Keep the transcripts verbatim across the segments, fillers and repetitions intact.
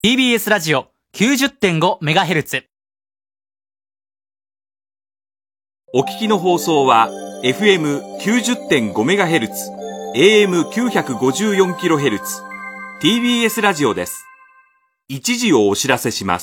ティービーエス ラジオ きゅうじゅってんごメガヘルツ。 お聞きの放送は エフエムきゅうじゅってんごメガヘルツ、エーエムきゅうひゃくごじゅうよんキロヘルツ、ティービーエス ラジオです。一時をお知らせします。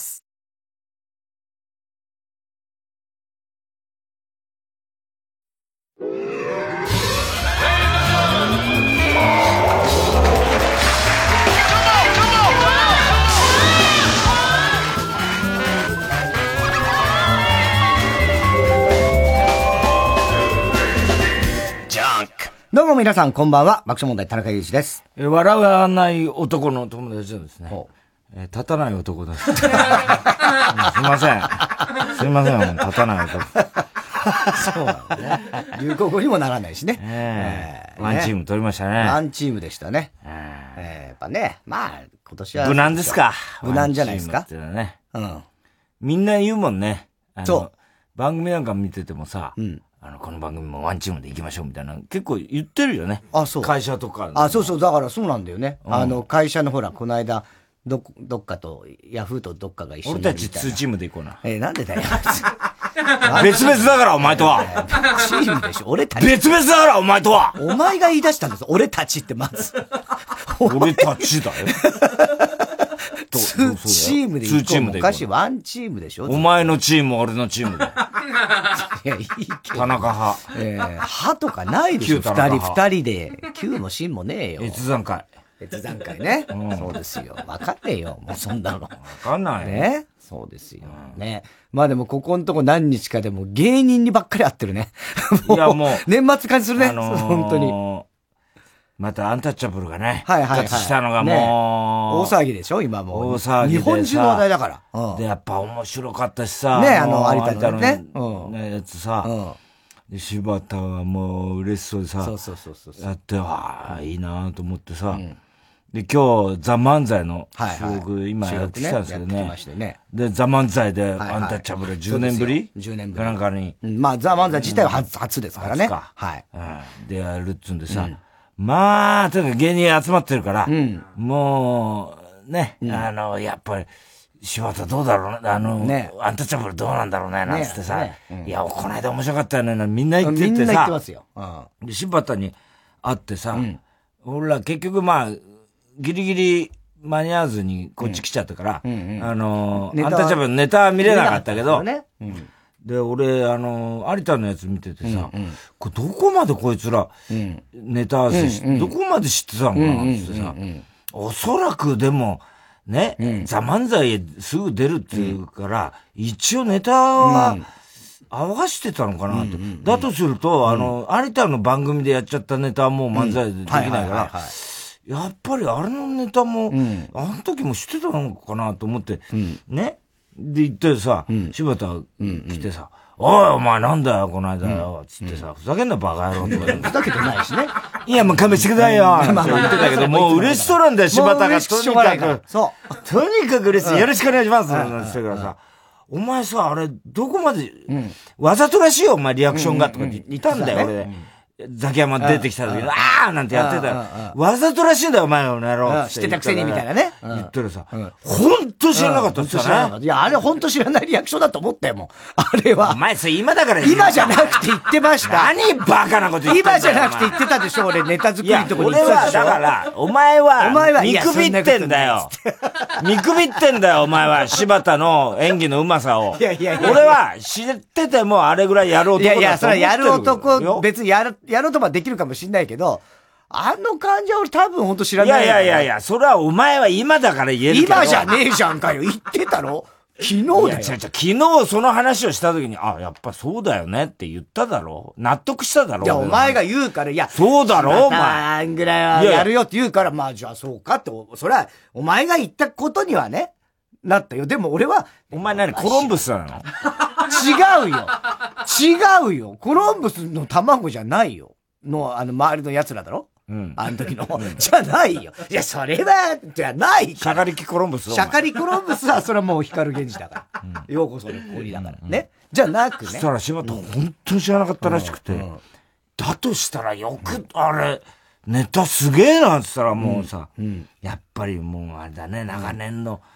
どうも皆さんこんばんは、爆笑問題田中裕二です。 え笑わない男の友達はですね、え立たない男です。すいません。すいません、立たない男。 そうなのね。流行語にもならないしね。 えー、ワンチーム取りましたね。 ワンチームでしたね。えー、やっぱね、まあ今年は無難ですか。 無難じゃないですか。 ってのはね、 うん。 みんな言うもんね。 そう。 番組なんか見ててもさ、 うん。 あの、この番組もワンチームで行きましょうみたいな、結構言ってるよね。 あ、そう。 会社とか。 あ、そうそう、だからそうなんだよね。うん、あの、会社のほら、この間、ど、どっかと、ヤフーとどっかが一緒に。 俺たちツーチームで行こうな。 えー、なんでだよ。 別々だからお前とは。 チームでしょ、俺たち。 別々だからお前とは。 お前が言い出したんです、俺たちってまず。 俺たちだよ。 ツーチームで行こう。おかしい、ワンチームでしょ。 お前のチーム、俺のチームで。 いや、いいけど。 田中派。 ええー、派とかないでしょ。二人、二人で。旧も新もねえよ。 越山会。 越山会ね。うん、そうですよ。わかんねえよ。もうそんなの。わかんない。 ね。そうですよ。うん、ね。まあでも、ここのとこ何日かでも芸人にばっかり会ってるね。 いや、もう。 年末感じするね。あのー、本当に。 またアンタッチャブルがね、 はいはいはい。 復活したのがもう、ね、 大騒ぎでしょ今もう。 大騒ぎで。 日本中の話題だから。 うん、で、やっぱ面白かったしさ。 ね、あの、有田のね。 うん。ね、やつさ。うん。で、柴田はもう嬉しそうでさ。 そうそうそうそう。 やって、わあ、いいなと思ってさ。うん、で、今日、ザ・漫才の収録、はいはい、今やってきたんですけどね。ねで、ザ・漫才で、アンタッチャブルじゅうねんぶり ?じゅう 年ぶり。なんかに。 うん、まあ、ザ・漫才自体は初、うん、初ですからね。 か。 はい。 うん。で、やるっつうんでさ。うん、まあ、とにかく芸人集まってるから、うん、もう、ね、うん、あの、やっぱり、柴田どうだろうね、あの、ね、アンタッチャブルどうなんだろうね、なんつってさ、ねねうん、いや、この間面白かったよね、みんな言っててさ、みんな言ってますよ。 うん、で、柴田に会ってさ、うん、俺ら結局まあ、ギリギリ間に合わずにこっち来ちゃったから、うんうんうん、あの、アンタッチャブルネタ見れなかったけど、ねうんで、俺、あの、有田のやつ見ててさ、うんうん、これどこまでこいつら、ネタ合わせし、うんうん、どこまで知ってたのかなってさ、うんうんうん、おそらくでも、ね、うん、ザ・漫才へすぐ出るっていうから、うん、一応ネタは合わせてたのかなって。うんうんうん、だとすると、うん、あの、有田の番組でやっちゃったネタはもう漫才でできないから、やっぱりあれのネタも、うん、あの時も知ってたのかなと思って、うん、ね。で、行ってさ、うん、柴田来てさ、うんうん、おい、お前なんだよ、この間よ、つってさ、ふざけんなバカ野郎とか。 ふざけてないしね。 いや、もう勘弁してくださいよ、って言ってたけど、もう嬉しそうなんだよ、柴田が。とにかく。 そう。 とにかく嬉しい。よろしくお願いします。なんて言ってからさ、お前さ、あれ、どこまで、わざとらしいよ、お前、リアクションが、とか言ったんだよ、俺。ザキヤマ出てきた時に、あーなんてやってたら、わざとらしいんだよ、お前の野郎。 知ってたくせにみたいなね。 言ったらさ、ほんと知らなかったって言ったね。 いや、あれほんと知らないリアクションだと思ったよ、もう。あれは。 お前、それ今だから今じゃなくて言ってました。 何バカなこと言ってんだよ。 今じゃなくて言ってたでしょ、俺、ネタ作りのとこに行ってたでしょ。 俺は、だから、お前は、お前は、見くびってんだよ。見くびってんだよ、お前は。柴田の演技のうまさを。いやいやいや。俺は、知っててもあれぐらいやる男だと思ってる。いやいや、それはやる男、別にやる、やろうともできるかもしんないけど、あの感じは俺多分ほんと知らない。 いやいやいやいや、それはお前は今だから言えるけど。 今じゃねえじゃんかよ。言ってたろ昨日だよ。いや違う違う、 昨日その話をした時に、あ、やっぱそうだよねって言っただろ納得しただろいや、お前が言うから、いや、 そうだろお前。 ぐらいはやるよって言うから、まあじゃあそうかって、それは、お前が言ったことにはね、なったよ。でも俺は、 お前何コロンブスなの違うよ。違うよ。コロンブスの卵じゃないよ。の、あの、周りの奴らだろうん。あの時の。じゃないよ。いや、それは、じゃないから。 シャカリキコロンブスシャカリコロンブスは、それはもう光源氏だから。うん、ようこその氷だから。うん、ね。じゃなくね。 そしたら柴田、本当に知らなかったらしくて。うんうん、だとしたらよく、あれ、ネタすげえなんつったらもうさ、うんうん、やっぱりもうあれだね、長年の、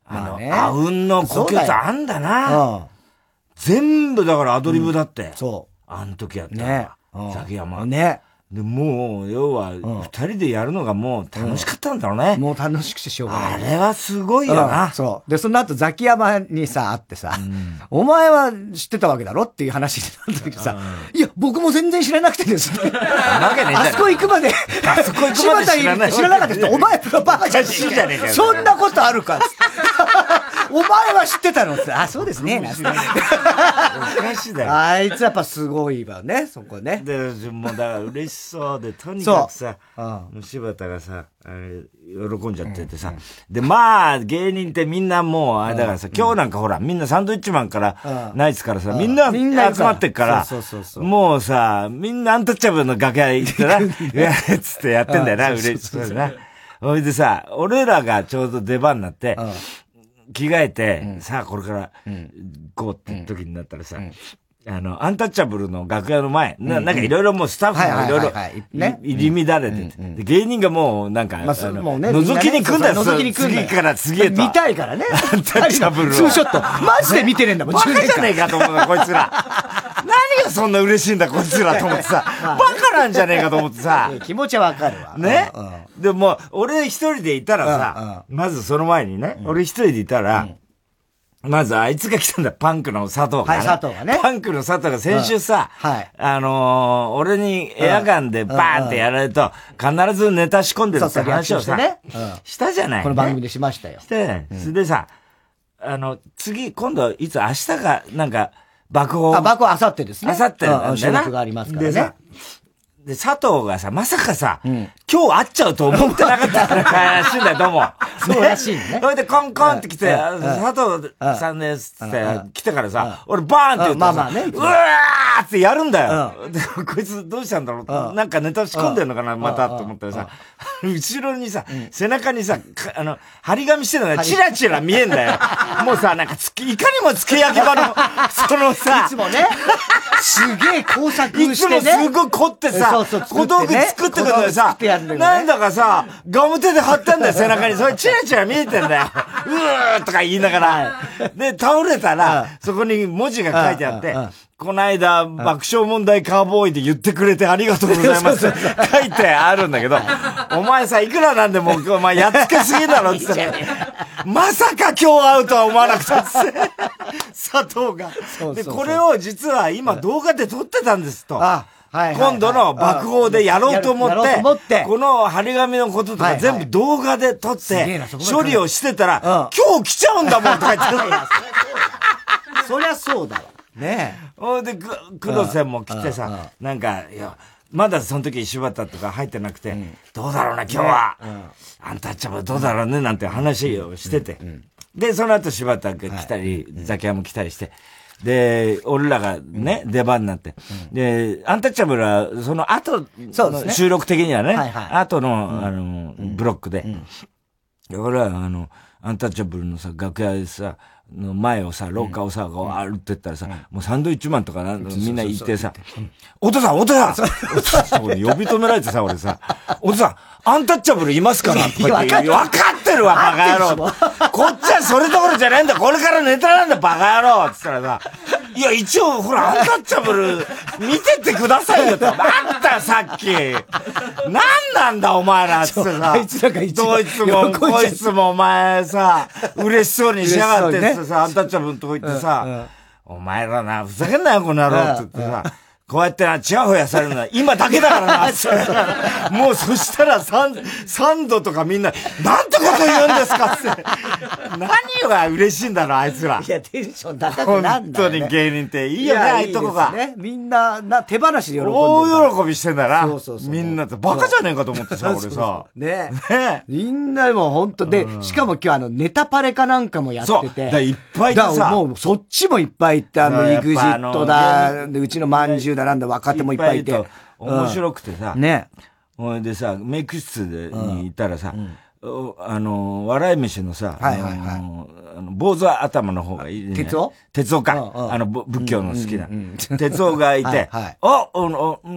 あの、あうんの呼吸あんだな。全部だからアドリブだって。 そう。 あの時やったね。ザキヤマ。 ね。 で、もう、要は、二人でやるのがもう楽しかったんだろうね。 もう楽しくてしょうがない。 あれはすごいよな。 そう。で、その後ザキヤマにさ、会ってさ、お前は知ってたわけだろっていう話になった時さ、いや、僕も全然知らなくてですね。あそこ行くまで、 あそこ行くまで知らない。 知らなかったって、お前プロバカじゃねえか。そんなことあるか。お前は知ってたのって、あ、そうですね。おかしいだよ。 あいつやっぱすごいわね、そこね。 で、もうだから嬉しそうで、とにかくさ、柴田がさ、あれ、喜んじゃっててさ。で、まあ、芸人ってみんなもう、あれだからさ、今日なんかほら、みんなサンドイッチマンから、ナイツからさ、みんな集まってっから、もうさ、みんなアンタッチャブルの楽屋行ってな、いや、つってやってんだよな、嬉しそうな。ほいでさ、俺らがちょうど出番になって、着替えて、さあ、これから行こうって時になったらさ、あの、アンタッチャブルの楽屋の前、な, なんかいろいろもうスタッフがいろいろ入り乱れてて、で、芸人がもうなんか、まあもうね、覗きに来んだよ、覗きに来んだよ。次から次へと。 見たいからね。 アンタッチャブルを。 ツーショット。マジで見てねえんだもん、 バカじゃねえかと思うな、こいつら。何がそんな嬉しいんだ、こいつらと思ってさ、バカなんじゃねえかと思ってさ。 気持ちはわかるわ。 ね。でも、俺一人でいたらさ、まずその前にね、俺一人でいたら、まずあいつが来たんだ、パンクの佐藤が、ね。 はい、佐藤がね。 パンクの佐藤が先週さ、うん、はい。あのー、俺にエアガンでバーンってやられると、必ずネタ仕込んでるって話をさ、ねうん、したじゃない。 この番組でしましたよ。 したじゃない。うん、それでさ、あの、次、今度、いつ明日か、なんか、爆砲。 あ、爆砲あさってですね。 あさってなんだな。 収録がありますからね。でさ、 で、佐藤がさ、まさかさ、うん、今日会っちゃうと思ってなかったらしいんだよ、どうも。 そうらしいね。 それでコンコンって来て、佐藤さんですって来てからさ、俺バーンって言ったらさ、うわーってやるんだよ。で、こいつどうしたんだろうなんかネタ仕込んでんのかなまたと思ったらさ、後ろにさ、背中にさ、あの、張り紙してるのがチラチラ見えんだよ。もうさ、なんかつき、いかにもつけ焼き場の、そのさ、 いつもね、すげえ工作してね。 いつもすごい凝ってさ、小道具作ってくるのよさ、なんだかさ、ガム手で貼ってんだよ、背中に。それチラチラ見えてんだよ。うーとか言いながら。で、倒れたら、そこに文字が書いてあって、この間、爆笑問題カーボーイで言ってくれてありがとうございます。書いてあるんだけど、お前さ、いくらなんでも、お前やっつけすぎだろって言ったら、まさか今日会うとは思わなくて、佐藤が。で、これを実は今動画で撮ってたんですと。今度の爆砲でやろうと思って、この張り紙のこととか全部動画で撮って、処理をしてたら、今日来ちゃうんだもんとか言ってた。そりゃそうだわ。ねえ。 ほんで、黒瀬も来てさ、なんか、いや、まだその時柴田とか入ってなくて、どうだろうな、今日は。アンタッチャブルどうだろうね、なんて話をしてて。で、その後柴田が来たり、ザキヤも来たりして、で、俺らがね、出番になって。で、アンタッチャブルは、その後、収録的にはね、後の、あの、ブロックで。俺は、あの、アンタッチャブルのさ、楽屋でさ、の前をさ、廊下をさ、こう歩ってったらさ、もうサンドイッチマンとかな、みんな行ってさ、お父さん、お父さん呼び止められてさ、俺さ、お父さん、アンタッチャブルいますからとか言って、わかってるわ、バカ野郎こっちはそれどころじゃないんだ、これからネタなんだ、バカ野郎って言ったらさ、いや、一応、ほら、アンタッチャブル、見ててくださいよと。あんた、さっき。なんなんだ、お前ら、つってさ。 あいつらが一番どいつも、こいつも、お前さ、嬉しそうにしやがってってさ、アンタッチャブルのとこ行ってさ、お前らな、ふざけんなよ、この野郎って言ってさ、こうやってな、チヤホヤされるのは今だけだからな、つって。もうそしたら三、三度とかみんな、なんてこと言うんですかって。何が嬉しいんだろう、あいつら。 いや、テンション高くなんだよ、ね。 本当に芸人っていいよね、ああいうとこが。 ね。みんな、な、手放しで喜んでる。 大喜びしてんだな。 そうそうそう。 みんなってバカじゃねえかと思ってさ、俺さ。 ねねみんなも本当で、しかも今日あの、ネタパレかなんかもやってて。 だいっぱいでさ。 だもう、そっちもいっぱい行って、あの、イグジットだ、で、うちのまんじゅうだなんだ、若手もいっぱいいて。 面白くてさ。 ね。 ほいでさ、メイク室でにいたらさ、あの、笑い飯のさ、 はいはいはい。 あの、坊主頭の方がいいね。 鉄夫鉄夫か。あの、仏教の好きな。鉄夫がいて、あ、あの、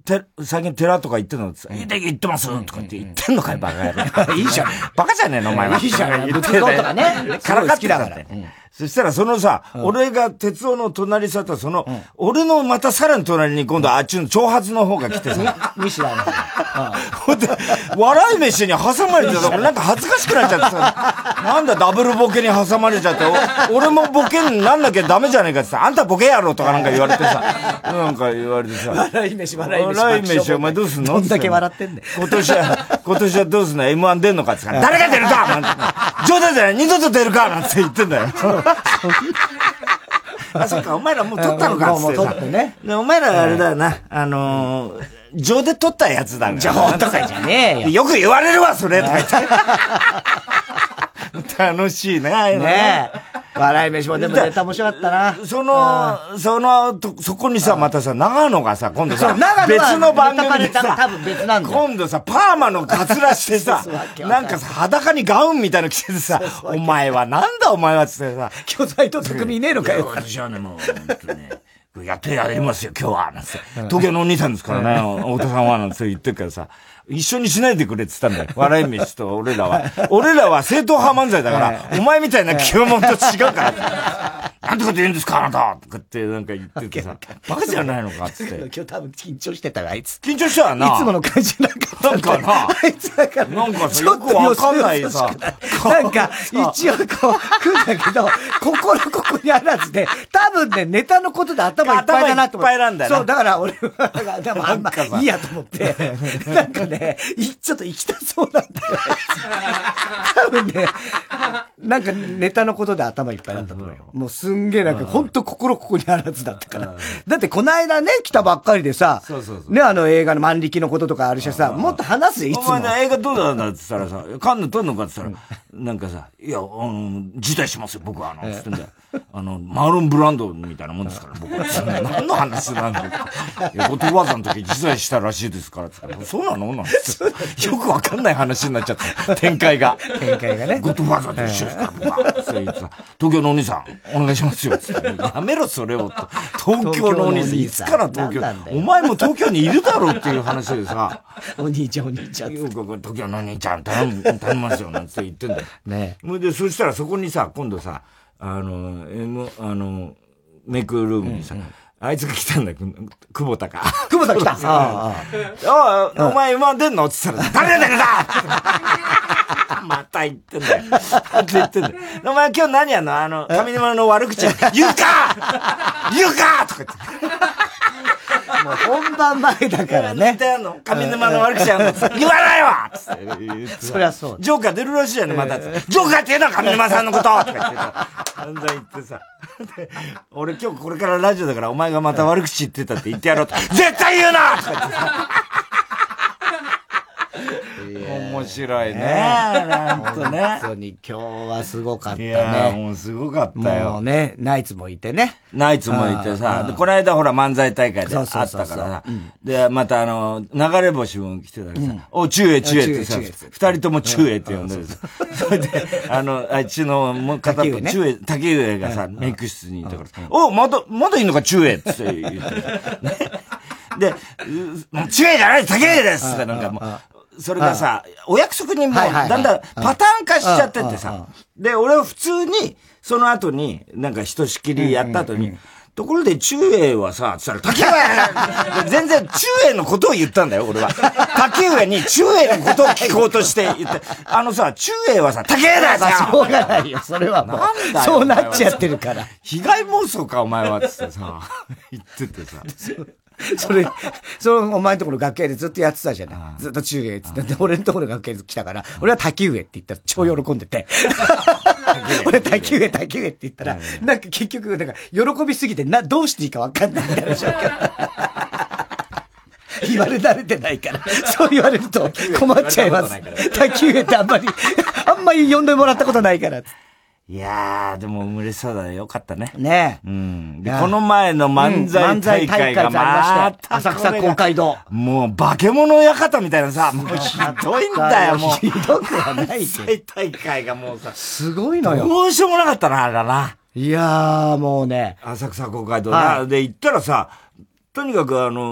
て、最近寺とか行ってんのって言って言ってますとかって言ってんのかい、バカ野郎。いいじゃん。バカじゃねえの、お前は。 いいじゃん。仏像とかね。 からかってたから。そしたらそのさ、うん、俺が鉄夫の隣座ったその、うん、俺のまたさらに隣に今度あっちの長髪の方が来てさ。 ミシュランの。 ほんで、笑い飯に挟まれてた。俺なんか恥ずかしくなっちゃってさ。なんだダブルボケに挟まれちゃって、俺もボケになんなきゃダメじゃねえかってさ、あんたボケやろとかなんか言われてさ。なんか言われてさ。 笑い飯、笑い飯。 笑い飯、お前どうすんのどんだけ笑ってんねん。 今年は、今年はどうすんの ?エムワン 出んのかってさ、誰が出るかなんて冗談じゃない二度と出るかなんて言ってんだよ。あ、そっか、お前らもう撮ったのかっつってさ。もう撮ってね。で、お前らあれだよな、あのー、情で撮ったやつだから。 情とかじゃねえよ。 よく言われるわ、それとか言って。楽しいね、ああいうのね。 笑い飯もでもネタ面白かったな。 その、その、そこにさ、またさ、長野がさ、今度さ、別の番組でさ、 多分別なんだ。 今度さ、パーマのカツラしてさ、なんかさ、裸にガウンみたいなの着てさ、お前はなんだお前はつってさ、 巨大と匠いねえのかよ。 私はね、もう、本当ね。やってやりますよ、今日は。なんて。東京のお兄さんですからね、太田さんは、なんて言ってるからさ、一緒にしないでくれって言ったんだよ。笑い飯と俺らは。俺らは正統派漫才だから、お前みたいな清門と違うから。なんてこと言うんですか、あなたとかってなんか言っててさ、バカじゃないのかっつって。 今日多分緊張してたわ、あいつ。 緊張したわな。 いつもの感じなんかった。 なんかな。 あいつだから。 なんかさ、よくわかんないさ。 なんか、一応こう、来るんだけど、心ここにあらずで、多分ね、ネタのことで頭いっぱいだなと思って。 頭いっぱいなんだよ。 そう、だから俺は、でもあんまいいやと思って、なんかね、ちょっと行きたそうなんだよ。多分ね、なんかネタのことで頭いっぱいだったと思うよ。もうすんげえなんか、ほんと心ここにあらずだったから。だってこの間ね、来たばっかりでさ、 そうそうそう、 ね、あの映画の万力のこととかあるしさ、もっと話すよ、いつも。 お前ね、映画どうなんだって言ったらさ、カンヌ撮んのかって言ったら、なんかさ、いや、あの、辞退しますよ、僕は、あの、つってんだよ。あの、マーロンブランドみたいなもんですから、僕は。何の話なんだよ。いや、ゴッドファーザーの時辞退したらしいですから、つって。そうなのなんて。よくわかんない話になっちゃった。展開が。 展開がね。 ゴッドファーザーと一緒ですから、僕は。そう言ってさ、東京のお兄さん、お願いしますよ、つって。やめろ、それを。東京のお兄さん、いつから東京、お前も東京にいるだろうっていう話でさ、 お兄ちゃん、お兄ちゃん。 よく東京のお兄ちゃん、頼む、頼みますよ、なんて言ってんだよ。 ねえ。で、そしたらそこにさ、今度さ、あの、M、あの、メイクルームにさ、うんうん、あいつが来たんだよ、久保田か。 久保田来たああ。お前今出んのって言ったら、誰だよだまた言ってんだよ。また言ってんだよ。お前今日何やんのあの、上沼の悪口。言うか言うかとか言って。 もう本番前だからね。 上沼の悪口やんの言わないわつって。 そりゃそう。 ジョーカー出るらしいじゃんね、また。ジョーカーって言うのは上沼さんのこととか言ってさ。散々言ってさ。俺今日これからラジオだからお前がまた悪口言ってたって言ってやろうと。絶対言うなとか言ってさ。面白いね。 なんとね。本当に今日はすごかったね。いやもうすごかったよ。 もうね、ナイツもいてね。 ナイツもいてさ、でこの間ほら漫才大会であったからさ、で、またあの、流れ星も来てたからさ、お、チューエチューエってさ、二人ともチューエって呼んでるさ。それで、あの、あっちのもう片方、チューエ、竹上がさ、メイク室にいたからさ、お、まだ、まだいいのかチューエって言ってで、チューエじゃない竹上ですってなんかもう、それがさ、お約束にもう、だんだんパターン化しちゃっててさ。で、俺は普通に、その後に、なんかひとしきりやった後に、ところで、中英はさ、つったら、竹上全然、中英のことを言ったんだよ、俺は。竹上に中英のことを聞こうとして言って、あのさ、中英はさ、竹上だよしょうがないよ、それはもう。なんだよ。そうなっちゃってるから。 被害妄想か、お前は、つってさ、言っててさ。 それ、そのお前のところ楽屋でずっとやってたじゃない。ずっと中英っつって。で、俺のところ楽屋で来たから、俺は滝上って言ったら超喜んでて。俺滝上、滝上って言ったら、なんか結局、なんか喜びすぎて、な、どうしていいか分かんないみたいな状況。言われ慣れてないから。そう言われると困っちゃいます。滝上ってあんまり、あんまり呼んでもらったことないから。 いやー、でも嬉しそうだね。よかったね。 ねえ。うん。で、この前の漫才大会がまた、 浅草公会堂。 もう、化け物館みたいなさ、もうひどいんだよ、もう。 ひどくはないけど。漫才大会がもうさ、 すごいのよ。 どうしようもなかったな、あれだな。 いやー、もうね。 浅草公会堂な。で、行ったらさ、とにかくあの、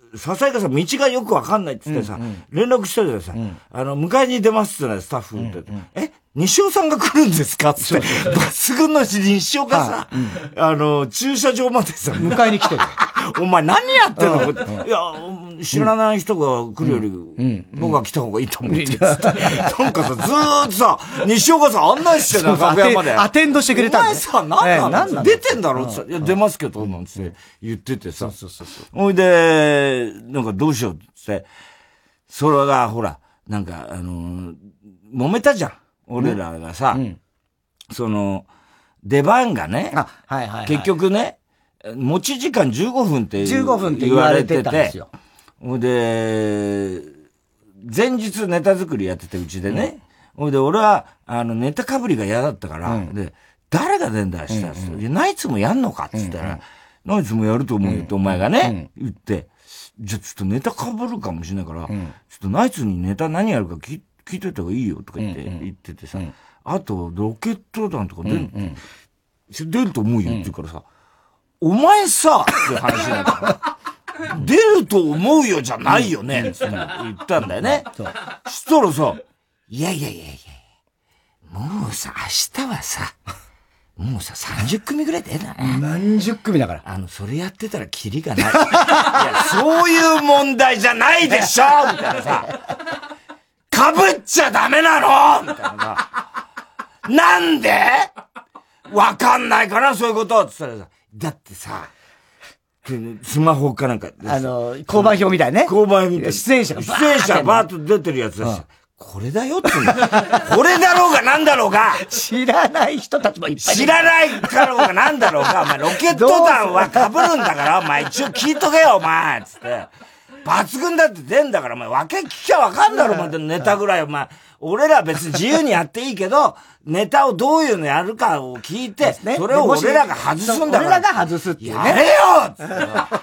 笹井がさ、道がよくわかんないって言ってさ、うんうん、連絡したじゃんさ、うん、あの、迎えに出ますってね、スタッフって、うんうん、え西尾さんが来るんですかって、抜群の西尾がさ、うん、あの、駐車場までさ、 迎えに来てる。 お前何やってんの、うん、いや、知らない人が来るより、うん、僕が来た方がいいと思ってって、うんうん、なんかさ、ずーっとさ、西尾がさ、案内してた楽屋まで。 アテンドしてくれたんだ。お前さ、何なの、えー、何なの出てんだろってさ、いや、出ますけど、なんつって言っててさ。そうそうそう。ほいで、なんかどうしようって、それが、ほら、なんか、あのー、揉めたじゃん。俺らがさ、うん、その、出番がね、 あ、はいはいはい、 結局ね、持ち時間じゅうごふんって言われてて、てたんですよ。で、前日ネタ作りやっててうちでね、ほ、うん、で俺は、あの、ネタかぶりが嫌だったから、うん、で、誰が出んだしたら、うんうん、ナイツもやんのかって言ったら、うんうん、ナイツもやると思うよってお前がね、うん、言って、じゃあちょっとネタかぶるかもしれないから、うん、ちょっとナイツにネタ何やるか聞いて、聞いといた方がいいよとか言って、うんうん、言っててさ、うん、あと、ロケット弾とか出る、うんうん、出ると思うよって言うからさ、うん、お前さ、って話になったから、出ると思うよじゃないよね、って言ったんだよね。そしたらさ、いやいやいやいや、もうさ、明日はさ、もうさ、さんじゅっくみぐらい出ない。 何十組だから。 あの、それやってたらキリがない。いや、そういう問題じゃないでしょみたいなさ。かぶっちゃダメなのみたいなさ。なんでわかんないかなそういうことって言ったらさ、だってさ、スマホかなんか。 あの、交番表みたいね。 交番表みたい。 出演者が出演者バーッと出てるやつだし。うん、これだよって言うんだ。これだろうがなんだろうが。 知らない人たちもいっぱいいる。 知らないだろうがなんだろうが。お前ロケット弾は被るんだから、お前一応聞いとけよ、お前つって。抜群だって出んだから、お前、分け聞きゃわかんだろ、お前、ネタぐらい、お前。俺ら別に自由にやっていいけど、ネタをどういうのやるかを聞いて、ね、それを俺らが外すんだから。 俺らが外すっていうね。 やれよつって。そ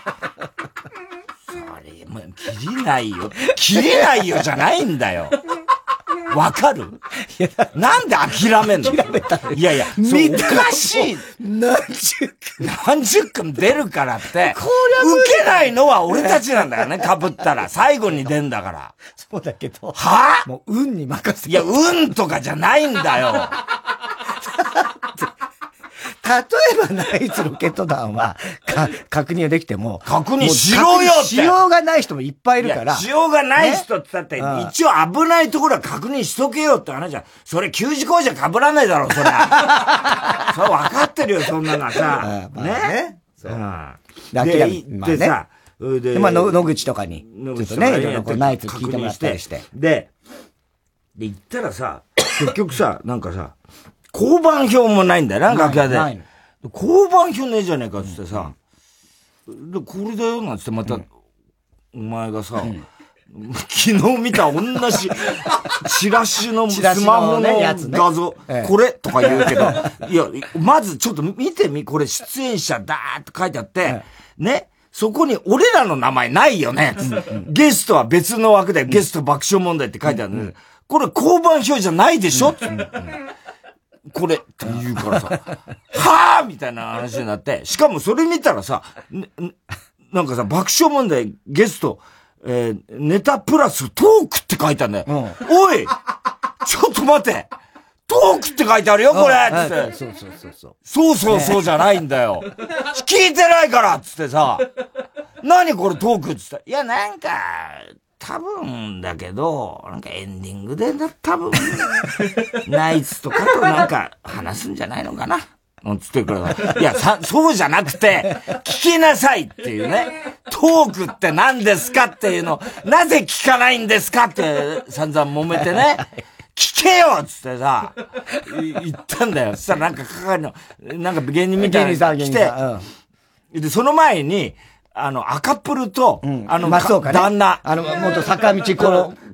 れ、もう、切りないよ。切れないよじゃないんだよ。わかるいやなんで諦めんの諦めたいやいや、そうおかしい。 何十組何十組出るからって、受けないのは俺たちなんだよね、被ったら。最後に出んだから。 そうだけど。 はぁ、 もう運に任せて。 いや、運とかじゃないんだよ。 例えばナイツロケット弾は、か、確認はできても。 確認しろよって。 しようがない人もいっぱいいるから。 しようがない人って言ったって、ね、一応危ないところは確認しとけよって話じゃん。それ給仕工事は被らないだろ、そりゃ。それ分かってるよ、そんなのはさ。 まあ、ね。ね。そう。 で、行ってさ、 で、まあ、野口とかに、ちょっとね、いろいろこうナイツ聞いてもらったりして。 で、で、行ったらさ、結局さ、なんかさ、交番表もないんだよな、楽屋で。交番表ねえじゃねえかっつってさ、うん、で、これだよなんつってまた、うん、お前がさ、うん、昨日見た同じ、チラシのスマホの画像、ねね、これとか言うけど、いや、まずちょっと見てみ、これ出演者だーって書いてあって、ええ、ね、そこに俺らの名前ないよね。ゲストは別の枠で、ゲスト爆笑問題って書いてあるんだけど、これ交番表じゃないでしょ、うんうんうんこれって言うからさ、はぁみたいな話になって、しかもそれ見たらさ、ね、なんかさ、爆笑問題ゲスト、えー、ネタプラストークって書いてあるんだよ。うん、おいちょっと待ってトークって書いてあるよ、これつって、うん。そうそうそうそう。そうそうそうじゃないんだよ。ね、聞いてないからつってさ、何これトークっつって。いや、なんか、多分だけど、なんかエンディングでな、多分、ナイツとかとなんか話すんじゃないのかなつってくるから。いや、さ、そうじゃなくて、聞きなさいっていうね。トークって何ですかっていうの、なぜ聞かないんですかって散々揉めてね。聞けよつってさ、言ったんだよ。そしたらなんか係の、なんか芸人みたいなの来て、うん、で、その前に、あの、赤プルと、うん、あの、 まあそうかね、 旦那。 あの、元坂道コロ、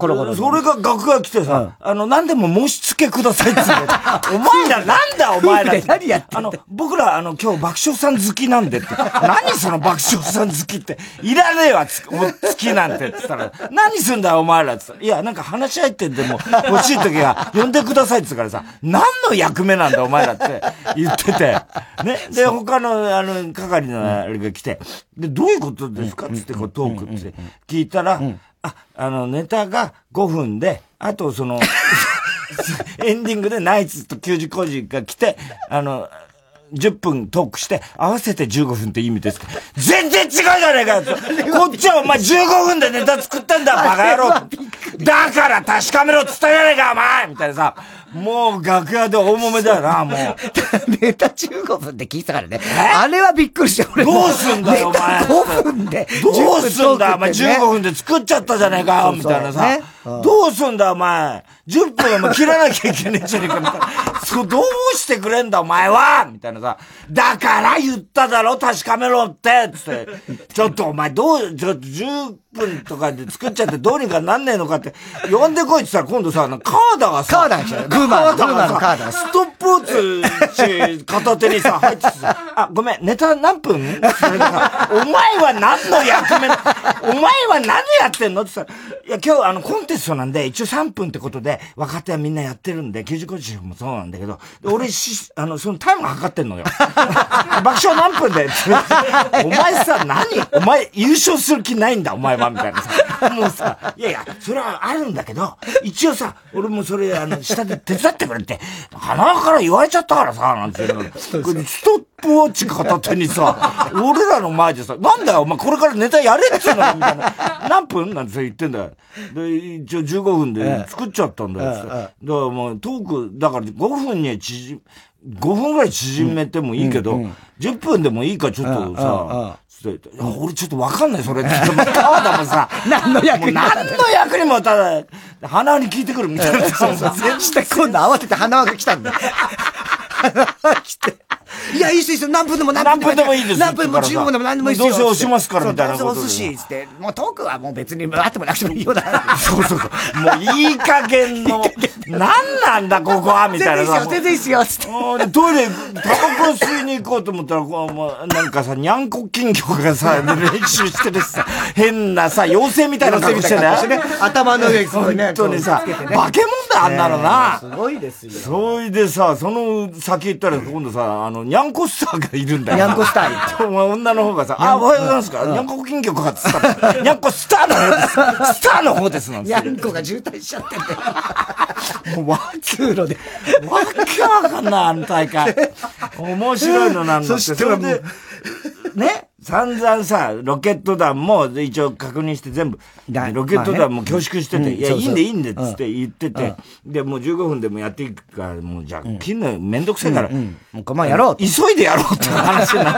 コロコロ。 それが楽屋来てさ、あの、何でも申し付けくださいって言って、お前らなんだお前らって。 何やってんだ。 あの、僕らあの、今日爆笑さん好きなんでって。何その爆笑さん好きって。いらねえわ、つ、好きなんてって言ったら、何すんだよお前らって言ったら、いや、なんか話し合ってんでも欲しい時は呼んでくださいって言ったからさ、何の役目なんだお前らって言ってて。ね。で、他の、あの、係のあれが来て、で、どういうことですかってって、こう、トークって聞いたら、あ、あの、ネタがごふんで、あとその、エンディングでナイツときゅうじ工事が来て、あの、じゅっぷんトークして、合わせてじゅうごふんって意味ですか。全然違うじゃねえかよこっちはお前じゅうごふんでネタ作ってんだバカ野郎だから確かめろっつったじゃねえかお前みたいなさ、もう楽屋で大揉めだよな、もう。 ネタじゅうごふんで聞いてたからね。あれはびっくりして、俺どうすんだよ、お前。 ごふんで。 どうすんだ、お前じゅうごふんで作っちゃったじゃねえかよ、みたいなさ。どうすんだ、お前。じゅっぷんお前切らなきゃいけねえじゃねえか、みたいな。そう、どうしてくれんだ、お前はみたいなさ。だから言っただろ、確かめろって、つって。ちょっとお前どう、ちょっとじゅっぷんとかで作っちゃってどうにかなんねえのかって、呼んでこいって言ったら今度さ、カーダがさ、 カーダが来たよ。グーマン、グーマンのカーダが。 ストップウォッチ片手にさ、入ってさ、あ、ごめん、ネタ何分お前は何の役目お前は何やってんのってさ、いや今日あのコンテストなんで、一応さんぷんってことで、若手はみんなやってるんで、きゅうじゅうごじもそうなんだけど、俺し、あの、そのタイム測ってんのよ。爆笑何分でお前さ、何お前優勝する気ないんだ、お前はみたいなさ。もうさ、いやいや、それはあるんだけど、一応さ、俺もそれ、あの、下で手伝ってくれって、鼻から言われちゃったからさ、なんて言うの。ストップウォッチ片手にさ、俺らの前でさ、なんだよ、お前これからネタやれっつうのみたいな。何分なんて言ってんだよ。で、一応じゅうごふんで作っちゃったんだよ。だからもうトーク、だからごふんに縮、ごふんぐらい縮めてもいいけど、じゅっぷんでもいいかちょっとさ、俺ちょっとわかんないそれって。ただもさ、 何の役にも。 何の役にもただ、鼻に聞いてくるみたいな。 そうそう。して今度慌てて鼻輪が来たんだよ。鼻輪が来て。いや、いいっす、いいっす、何分でも何分でもいいです。何分もじゅうごふんでも何でもいいっすよ。 どうせ押しますからみたいなことで。 お寿司つって、もうトークはもう別にあってもなくてもいいよな。 そうそうそう。もういい加減の、何なんだここはみたいな。 全然いいっすよ、全然いいっすよ、つって。 トイレ、タバコ吸いに行こうと思ったら、こう、もう、なんかさ、にゃんこ金魚がさ、練習してるしさ、変なさ、妖精みたいな格好してね。 頭の上に本当にさ、化け物だ、あんなのな。 すごいですよ。 それでさ、その先行ったら今度さ、あの、にゃんこスターがいるんだよ。 にゃんこスターいる。女の方がさ、あ、おはようございますか。にゃんこ金魚かって言ったら、にゃんこスターの方です。スターの方ですなんにゃんこが渋滞しちゃってんだよ。 もう、通路で。わけわかんない、あの大会。面白いのなんだって。それで、ね、散々さ、ロケット弾も一応確認して全部、ロケット弾も恐縮してて、いや、いいんでいいんでっつって言ってて、で、もうじゅうごふんでもやっていくから、もうじゃあ、切るのめんどくさいから、もう我慢やろう。 急いでやろうって話になった。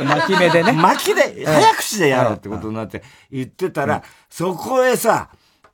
巻き目でね。 巻きで、早口でやろうってことになって言ってたら、そこへさ、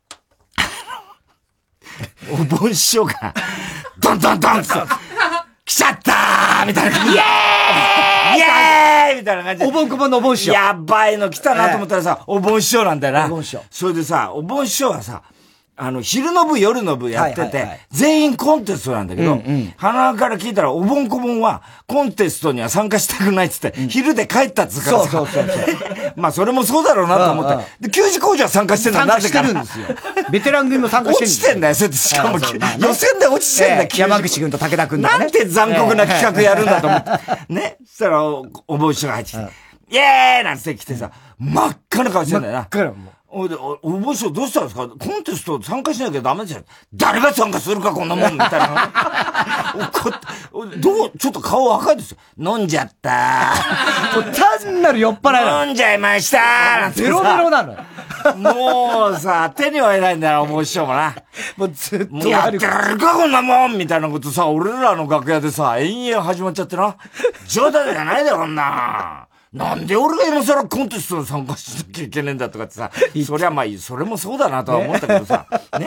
お盆師匠が、ドンドンドンってさ、来ちゃったーみたいな。イエーイイエーイみたいな感じで。 お盆くぼのお盆師匠。 やばいの来たなと思ったらさ、お盆師匠なんだよな。 お盆師匠。 それでさ、お盆師匠はさ、あの、昼の部、夜の部やってて、全員コンテストなんだけど、鼻から聞いたら、お盆こぼんは、コンテストには参加したくないっつって、昼で帰ったっつうからさ。そうそうそう。まあ、それもそうだろうなと思って。で、給仕工事は参加してるのなぜか。参加してるんですよ。ベテラン組も参加してるんですよ。 落ちてんだよ、それしかも、予選で落ちてんだよ、 山口君と武田君だね。なんて残酷な企画やるんだと思って。ね。そしたら、お盆師匠が入ってきて、イエーイなんて来てさ、真っ赤な顔してんだよな。 真っ赤な、もう。 おいで、お、おぼしょどうしたんですかコンテスト参加しなきゃダメですよ。誰が参加するかこんなもんみたいな。怒って、どう、ちょっと顔赤いですよ。飲んじゃったもう単なる酔っ払い飲んじゃいましたーベロベロなの。 もうさ、手に負えないんだよ、おぼしょもな。 もうずっと。 やってるかこんなもんみたいなことさ、俺らの楽屋でさ、延々始まっちゃってな。冗談じゃないだよ、こんな。なんで俺が今更コンテストに参加しなきゃいけねえんだとかってさ、そりゃまあいい、それもそうだなとは思ったけどさ、ね。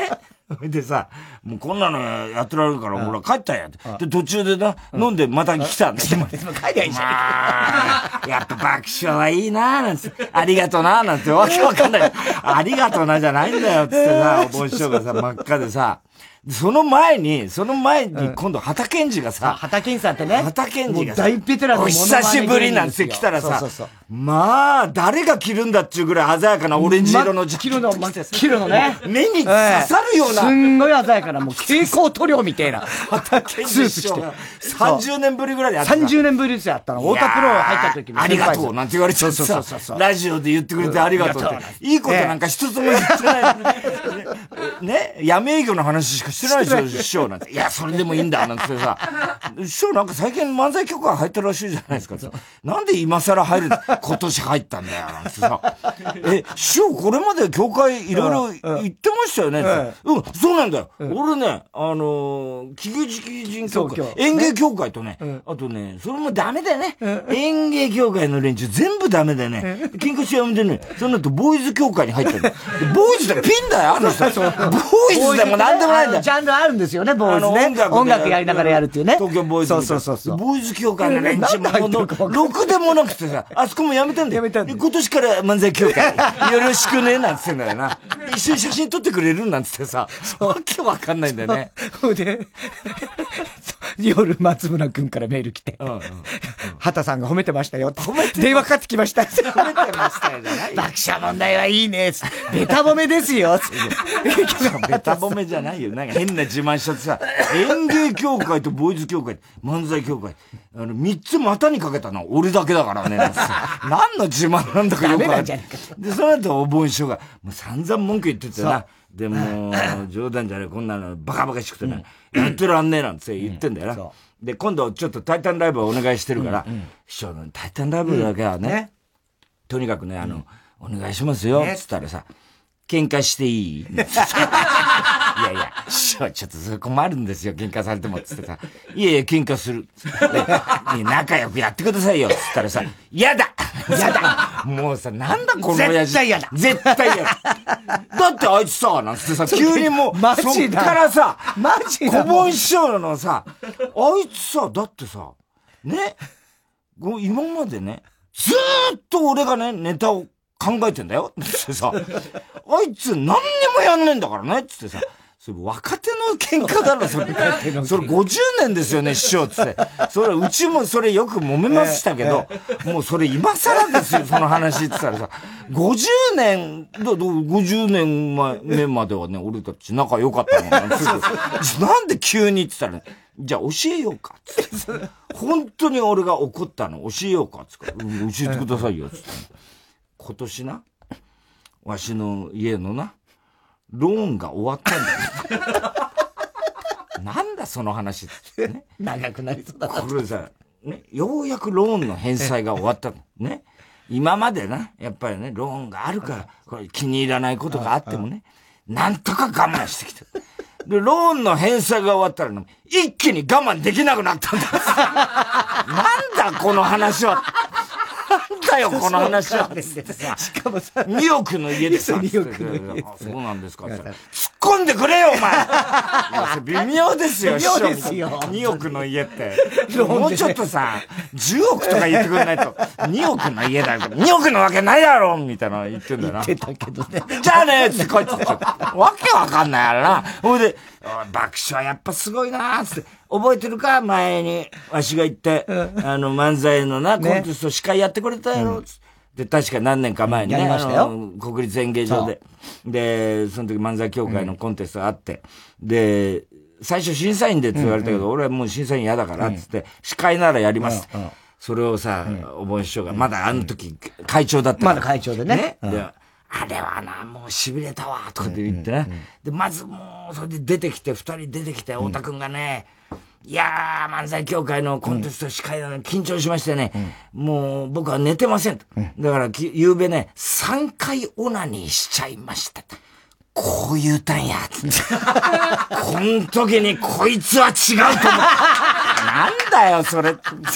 でさ、もうこんなのやってられるから、俺は帰ったんや。で、途中でな、飲んでまた来たんだよ。 帰りゃいいじゃん。やっぱ爆笑はいいななんて、ありがとななんてわけわかんない。ありがとなじゃないんだよ、つってさ、お盆師匠がさ、真っ赤でさ、その前に、その前に、今度、畑健二がさ、 畑健二さんってね。 畑健二がさ、大ベテランのお久しぶりなんて来たらさ、まあ、誰が着るんだっていうぐらい鮮やかなオレンジ色のジャケット着てさ、 着るのね。 目に刺さるような。 すんごい鮮やかな、もう蛍光塗料みたいな。 畑健二師匠がさんじゅうねんぶりぐらいでやった。 さんじゅうねんぶりですよ、やったの。太田プロ入った時に。 ありがとうなんて言われちゃってさ、ラジオで言ってくれてありがとうって。いいことなんか一つも言ってない。ね、闇営業の話しかしてないですよ、師匠なんて。いや、それでもいいんだ、なんてさ。師匠なんか最近漫才協会入ったらしいじゃないですか。なんで今更入る、今年入ったんだよ、なんてさ。え、師匠これまで協会いろいろ言ってましたよね。うん、そうなんだよ。俺ね、あの、喜劇人協会、演芸協会とね、あとね、それもダメだよね。演芸協会の連中全部ダメだよね。喧嘩してやめてね。その後、ボーイズ協会に入ってる。ボーイズだピンだよ、あの人。ボーイズでもなんでもないんだよ。 ジャンルあるんですよね、ボーイズね。音楽やりながらやるっていうね。 東京ボーイズ。 そうそうそうそう。 ボーイズ協会の連中も、ろくでもなくてさ、あそこもやめたんだよ。今年から漫才協会、よろしくね、なんつってんだよな。一緒に写真撮ってくれるなんつってさ、わけわかんないんだよね。 で、夜松村くんからメール来て、畑さんが褒めてましたよ。 褒めて電話かかってきました。 褒めてましたよじゃない。 爆笑問題はいいね。ベタ褒めですよ。 ベタ褒めじゃないよ。なんか変な自慢しちゃってさ、演芸協会とボーイズ協会、漫才協会、あの、三つ股にかけたのは俺だけだからね。何の自慢なんだかよくわかんない。で、その後お盆師匠が、もう散々文句言っててな。でも、冗談じゃねえ、こんなのバカバカしくてね、やってらんねえなんて言ってんだよな。で、今度ちょっとタイタンライブをお願いしてるから、師匠のタイタンライブだけはね、とにかくね、あの、お願いしますよ、つったらさ、喧嘩していいいやいや、師匠ちょっとそれ困るんですよ、喧嘩されても、つってさ、いやいや、喧嘩する。で、仲良くやってくださいよ、つったらさ、嫌だ嫌だもうさ、なんだこの親父。 絶対嫌だ絶対嫌だだってあいつさ、なんつってさ、急にもう、そっからさ、 マジだ小盆師匠のさ、あいつさ、だってさ、ね、今までね、ずーっと俺がね、ネタを考えてんだよってさ、あいつ何にもやんねえんだからねつってさ、それ若手の喧嘩だろ、それ。それごじゅうねんですよね、師匠つって。それ、うちもそれよく揉めましたけど、もうそれ今更ですよ、その話って言ったらさ、ごじゅうねん、だごじゅうねんめまではね、俺たち仲良かったもんなんなんで急にって言ったらね、じゃあ教えようかつって。本当に俺が怒ったの教えようかつって。教えてくださいよつって。今年な、わしの家のな、ローンが終わったんだよ。なんだその話って、ね。 長くなりそうだな。 これさ、ね、ようやくローンの返済が終わったの。ね。今までな、やっぱりね、ローンがあるから、これ気に入らないことがあってもね、なんとか我慢してきた。で、ローンの返済が終わったら、一気に我慢できなくなったんだ。なんだこの話は。なんだよ、この話は。 しかもさ、 におくの家でさ、 におくの家そうなんですかって。突っ込んでくれよ、お前微妙ですよ、 微妙ですよ。 におくの家って。もうちょっとさ、じゅうおくとか言ってくれないと、におくの家だよ。におくのわけないだろみたいな言ってんだよな。 言ってたけどね。 じゃあねって帰ってきた。わけわかんないやろな。ほいで、爆笑やっぱすごいなーつって。覚えてるか前に、わしが言って、あの、漫才のな、コンテスト司会やってくれたやろつって。で、確か何年か前にね、あの、国立演芸場で。で、その時漫才協会のコンテストがあって。で、最初審査員でって言われたけど、俺はもう審査員嫌だから、つって、司会ならやります。それをさ、お盆師匠が、まだあの時、会長だった。 まだ会長でね。 で、あれはな、もう痺れたわ、とかって言ってね。で、まずもう、それで出てきて、二人出てきて、太田くんがね、いやー、漫才協会のコンテスト司会なのに緊張しましてね、もう僕は寝てません。だから、ゆうべね、さんかいオナニーしちゃいました。こう言うたんや、つって。こん時にこいつは違うと思った。なんだよ、それ。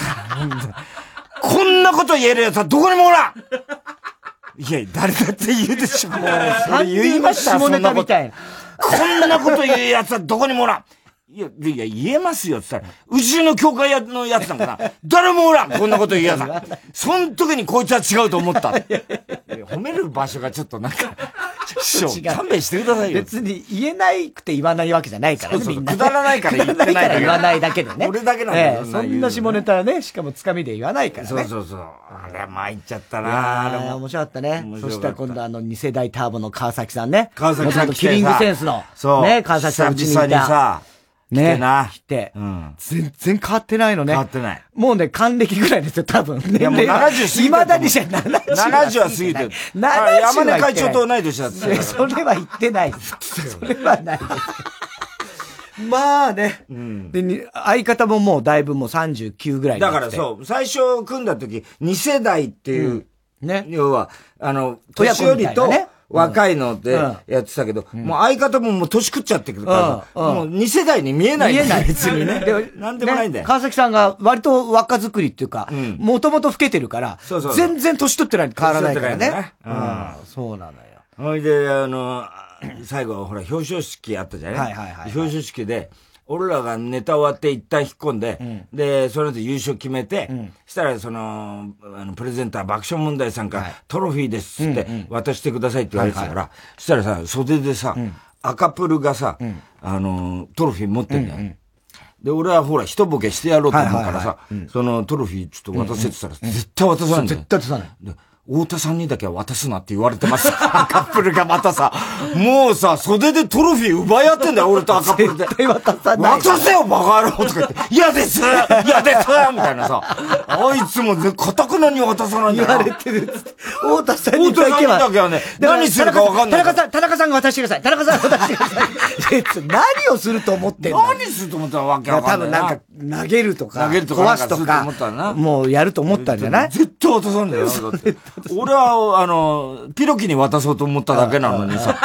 こんなこと言えるやつはどこにもおらんいや、誰だって言うでしょ。もう、それ言いました、 下ネタみたいな。 こんなこと言う奴はどこにもおらん。いや、いや、言えますよって言ったら、うちの教会のやつなんかな、誰もおらんこんなこと言うやつだ。その時にこいつは違うと思った。褒める場所がちょっとなんか、師匠、勘弁してくださいよ。 別に言えないくて言わないわけじゃないからね、みんな。 くだらないから言ってないから言わないだけでね。 俺だけなんだよ、 そんな下ネタはね、しかもつかみで言わないからね。 そうそうそう。あれ、参っちゃったなぁ。面白かったね。そしたら今度あの、二世代ターボの川崎さんね。 川崎さん。 キリングセンスの。 そう。 ね、川崎さんうちにいた。 久々にさ、 ね。 来てな。 来て。うん。全然変わってないのね。 変わってない。 もうね、還暦ぐらいですよ、多分。 いや、もうななじゅう過ぎてる。 未だにじゃななじゅう。 ななじゅうは過ぎてる。 ななじゅう。 山根会長と同い年だって。 それは言ってないです。それはないです。まあね。うん。で、相方ももうだいぶもうさんじゅうきゅうぐらいになって。 だからそう、最初組んだ時、に世代っていう、ね。要は、あの、年寄りと、若いのでやってたけど、もう相方ももう年食っちゃってくるから、もうに世代に見えないんだよ。見えない。別にね。なんでもないんだよ。 川崎さんが割と若作りっていうか、もともと老けてるから、全然年取ってない変わらないからね。うん。そうなのよ。 ほいで、あの、最後ほら表彰式あったじゃない。 はいはいはい。 表彰式で、俺らがネタ終わって一旦引っ込んで、うん、で、その後優勝決めて、うん、したらその、あの、プレゼンター爆笑問題さんから、はい、トロフィーですって渡してくださいって言われてたから、はいはい、そしたらさ、袖でさ、うん、赤プルがさ、うん、あの、トロフィー持ってんだよ。うんうん、で、俺はほら、一ボケしてやろうと思うからさ、そのトロフィーちょっと渡せって言ったら、絶対渡さないんだよ。 絶対渡さない。 太田さんにだけは渡すなって言われてます。赤プルがまたさ、もうさ、袖でトロフィー奪い合ってんだよ、俺と赤プルで。 絶対渡さない。 渡せよ、バカ野郎とか言って、嫌です嫌ですみたいなさ、あいつもね、固くなに渡さないんだよ。 言われてるっつって。太田さんにだけは。 太田さんにだけはね、何するかわかんない。 田中さん、田中さんが渡してください。田中さんが渡してください。何をすると思ってんの？ 何すると思ったらわけわかんない。 多分なんか、投げるとか、 投げるとか壊すとか、もうやると思ったんじゃない？ 絶対渡さないんだよ。俺は、あの、ピロキに渡そうと思っただけなのにさ。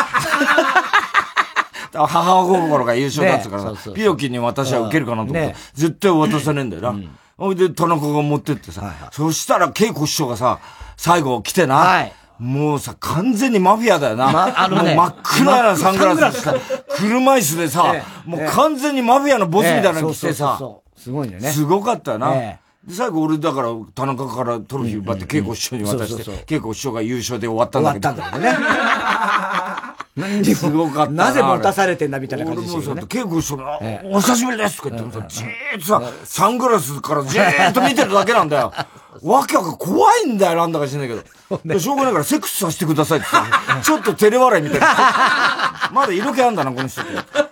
母心が優勝だったからさ、ね、そうそうそうピロキに渡しは受けるかなと思ったら、ね、絶対渡さねえんだよな。ほ、うん、いで、田中が持ってってさ、はいはい、そしたら稽古師匠がさ、最後来てな、はい、もうさ、完全にマフィアだよな。まあのね、もう真っ暗なサングラスでさ、車椅子でさ、ね、もう完全にマフィアのボスみたいなの着てさ、 すごいよね。 すごかったよな。ねで、最後俺だから、田中からトロフィー奪って、稽古師匠に渡して、稽古師匠が優勝で終わったんだけど。 終わったんだけどね。 何すごかったな。 なぜ持たされてんだみたいな感じですよね。稽古師匠が、お久しぶりですとか言ってもさ、じーっとさ、サングラスからじーっと見てるだけなんだよ。わけわか怖いんだよ、なんだか知んないけど。しょうがないからセックスさせてくださいってさ、ちょっと照れ笑いみたいな。まだ色気あんだな、この人って。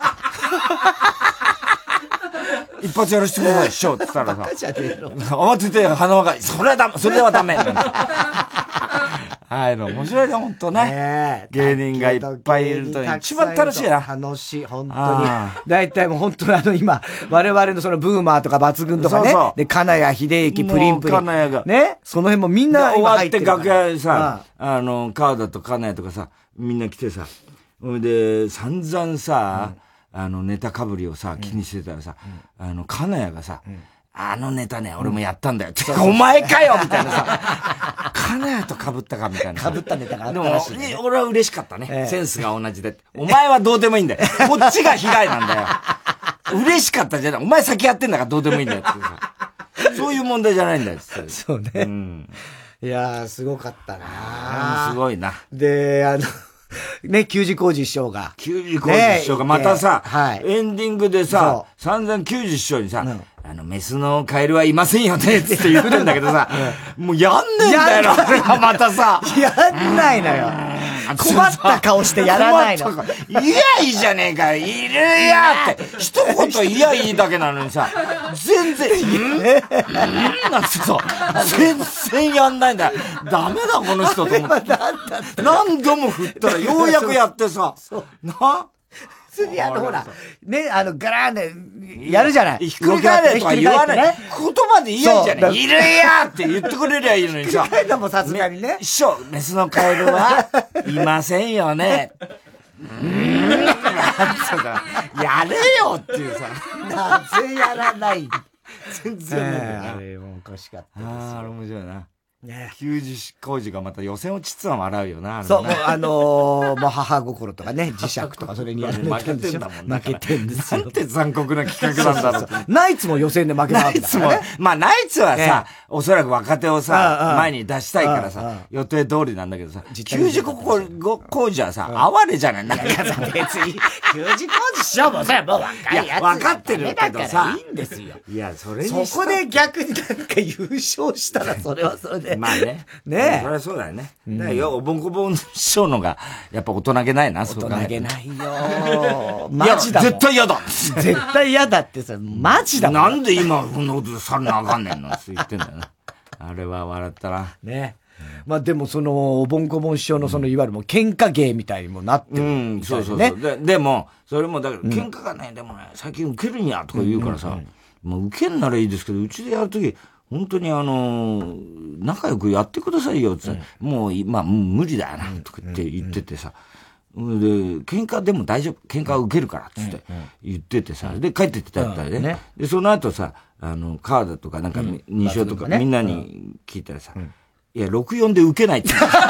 一発やらせてください、師匠って言ったらさ、慌てて鼻が、それはダメ、それはダメ。はい、面白いね、ほんとね。芸人がいっぱいいると一番楽しいな。 楽しい、本当に。だいたいもう本当にあの今、我々のそのブーマーとか抜群とかね。そうそうで、金谷秀幸、プリンプリン。金谷が。ね。その辺もみんな終わって楽屋でさ、あの、川田と金谷とかさ、みんな来てさ、ほいで、散々さ、あの、ネタかぶりをさ、気にしてたらさ、あの、金谷がさ、あのネタね、俺もやったんだよ。てか、お前かよみたいなさ、金谷と被ったかみたいな。 被ったネタがあったらしい。でも、俺は嬉しかったね。センスが同じで。お前はどうでもいいんだよ。こっちが被害なんだよ。嬉しかったじゃない。お前先やってんだからどうでもいいんだよってさ。そういう問題じゃないんだよ。 そうね。うん。いやー、すごかったなすごいな。 で、あの、ね、給仕工事師匠が。 給仕工事師匠がまたさ、はい、エンディングでさ、散々給仕師匠にさ、うん、あの、メスのカエルはいませんよね、って言ってるんだけどさ、もうやんねえんだよな、俺はまたさ。 やんないのよ。困った顔してやらないの。 いや、いいじゃねえかよ、いるやって、一言いやいいだけなのにさ、全然、んんなんつうと、全然やんないんだよ。ダメだ、この人と思って。何度も振ったらようやくやってさ、な普通にあの、ほら、ね、あの、ガラーンで、やるじゃない。 ひっくり返れとは言わない。言葉で言えんじゃない。いるやって言ってくれりゃいいのにさ。 ひっくり返るのもさすがにね。 師匠、メスのカエルはいませんよね。うーん。やれよっていうさ。 なぜやらない全然ない。 あれもおかしかったですよ。 ああ、面白いな。 ね、 球児工事がまた予選落ちつは笑うよな。 そう、もうあのー、もう母心とかね、磁石とかそれにやられてるんですよ。 負けてんだもん。 負けてんですよ。 なんて残酷な企画なんだろうって。 ナイツも予選で負けたわけだからね。ナイツも、まあナイツはさ、おそらく若手をさ、前に出したいからさ、予定通りなんだけどさ、球児工事はさ、哀れじゃない。なんかさ、 別に、球児工事しようもさ、もう若いやつ。 分かってるけどさ。 いいんですよ。 いや、それにそこで逆になんか優勝したら、それはそれで。 まあね。 ねえ。 それはそうだよね。だからよ、おぼんこぼん師匠のが、やっぱ大人げないな、 大人げないよ。マジだ。 絶対嫌だ。 絶対嫌だってさ、マジだもん。 なんで今、こんなことさんなあかんねんのって言ってんだよな。あれは笑ったな。 ね。まあでもその、おぼんこぼん師匠のその、いわゆるもう喧嘩芸みたいにもなってる。うん、 そうそうそう。で、でも、それもだから、喧嘩がね、でもね、最近受けるんやとか言うからさ、もう受けんならいいですけど、うちでやるとき、本当にあの、仲良くやってくださいよって、うん、もう、まあ、無理だよな、とかって言っててさ、で、喧嘩でも大丈夫、喧嘩は受けるから、つって言っててさ、で、帰ってってたったらね、ね。で、その後さ、あの、川田とかなんか、西尾とかみんなに聞いたらさ、いや、ろくよんで受けないって。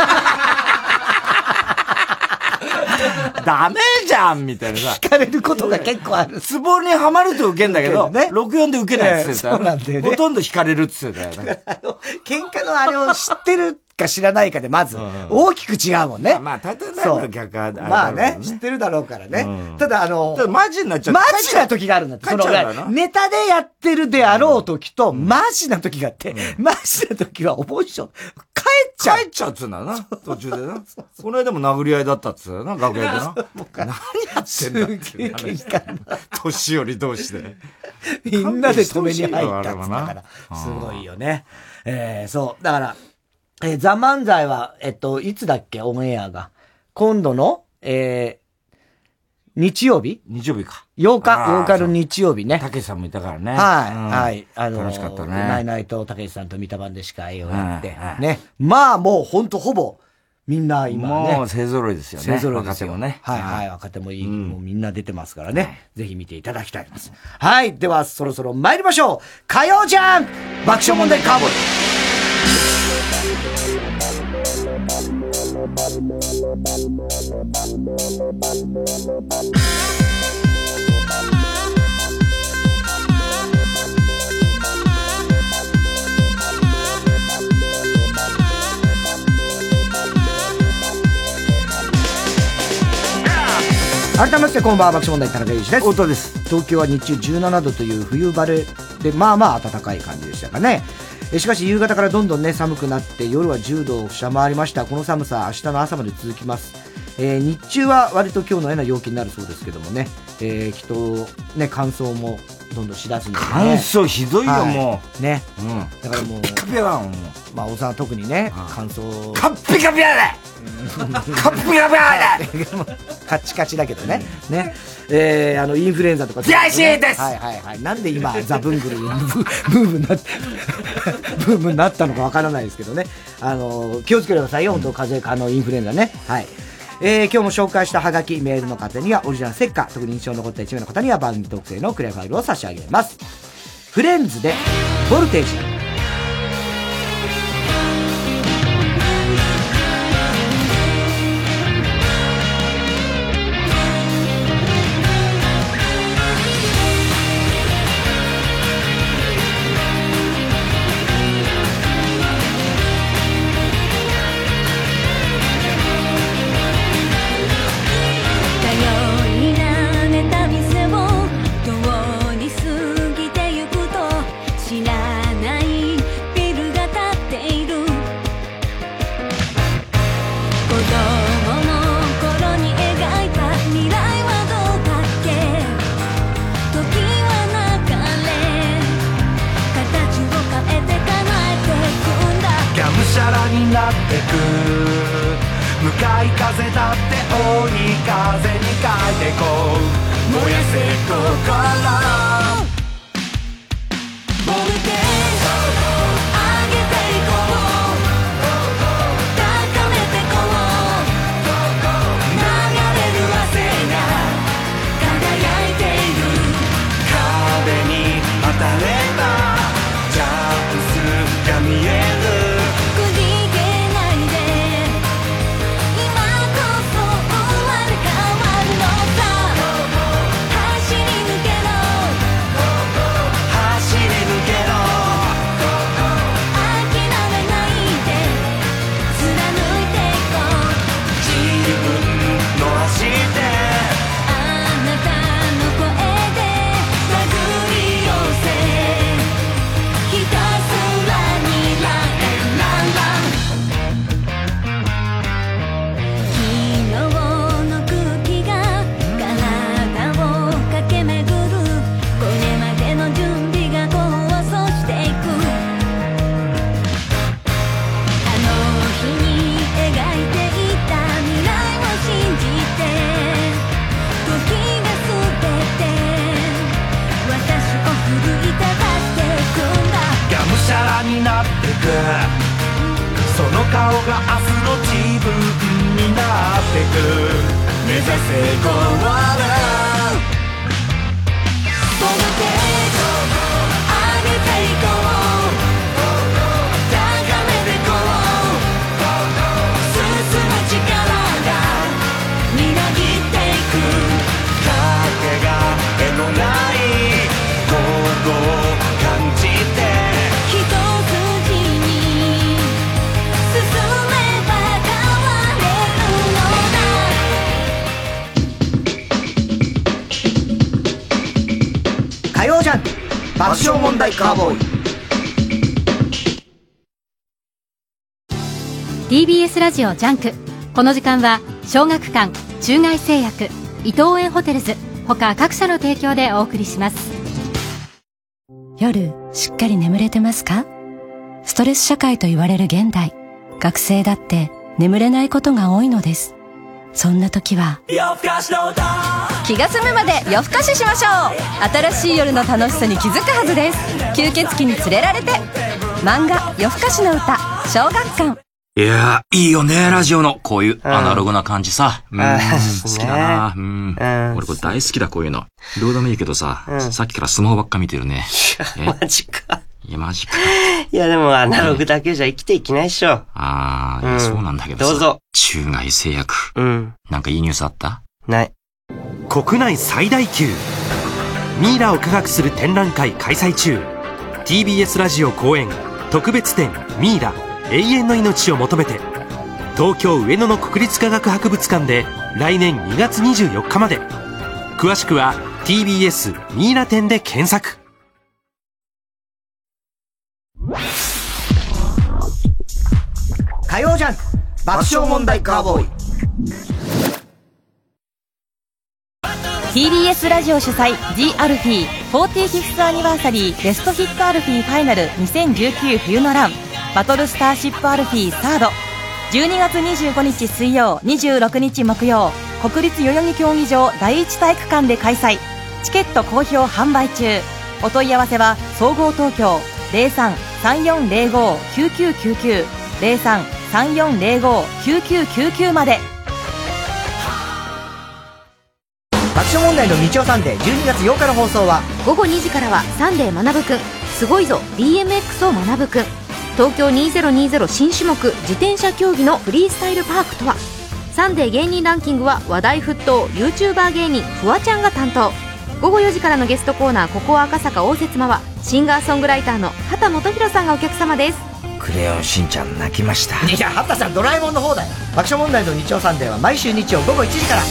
ダメじゃんみたいなさ。 聞かれることが結構ある。 ツボにはまると受けんだけど、ね、ろくよんで受けないって言ってたよ。 そうなんだよね。 ほとんど惹かれるって言ってたよね。 あの、喧嘩のあれを知ってるか知らないかで、まず、大きく違うもんね。 まあ、たとえないの逆は、 まあね、知ってるだろうからね。ただ、あの、 マジになっちゃう。 マジな時があるんだって。その、ネタでやってるであろう時と、マジな時があって、マジな時はおぼん師匠、帰っちゃう。 帰っちゃうっつうんだよな、途中でな。この間も殴り合いだったっつうな、楽屋でな。何やってんだって。 すげえ喧嘩。 年寄り同士で。 みんなで止めに入ったっつったから。すごいよね。えー、そう。だから、えー、ザ・漫才は、えっと、いつだっけオンエアが。今度の、えー、日曜日日曜日か。 ようか、ようかの日曜日ね。 たけしさんもいたからね。 はい、うん、はい。あのー、 楽しかったね。 ナイナイとたけしさんと三田版で司会をやって、ね。まあもうほんとほぼ、みんな今ね。 もう勢揃いですよね。 勢揃いですよ。 若手もね。 はいはい、若手もいい、うん、もうみんな出てますからね、はい。ぜひ見ていただきたいです。はい。では、そろそろ参りましょう。火曜ジャン爆笑問題カーボーイ。改めましてこんばんは、爆笑問題田中裕二です。 太田です。 東京は日中じゅうななどという冬晴れで、まあまあ暖かい感じでしたかね。えしかし夕方からどんどんね寒くなって夜はじゅうどを下回りました。この寒さ明日の朝まで続きます。えー、日中は割と今日のような陽気になるそうですけどもね、えー、きっとね乾燥もどんどんしだすんでね。 乾燥ひどいよ、はい、もうね、 うん、 だからもうカッピカピだもん。 まあ大沢は特にね、乾燥カッピカピだねカッピカピだカチカチだけどね、うん、ね、えー、あのインフルエンザとかジャイシーです。 はいはいはい。なんで今ザブングルブームになってブームになったのかわからないですけどね、あの気をつけてくださいよ、本当風邪あのインフルエンザね。はい。えー、今日も紹介したハガキメールの方にはオリジナルステッカー、特に印象に残ったいち名の方には番組特製のクリアファイルを差し上げます。フレンズでボルテージ。 向かい風だって追い風に変えてこう燃やせ心ボルテージ上げていこう高めてこう流れる汗が輝いている壁に当たればチャンスが見えるになってく、その顔が明日の自分になってく、目指せゴール。 ボルテージ上げていこう、高めてこう、進む力がみなぎっていく、 かけがえのない行動を感じて、 一筋に進めば変われるのだ。火曜ジャンク爆笑問題カーボーイ。 ティービーエス ラジオジャンク。この時間は小学館、中外製薬、伊藤園ホテルズ他各社の提供でお送りします。 夜しっかり眠れてますか？ストレス社会と言われる現代、学生だって眠れないことが多いのです。そんな時は夜更かしの歌、 気が済むまで夜更かししましょう。新しい夜の楽しさに気づくはずです。吸血鬼に連れられて。漫画夜更かしの歌、小学館。 いやー、いいよね、ラジオの。こういうアナログな感じさ。うん、うん、好きだな。うん。俺これ大好きだ、こういうの。どうでもいいけどさ、うん、さっきからスマホばっか見てるね。 いや、マジか。 いや、マジか。 いや、でもアナログだけじゃ生きていけないっしょ。 あー、いや、そうなんだけどさ。 どうぞ。 中外製薬。 うん。 なんかいいニュースあった？ ない。 国内最大級ミイラを科学する展覧会開催中。 ティービーエス ラジオ公演特別展ミイラ永遠の命を求めて、東京上野の国立科学博物館で来年にがつにじゅうよっかまで。詳しくは ティービーエス ミイラ展で検索。 火曜ジャンク爆笑問題カーボーイ。 ティービーエス ラジオ主催 The アルフィー フォーティーフィフス アニバーサリーベストヒットアルフィーファイナルにせんじゅうきゅう冬のランバトルスターシップアルフィーサード、じゅうにがつにじゅうごにち水曜、にじゅうろくにち木曜、国立代々木競技場第一体育館で開催。チケット好評販売中。お問い合わせは総合東京 ゼロさん さんよんゼロご きゅうきゅうきゅうきゅう ゼロさん さんよんゼロご きゅうきゅうきゅうきゅうまで。 爆笑問題の日曜サンデーじゅうにがつようかの放送は午後にじからはサンデー学ぶくん、すごいぞ ビーエムエックス を学ぶくん、東京にせんにじゅう新種目自転車競技のフリースタイルパークとは。サンデー芸人ランキングは話題沸騰 YouTuber 芸人フワちゃんが担当。午後よじからのゲストコーナーここは赤坂応接間はシンガーソングライターの畑基博さんがお客様です。 クレヨンしんちゃん泣きました。 いや、畑さんドラえもんの方だよ。爆笑問題の日曜サンデーは毎週日曜午後いちじから。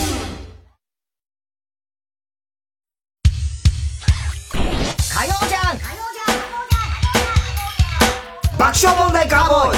火曜じゃん爆笑問題カーボーイ。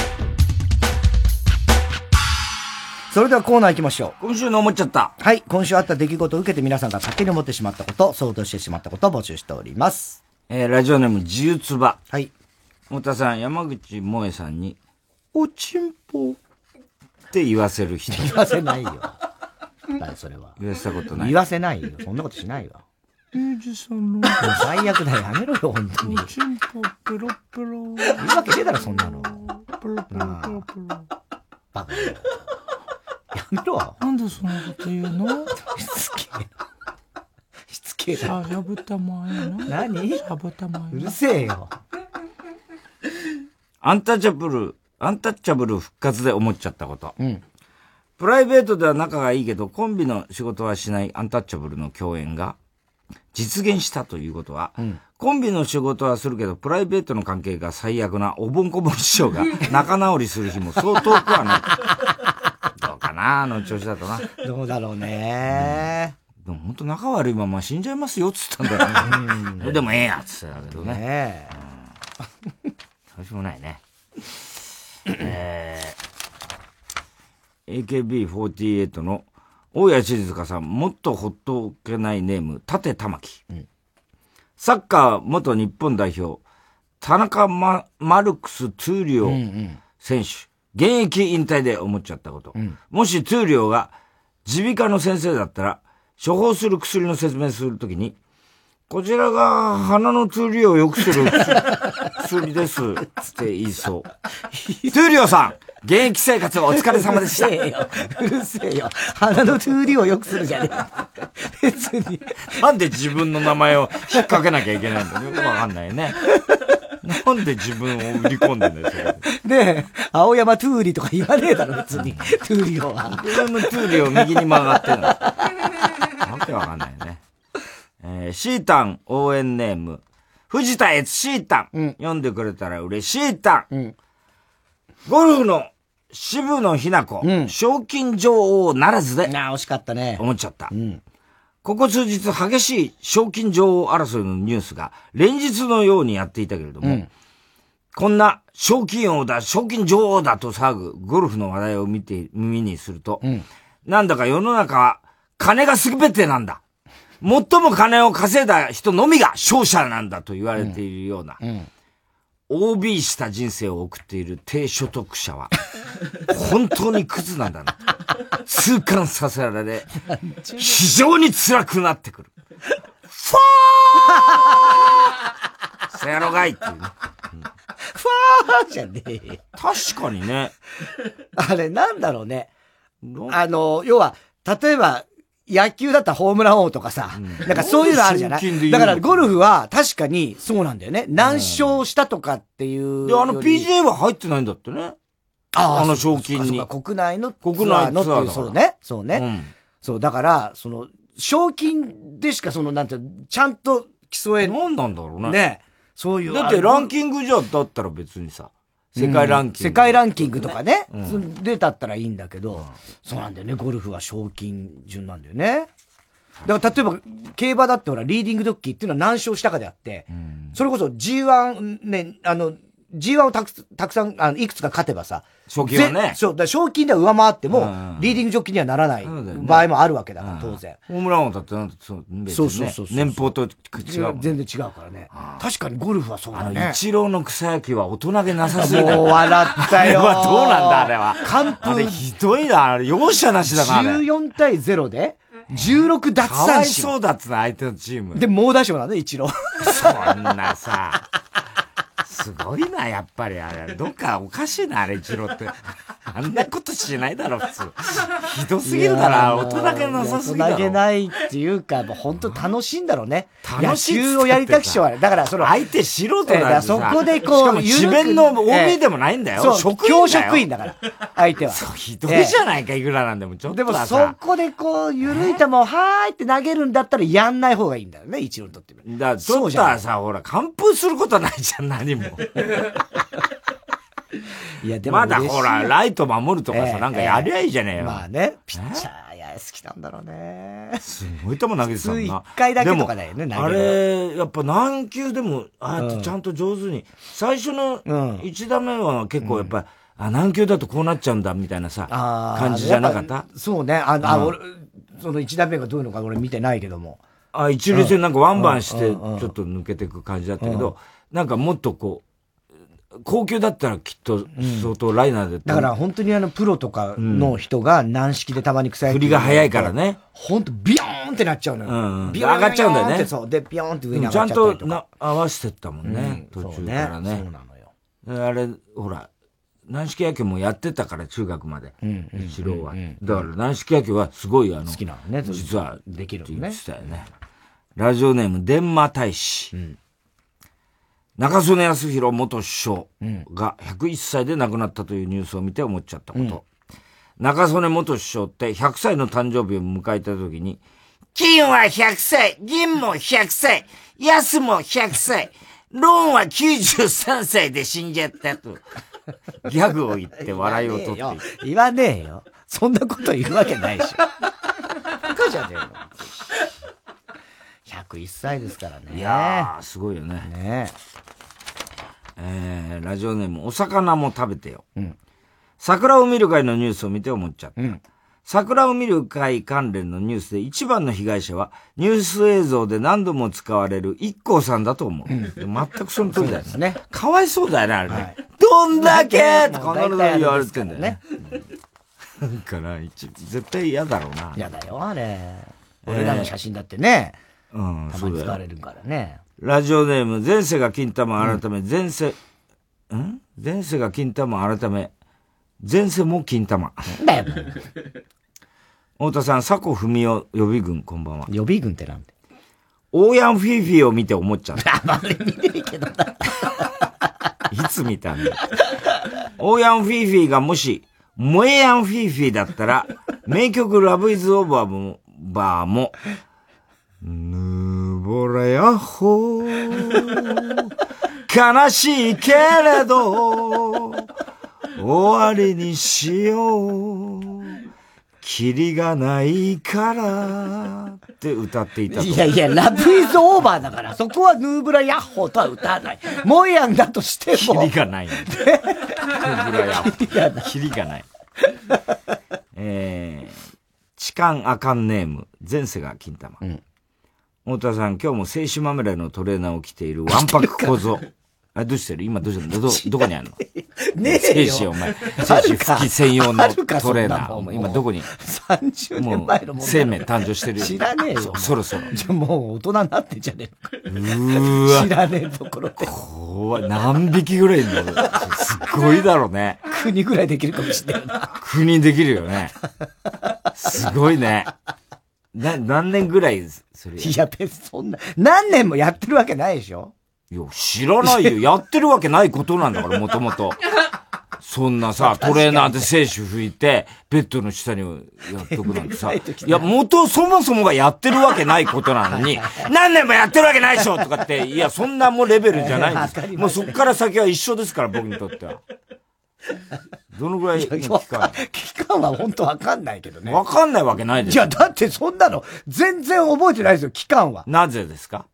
それではコーナー行きましょう。今週の思っちゃった。 はい。今週あった出来事を受けて皆さんが勝手に思ってしまったこと、想像してしまったことを募集しております。 えー、ラジオネーム自由つば。 はい。 太田さん、山口萌さんに、おちんぽって言わせる人。 言わせないよ。誰それは。 言わせたことない。 言わせないよ。そんなことしないわ。 ミュージシャンの。 最悪だよ。やめろよ、本当に。 おちんぽ、ペロペロ。 言うわけねえだろ、そんなの。 ペロペロ、ペロペロ。 バカよ。やめろわ。 なんでそんなこと言うの？ しつけえな。しつけえな。 しゃぶたまえな。 何？ しゃぶたまえな。 うるせえよ。 アンタッチャブル、アンタッチャブル復活で思っちゃったこと。 うん。 プライベートでは仲がいいけど、コンビの仕事はしないアンタッチャブルの共演が実現したということは、うん、コンビの仕事はするけど、プライベートの関係が最悪なおぼんこぼん師匠が仲直りする日もそう遠くはない。どうかな、あの調子だとな。 どうだろうね、 うん。でも本当仲悪いまま死んじゃいますよ、つったんだよね。それでもええや、つってたけどね。ねえ。どうしようもないね。えー、エーケービーフォーティーエイト の大谷静香さん、もっとほっとおけないネーム、立玉木、うん。サッカー元日本代表、田中マ、マルクス・トゥーリオ選手、うんうん、現役引退で思っちゃったこと。うん、もしトゥーリオが耳鼻科の先生だったら、処方する薬の説明するときに、 こちらが鼻の通りを良くする薬です。つって言いそう。トゥーリオさん、現役生活お疲れ様でした。 うるせえよ。うるせえよ。鼻の通りを良くするじゃねえ。別に。 なんで自分の名前を引っ掛けなきゃいけないんだよ。よくわかんないね。なんで自分を売り込んでんだよ、 ねえ、青山トゥーリとか言わねえだろ、別に。トゥーリオは。 自分のトゥーリオ右に曲がってんの。わけわかんないね。えー、シータン応援ネーム、藤田悦シータン、うん。読んでくれたら嬉しいタン。うん、ゴルフの渋野日向子、うん、賞金女王ならずで。 なあ、惜しかったね。 思っちゃった。うん、ここ数日激しい賞金女王争いのニュースが連日のようにやっていたけれども、うん、こんな賞金王だ、賞金女王だと騒ぐゴルフの話題を見て、耳にすると、うん、なんだか世の中は金が全てなんだ。最も金を稼いだ人のみが勝者なんだと言われているような、うんうん、オービー した人生を送っている低所得者は、本当にクズなんだなと、痛感させられ、非常に辛くなってくる。ファーそやろがいっていうね。うん、 ファーじゃねえ。 確かにね。 あれなんだろうね。あの、要は、例えば、野球だったらホームラン王とかさ、うん、なんかそういうのあるじゃない。だからゴルフは確かにそうなんだよね。何勝したとかっていう。 で、あの ピージーエー は入ってないんだってね。 ああ、 あの賞金に。 そうか、国内の国内のっていう、そうね。そうね。うん、そう、だから、その、賞金でしかその、なんて、ちゃんと競える。 なんなんだろうね。 ね。そういう。 だってランキングじゃ、だったら別にさ。世界ランキング、 うん、世界ランキングとかね、うん、でだったらいいんだけど、うん、そうなんだよね。ゴルフは賞金順なんだよね。だから例えば競馬だってほらリーディングドッキーっていうのは何勝したかであって、うん、それこそ ジーワン ね、あの ジーワン をたくたくさんあのいくつか勝てばさ、 賞金はね、 そうだ賞金では上回っても、うん、リーディングジョッキーにはならない場合もあるわけだから、当然。 ホームラン王だってなんてそう、ね、そうそうそうそう。年俸と違う。 全然違うからね。確かにゴルフはそうだね。 あの、イチローの草野球は大人げなさすぎる。 もう笑ったよ。 あれはどうなんだ、あれは。 完封。 あれひどいな、あれ容赦なしだな、あれ。 じゅうよんたいゼロで、じゅうろく奪三振。 かわいそうだっつな、相手のチーム。 で、猛打賞なんだ、イチロー。 そんなさ。すごいな、やっぱりあれ。どっかおかしいな、あれ、イチローって。あんなことしないだろ、普通。ひどすぎるだろ、大人げなさすぎだろ。 大人げないっていうか、もう本当楽しいんだろうね。楽しい。野球をやりたくしは、だからその。 相手素人なんだそこでこう、しかも智弁の オービー でもないんだよ。 そう、職員だよ。職員だから、相手は。 そう、ひどいじゃないか、いくらなんでも。ちょっとでもそこでこう、ゆるい球をはーいって投げるんだったらやんない方がいいんだよね、一郎にとっても。 だから、ちょっとはさ、ほら、完封することないじゃん、何も。 いやでもまだほら、ライト守るとかさ、えー、なんかやりゃいいじゃねえよ。 まあね、ピッチャー、いや、好きなんだろうね。 すごい球投げてたんだ。 普通一回だけとかだよね、 投げる。あれ、やっぱ何球でも、ああやってちゃんと上手に、うん、最初の一打目は結構やっぱり、うん、あ、何球だとこうなっちゃうんだ、みたいなさ、感じじゃなかった？ そうね、あ、あ、うん、俺、その一打目がどういうのか俺見てないけども。 あ、一塁線なんかワンバンして、ちょっと抜けていく感じだったけど、なんかもっとこう、高級だったらきっと相当ライナーで、うん、 だから本当にあのプロとかの人が軟式でたまに草野球振りが早いからね。 本当ビヨーンってなっちゃうのよ。 うん、ビヨーン上がっちゃうんだよね。 そう。で、ビヨーンって上に上がっちゃったりとか。 ちゃんとな合わせてったもんね、うん、途中からね。 そうなのよ。 あれ、ほら、軟式野球もやってたから中学まで。一郎は。だから軟式野球はすごいあの、 好きなのね。 実はできるね。 言ってたよね。ラジオネーム、伝馬大使。うん中曽根康弘元首相がひゃくいっさいで亡くなったというニュースを見て思っちゃったこと。うん、中曽根元首相ってひゃくさいの誕生日を迎えた時に、金はひゃくさい、銀もひゃくさい、安もひゃくさい、ローンはきゅうじゅうさんさいで死んじゃったと、ギャグを言って笑いを取っている。 言わねえよ。そんなこと言うわけないでしょ。バカじゃねえの。ひゃくいっさいですからね。 いやー、すごいよね。 ねえー、ラジオネーム、お魚も食べてよ。うん、桜を見る会のニュースを見て思っちゃった。うん、桜を見る会関連のニュースで一番の被害者は、ニュース映像で何度も使われる一光さんだと思う。うん、全くその通りだよね。ねかわいそうだよね、あれね。はい、どんだけとか必ず言われてんだよね。だから、絶対嫌だろうな。 嫌だよ、あれ。俺らの写真だってね。 うん、 たまに使われるからね。 ラジオネーム、前世が金玉改め、前世、ん前世が金玉改め、前世も金玉。 だよ。 太田さん、佐古文夫予備軍、こんばんは。 予備軍ってなんでオーヤンフィーフィーを見て思っちゃった。 あれ見てるけどな。 いつ見たんだ。オーヤンフィーフィーがもし、モエヤンフィーフィーだったら、名曲ラブイズオーバーも、バーも、ヌーボラヤッホー、悲しいけれど、終わりにしよう、キリがないから、って歌っていたと。 いやいや、ラブイズオーバーだから、そこはヌーブラヤッホーとは歌わない。モエヤンだとしても。 キリがない。ヌーブラヤッホー。キリがない。えー、痴漢あかんネーム、前世が金玉。うん、太田さん、今日も静止まみれのトレーナーを着ているわんぱく小僧。あ、どうしてる今どうしてるど、どこにあるのねえよ。 静止お前。静止吹き専用のトレーナー。今どこにさんじゅうねんまえのもん。 生命誕生してるよ。 知らねえよ。 そろそろ。 じゃもう大人になってんじゃねえのか。 うーわ。 知らねえところで。 怖い。何匹ぐらいいるのすっごいだろうね。 国ぐらいできるかもしれないな。 国できるよね。すごいね。な、何年ぐらいそれ。 いや、別にそんな、何年もやってるわけないでしょいや、知らないよ。やってるわけないことなんだから、もともと。そんなさ、トレーナーで精子拭いて、ベッドの下にやっとくなんてさ。いや、元、そもそもがやってるわけないことなのに、何年もやってるわけないでしょとかって、いや、そんなもうレベルじゃないんです。もうそっから先は一緒ですから、僕にとっては。どのぐらいの期間期間は本当わかんないけどね。 わかんないわけないですよ。 いや、だってそんなの、全然覚えてないですよ、期間は。 なぜですか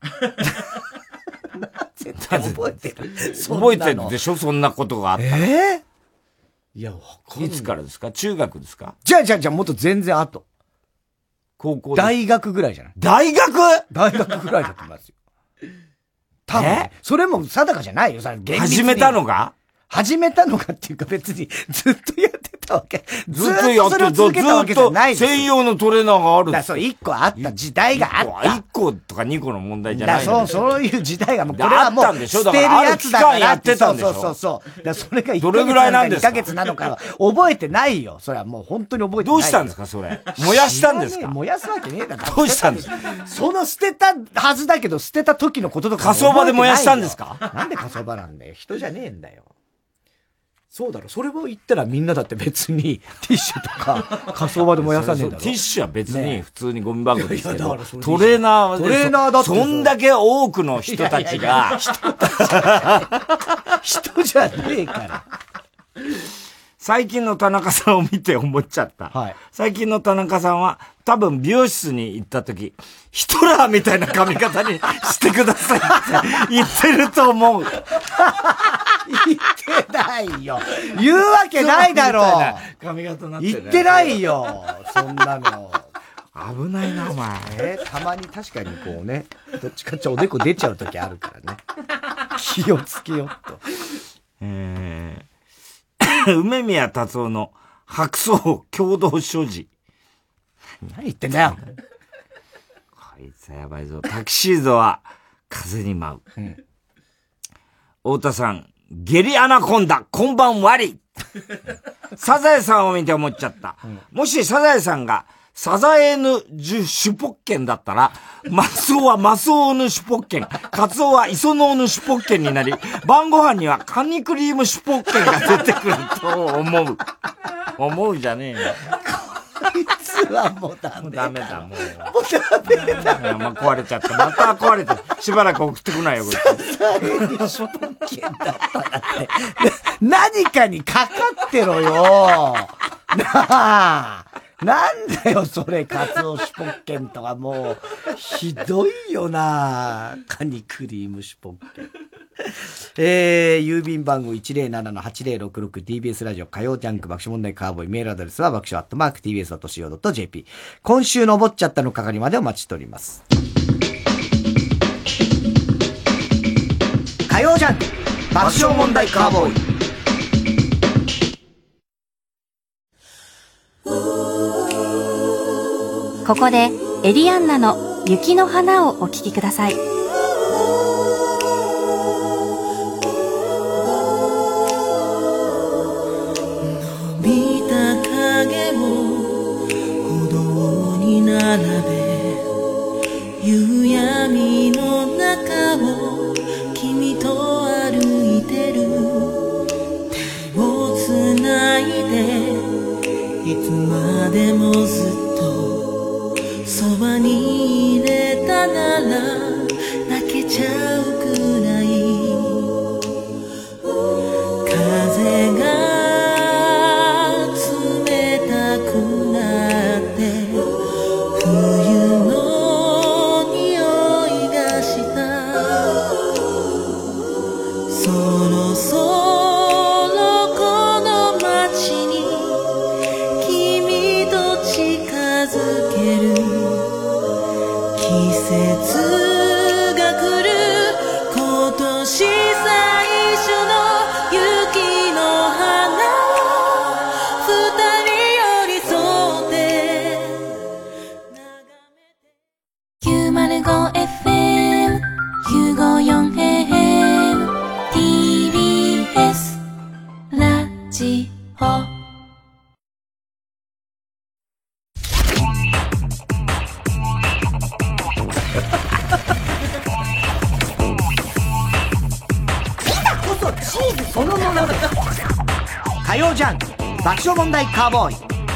絶対覚えてる。 覚えてるでしょそんなことがあった。 えー、いや、わかんない。いつからですか中学ですかじゃあじゃあじゃあもっと全然後。 高校大学ぐらいじゃない大学大学ぐらいだと思いますよ。多分、ね、それも定かじゃないよ、さ、 始めたのが始めたのかっていうか別にずっとやってたわけ。 ずっとやってた。ずっと専用のトレーナーがある。 だそう、一個あった時代があった。 一個とか二個の問題じゃない。 だそう、そういう時代がもう、これはもう、捨てるやつだから。 やってたんでしょそうそうそう。だそれがいっどれぐらいなんですかにかげつなのかは覚えてないよ。それはもう本当に覚えてない。 どうしたんですかそれ。燃やしたんですか燃やすわけねえだろ。 どうしたんですかその捨てたはずだけど、捨てた時のこととか。 火葬場で燃やしたんですかなんで火葬場なんだよ。人じゃねえんだよ。そうだろ、それを言ったらみんなだって別にティッシュとか火葬場で燃やさねえんだろ。 ティッシュは別に普通にゴミ箱ですけど、トレーナートレーナーだってそんだけ多くの人たちが、 人じゃねえから。 最近の田中さんを見て思っちゃった。はい、最近の田中さんは多分美容室に行った時、ヒトラーみたいな髪型にしてくださいって言ってると思う。 言ってないよ。言うわけないだろう。 髪型になってね。 言ってないよ。そんなの。 危ないな、お前。 えー、たまに確かにこうね、どっちかっておでこ出ちゃう時あるからね。気をつけよっと。 えー梅宮達夫の白装共同所持。 何言ってんだよ。 こいつはやばいぞ。タキシードは風に舞う。うん、太田さん、ゲリアナコンダ、こんばんわり。サザエさんを見て思っちゃった。うん、もしサザエさんがサザエヌジュシュポッケンだったら、マスオはマスオヌシュポッケン、カツオはイソノーヌシュポッケンになり、晩ご飯にはカニクリームシュポッケンが出てくると思う。思うじゃねえよ。 こいつはもうダメだ。 ダメだ、もう。もうダメだ。 まあ、壊れちゃった。また壊れて、しばらく送ってこないよ、これ。 サザエヌシュポッケンだったらって。何かにかかってろよ。なあ。なんだよ、それ、カツオシュポッケンとかもう、ひどいよなカニクリームシュポッケン。えー、郵便番号 いちまるななのはちまるろくろく ティービーエス ラジオ火曜ジャンク爆笑問題カーボーイメールアドレスは爆笑アットマーク ティービーエスドットシーオードットジェーピー 今週のぼっちゃったの係までお待ちしております。火曜ジャンク爆笑問題カーボーイここでエリアンナの雪の花をお聴きください。 見た影を歩道に並べ、夕闇の中を君と歩いてる。手をつないでいつまでもずっとそばにいれたなら泣けちゃうくらい。風が冷たくなって冬の匂いがした。そろそろこの街に君と近づける。季節が来る今年最初の雪の花。二人寄り添って きゅうまるごエフエムきゅうごよんエーエム ティービーエス ラジオ。 そのもの火曜ジャンク爆笑問題カーボーイ。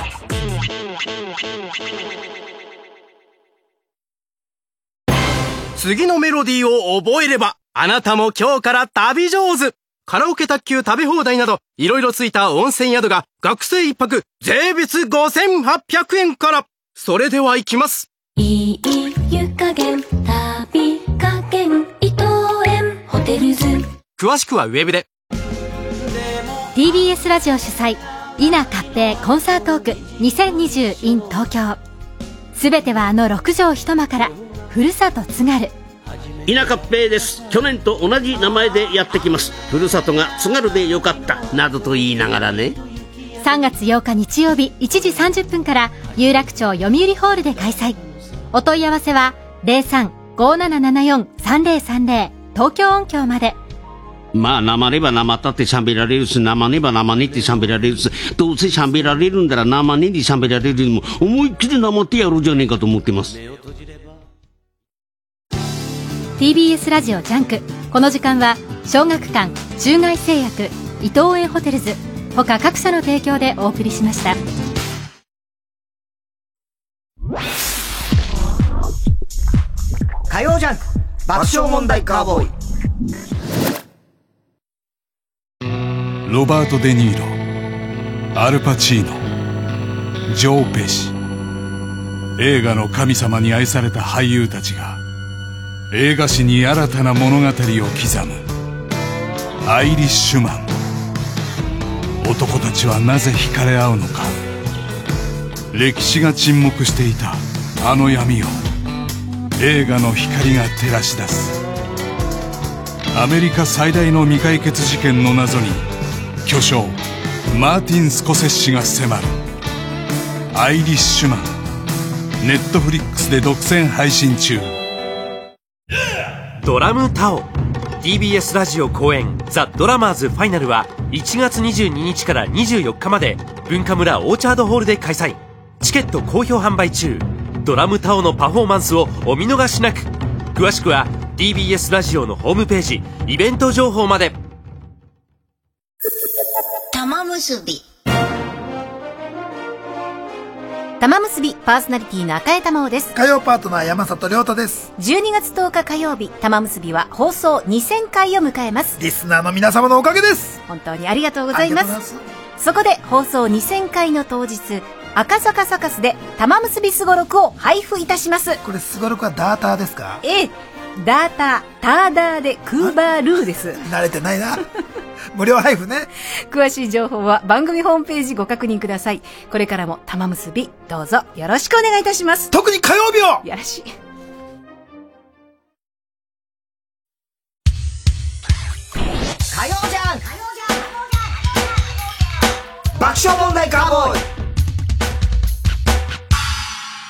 次のメロディーを覚えればあなたも今日から旅上手。カラオケ卓球食べ放題などいろいろついた温泉宿が学生一泊税別ごせんはっぴゃくえんから。それでは行きます。 いい湯加減旅加減伊藤園ホテルズ。 詳しくはウェブで。 ティービーエス ラジオ主催稲合併コンサートークにせんにじゅう in 東京。すべてはあの六畳一間から。ふるさと津軽。 稲合併です。去年と同じ名前でやってきます。ふるさとが津軽でよかったなどと言いながらね。 さんがつようか日曜日いちじさんじゅっぷんから有楽町読売ホールで開催。お問い合わせは ゼロさん ごーななななよん さんゼロさんゼロ 東京音響まで。 まあ生ねば生ったって喋られるし、生ねば生ねって喋られるし、どうせ喋られるんだら生ねに喋られるにも思いっきり生ってやろうじゃねえかと思ってます。 ティービーエス ラジオジャンク。この時間は小学館、中外製薬、伊藤園ホテルズ他各社の提供でお送りしました。 火曜ジャンク爆笑問題カーボーイ。 ロバート・デ・ニーロ、アルパチーノ、ジョー・ペシ。映画の神様に愛された俳優たちが映画史に新たな物語を刻む。アイリッシュマン。男たちはなぜ惹かれ合うのか。歴史が沈黙していたあの闇を映画の光が照らし出す。アメリカ最大の未解決事件の謎に巨匠マーティン・スコセッシが迫る。アイリッシュマン。ネットフリックスで独占配信中。 ドラムタオ ティービーエス ラジオ公演ザ・ドラマーズファイナルはいちがつにじゅうににちからにじゅうよっかまで文化村オーチャードホールで開催。チケット好評販売中。ドラムタオのパフォーマンスをお見逃しなく。詳しくは ティービーエス ラジオのホームページイベント情報まで。 玉結び玉結びパーソナリティの赤江玉緒です。 火曜パートナー山里亮太です。 じゅうにがつとおか火曜日、玉結びは放送にせんかいを迎えます。 リスナーの皆様のおかげです。 本当にありがとうございます。ますそこで放送にせんかいの当日、赤坂サカスで玉結びすごろくを配布いたします。 これすごろくはダーターですか？ ええ、ダーター、ターダーでクーバールーです。 慣れてないな。無料配布ね。 詳しい情報は番組ホームページご確認ください。これからも玉結びどうぞよろしくお願いいたします。 特に火曜日をよろしい。 火曜じゃん爆笑問題カーボーイ。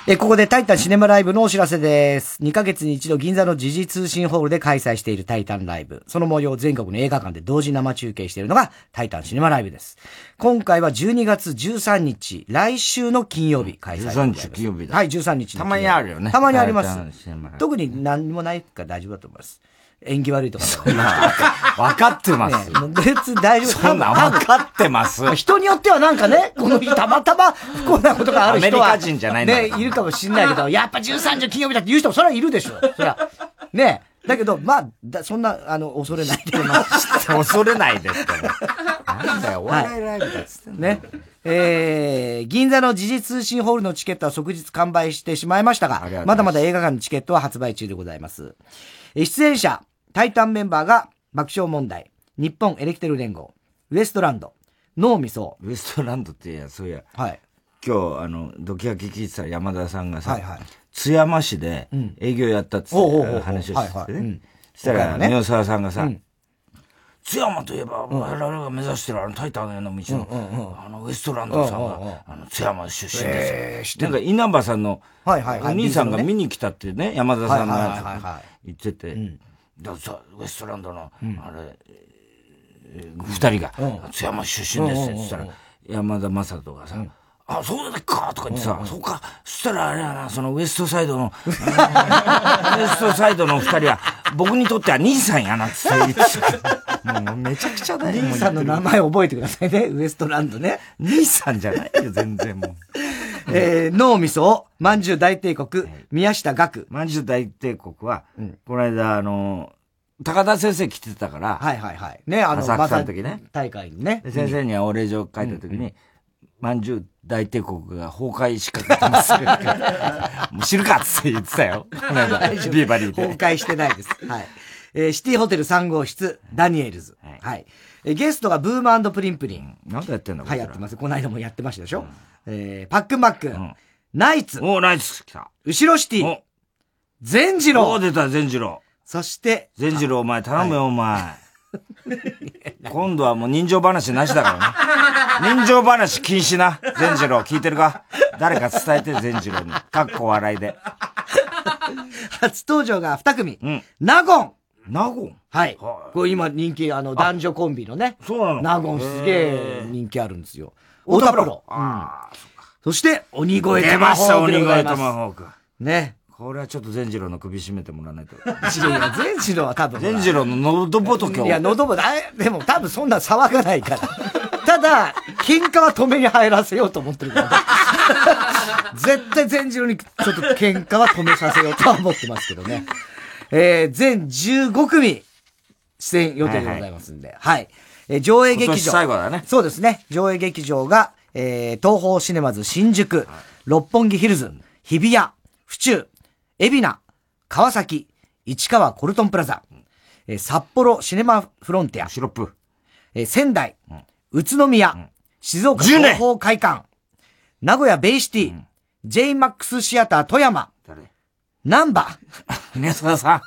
え、ここでタイタンシネマライブのお知らせです。にかげつに一度銀座の時事通信ホールで開催しているタイタンライブ。その模様を全国の映画館で同時生中継しているのがタイタンシネマライブです。今回はじゅうにがつじゅうさんにち、来週の金曜日開催。 じゅうさんにち金曜日だ。 はい、じゅうさんにちの。 たまにあるよね。 たまにあります。特に何もないから大丈夫だと思います。縁起悪いとか。そんな、 分かってます。 ね、別に大丈夫。 そんな分かってます。 人によってはなんかね、この日たまたま不幸なことがある人は。 アメリカ人じゃないんだね、いるかもしんないけど、やっぱじゅうさんにち金曜日だって言う人もそれはいるでしょ。そりゃ。ね。だけど、まあ、だそんな、あの、恐れないで。 恐れないでって。なんだよ、お笑いライブだっつってね。えー、銀座の時事通信ホールのチケットは即日完売してしまいましたが、まだまだ映画館のチケットは発売中でございます。出演者、タイタンメンバーが爆笑問題、日本エレキテル連合、ウエストランド、脳みそ。 ウエストランドっていや、そういや。 はい。 今日、あの、ドキハキ聞いてた山田さんがさ、 はいはい、 津山市で営業やったっつって話をしててね。そしたら、宮沢さんがさ、うん津山といえば、我々が目指してるあのタイタンへの道の、あの、ウエストランドさんが、あの、津山出身ですよ。なんか、稲葉さんの、お兄さんが見に来たってね、山田さんが言ってて、だからさ、ウエストランドの、あれ、二人が、津山出身ですって言ったら、山田正人がさ、あ、そうだっかとか言ってさ、そうか、そしたらあれやな、そのウエストサイドの、ウエストサイドの二人は、僕にとっては兄さんやなって言ってた。もうめちゃくちゃだよ。 兄さんの名前覚えてくださいね、ウエストランドね。 兄さんじゃないよ、全然もう。 えー、脳みそ、まんじゅう大帝国、宮下岳。 まんじゅう大帝国は、この間、あの、高田先生来てたから、 はいはいはい。ね、あの、 浅草の時ね。 大会にね。 先生にはお礼状書いた時に、まんじゅう大帝国が崩壊しかけてますよ。もう知るかって言ってたよ。ビーバリーで。 崩壊してないです。はい。えー、シティホテルさん号室、ダニエルズ。はい。はい、えー、ゲストがブーム&プリンプリン。 なんかやってんのはい、やってます。この間もやってましたでしょ。うん、えー、パックンマックン、うん、ナイツ。 おー、ナイツ来た。 後ろシティ。善次郎。 おー、出た、善次郎。 そして、 善次郎お前頼むよ、はい、お前。今度はもう人情話なしだからね。人情話禁止な。善次郎聞いてるか誰か伝えて、善次郎に。かっこ笑いで。 初登場がに組。 うん。 納言。 納言はい。これ今人気、あの、男女コンビのね。 そうなの納言すげえ人気あるんですよ。太田プロ。ああ、そっか。そして、鬼越トマホークでございます。 鬼越トマホーク。 ね。 これはちょっと善次郎の首絞めてもらわないと。 いやいや、善次郎は多分。 善次郎の喉仏を。 いや、喉仏、でも多分そんな騒がないから。ただ、喧嘩は止めに入らせようと思ってるから。絶対善次郎にちょっと喧嘩は止めさせようとは思ってますけどね。えー、全じゅうご組出演予定でございますんで。はい、はい。えー、上映劇場。今年最後だね。 そうですね。上映劇場が、えー、東宝シネマズ新宿、はい、六本木ヒルズ、日比谷、府中、海老名、川崎、市川コルトンプラザ、えー、札幌シネマフロンティア、 シロップ、 えー、仙台、うん、宇都宮、うん、静岡東宝会館、名古屋ベイシティ、うん、ジェイマックス シアター富山、誰ナンバー、宮沢さん、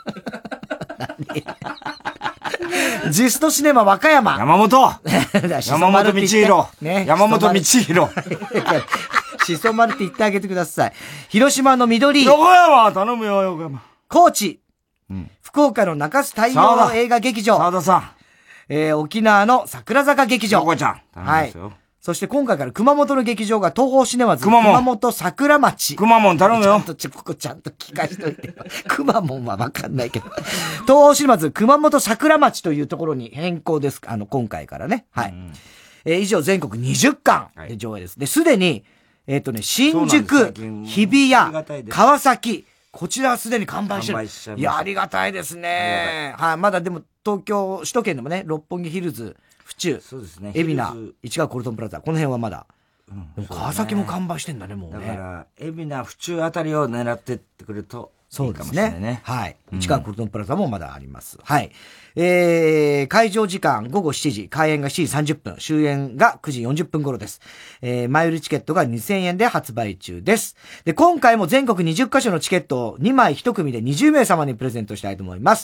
ジストシネマ和歌山、 山本、山本道弘、 ね、 山本道弘。 しそ丸って言ってあげてください。広島の緑。 横山頼むよ、横山。 高知。うん、福岡の中洲太陽映画劇場。 沢田さん。 えー、沖縄の桜坂劇場。 横ちゃん。 はい。そして今回から熊本の劇場が東宝シネマズ。熊本。熊本桜町。 熊本頼むよ。 ちゃんと、ちょ、ここちゃんと聞かしといて。熊本はわかんないけど。東宝シネマズ熊本桜町というところに変更です。あの、今回からね。はい。うん、えー、以上全国にじゅっかんで上映です。で、すでに、えっとね、新宿、日比谷、川崎、こちらはすでに完売してる。いや、ありがたいですね。はい、まだでも東京、首都圏でもね、六本木ヒルズ、府中、 そうですね、 海老名、市川コルトンプラザ、この辺はまだ。うん、でも川崎も完売してんだね、もうね。 だから、海老名、府中あたりを狙ってってくれると、 そうですね。いいかもしれないね。はい。市川コルトンプラザもまだあります。はい。えー、会場時間午後しちじ、開演がしちじさんじゅっぷん、終演がくじよんじゅっぷん頃です。えー、前売りチケットがにせんえんで発売中です。で、今回も全国にじゅっかしょのチケットをにまいいち組でにじゅうめい様にプレゼントしたいと思います。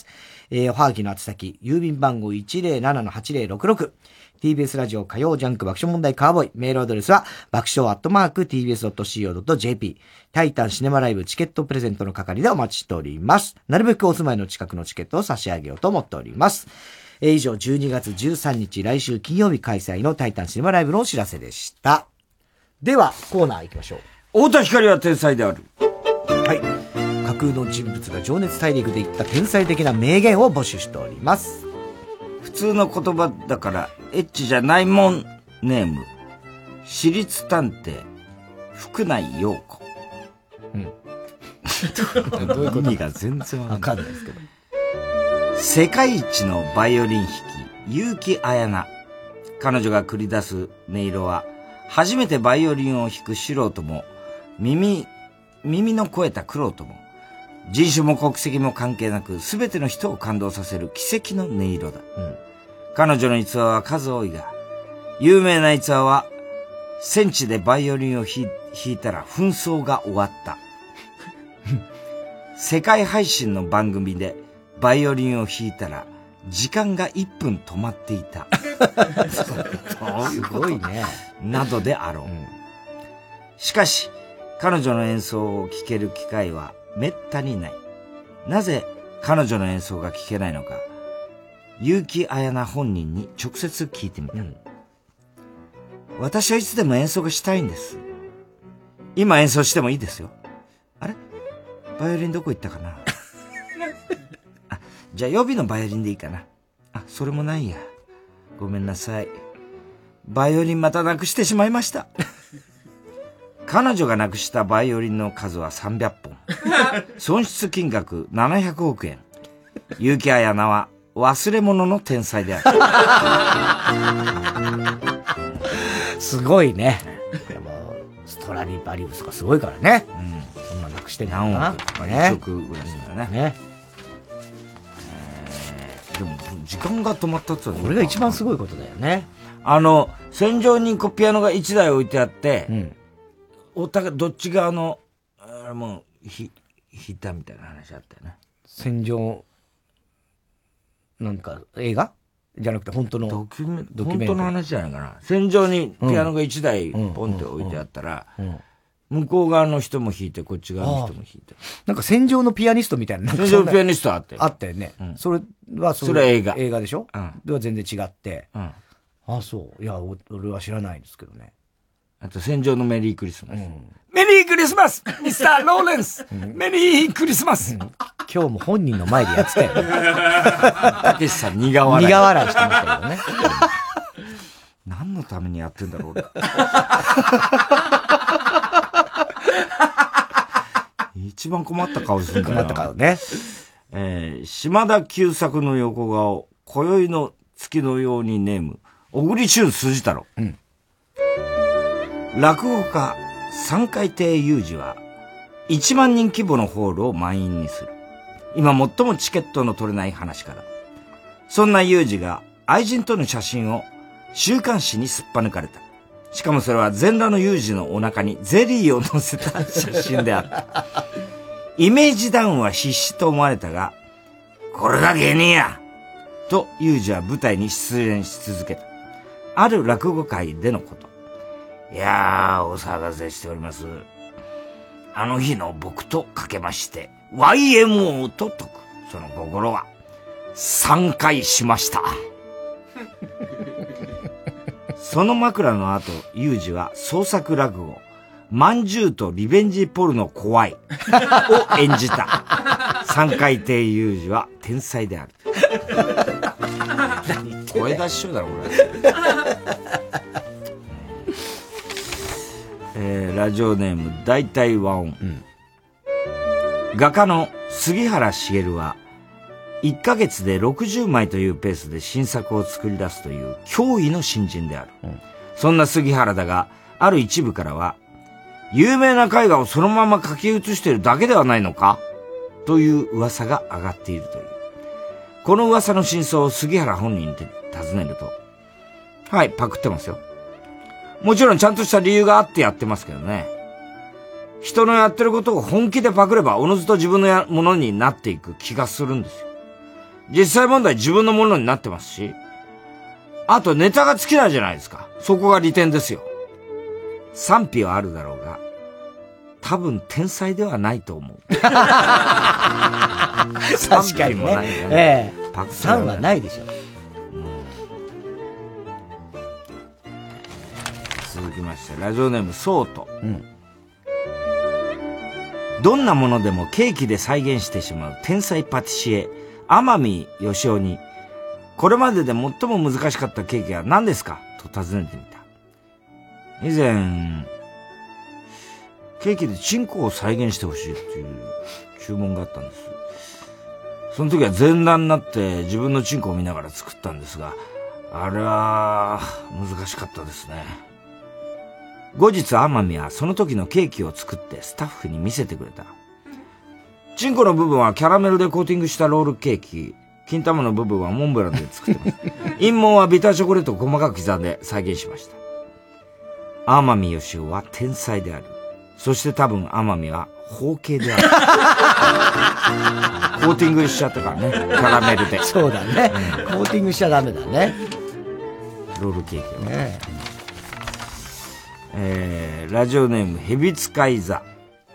えー、おはがきの宛先、郵便番号 いちまるななのはちまるろくろく。ティービーエス ラジオ火曜ジャンク爆笑問題カーボーイ。メールアドレスは爆笑アットマーク ティービーエスドットシーオードットジェーピー。タイタンシネマライブチケットプレゼントの係でお待ちしております。なるべくお住まいの近くのチケットを差し上げようと思っております。えー、以上じゅうにがつじゅうさんにち来週金曜日開催のタイタンシネマライブのお知らせでした。ではコーナー行きましょう。 太田光は天才である。 はい。架空の人物が情熱大陸で言った天才的な名言を募集しております。 普通の言葉だからエッチじゃないもんネーム私立探偵福内陽子。うん。どういう意味が全然わかんないですけど。世界一のバイオリン弾き結城彩奈。彼女が繰り出す音色は初めてバイオリンを弾く素人も耳耳の肥えた玄人も人種も国籍も関係なく全ての人を感動させる奇跡の音色だ、うん、彼女の逸話は数多いが有名な逸話は戦地でバイオリンを弾いたら紛争が終わった世界配信の番組でバイオリンを弾いたら時間がいっぷん止まっていたすごいねなどであろう、うん、しかし彼女の演奏を聴ける機会はめったにない。なぜ彼女の演奏が聴けないのか、結城彩奈本人に直接聞いてみた、うん、私はいつでも演奏がしたいんです。今演奏してもいいですよ。あれバイオリンどこ行ったかなあ、じゃあ予備のバイオリンでいいかな。あ、それもないや。ごめんなさい。バイオリンまたなくしてしまいました彼女がなくしたバイオリンの数はさんびゃっぽん。損失金額ななひゃくおくえん。結城彩奈は忘れ物の天才である。すごいね。でもストラディバリウスがすごいからね。うん、そんななくしてんだな。 何億とかいちおくぐらいするんだね。ね。えー、でも時間が止まったってのはこれが一番すごいことだよね。 あの戦場にこうピアノがいちだい置いてあって。うんお互いどっち側のあれもうひ弾いたみたいな話あったよね。 戦場なんか映画じゃなくて本当のドキュメント本当の話じゃないかな。戦場にピアノがいちだいポンって置いてあったら、向こう側の人も弾いてこっち側の人も弾いて、 なんか戦場のピアニストみたいな、 戦場のピアニストあってあったよね、うん、それはそれは映画映画でしょ、 うん、 では全然違って、 うん、 あそういや俺は知らないですけどね。 あと戦場のメリークリスマス、うん、メリークリスマスミスターローレンス、うん、メリークリスマス、うん、 今日も本人の前でやってたよね。 たけしさん苦笑い苦笑いしてましたけどね。 何のためにやってんだろう俺。一番困った顔するんだよ。 困った顔ね。 えー、島田久作の横顔、今宵の月のようにネーム、小栗旬筋太郎。うん落語家三海亭裕二はいちまんにん規模のホールを満員にする。今最もチケットの取れない話から。そんな裕二が愛人との写真を週刊誌にすっぱ抜かれた。しかもそれは全裸の裕二のお腹にゼリーを乗せた写真であった。イメージダウンは必至と思われたが、これが芸人やと裕二は舞台に出演し続けた。ある落語会でのこと。いやー、お騒がせしております。あの日の僕とかけまして、ワイエムオー と解く。その心は、さんかいしました。その枕の後、裕二は創作落語、まんじゅうとリベンジポルノ怖いを演じた。三回亭裕二は天才である。声出ししようだろ、これ。えー、ラジオネーム大体和音、うん、画家の杉原茂はいっかげつでろくじゅうまいというペースで新作を作り出すという驚異の新人である、うん、そんな杉原だがある一部からは有名な絵画をそのまま描き写しているだけではないのかという噂が上がっているという。この噂の真相を杉原本人に尋ねると、はい、パクってますよ。もちろんちゃんとした理由があってやってますけどね。人のやってることを本気でパクればおのずと自分のものになっていく気がするんですよ。 実際問題自分のものになってますし、あとネタが尽きないじゃないですか。そこが利点ですよ。賛否はあるだろうが、多分天才ではないと思う。 確かにね。ええ。 パクさんはないでしょ。うん、 続きまして、ラジオネームソート。うん。どんなものでもケーキで再現してしまう天才パティシエ、天海義雄に、これまでで最も難しかったケーキは何ですかと尋ねてみた。以前、ケーキでチンコを再現してほしいっていう注文があったんです。その時は全裸になって自分のチンコを見ながら作ったんですが、あれは難しかったですね。後日天海はその時のケーキを作ってスタッフに見せてくれた。チンコの部分はキャラメルでコーティングしたロールケーキ、金玉の部分はモンブランで作ってます。陰門はビターチョコレートを細かく刻んで再現しました。天海義雄は天才である。そして多分天海は包茎である。コーティングしちゃったからね、キャラメルで。 そうだね、うん、コーティングしちゃダメだね。 ロールケーキはね。えー、ラジオネームヘビ使い座。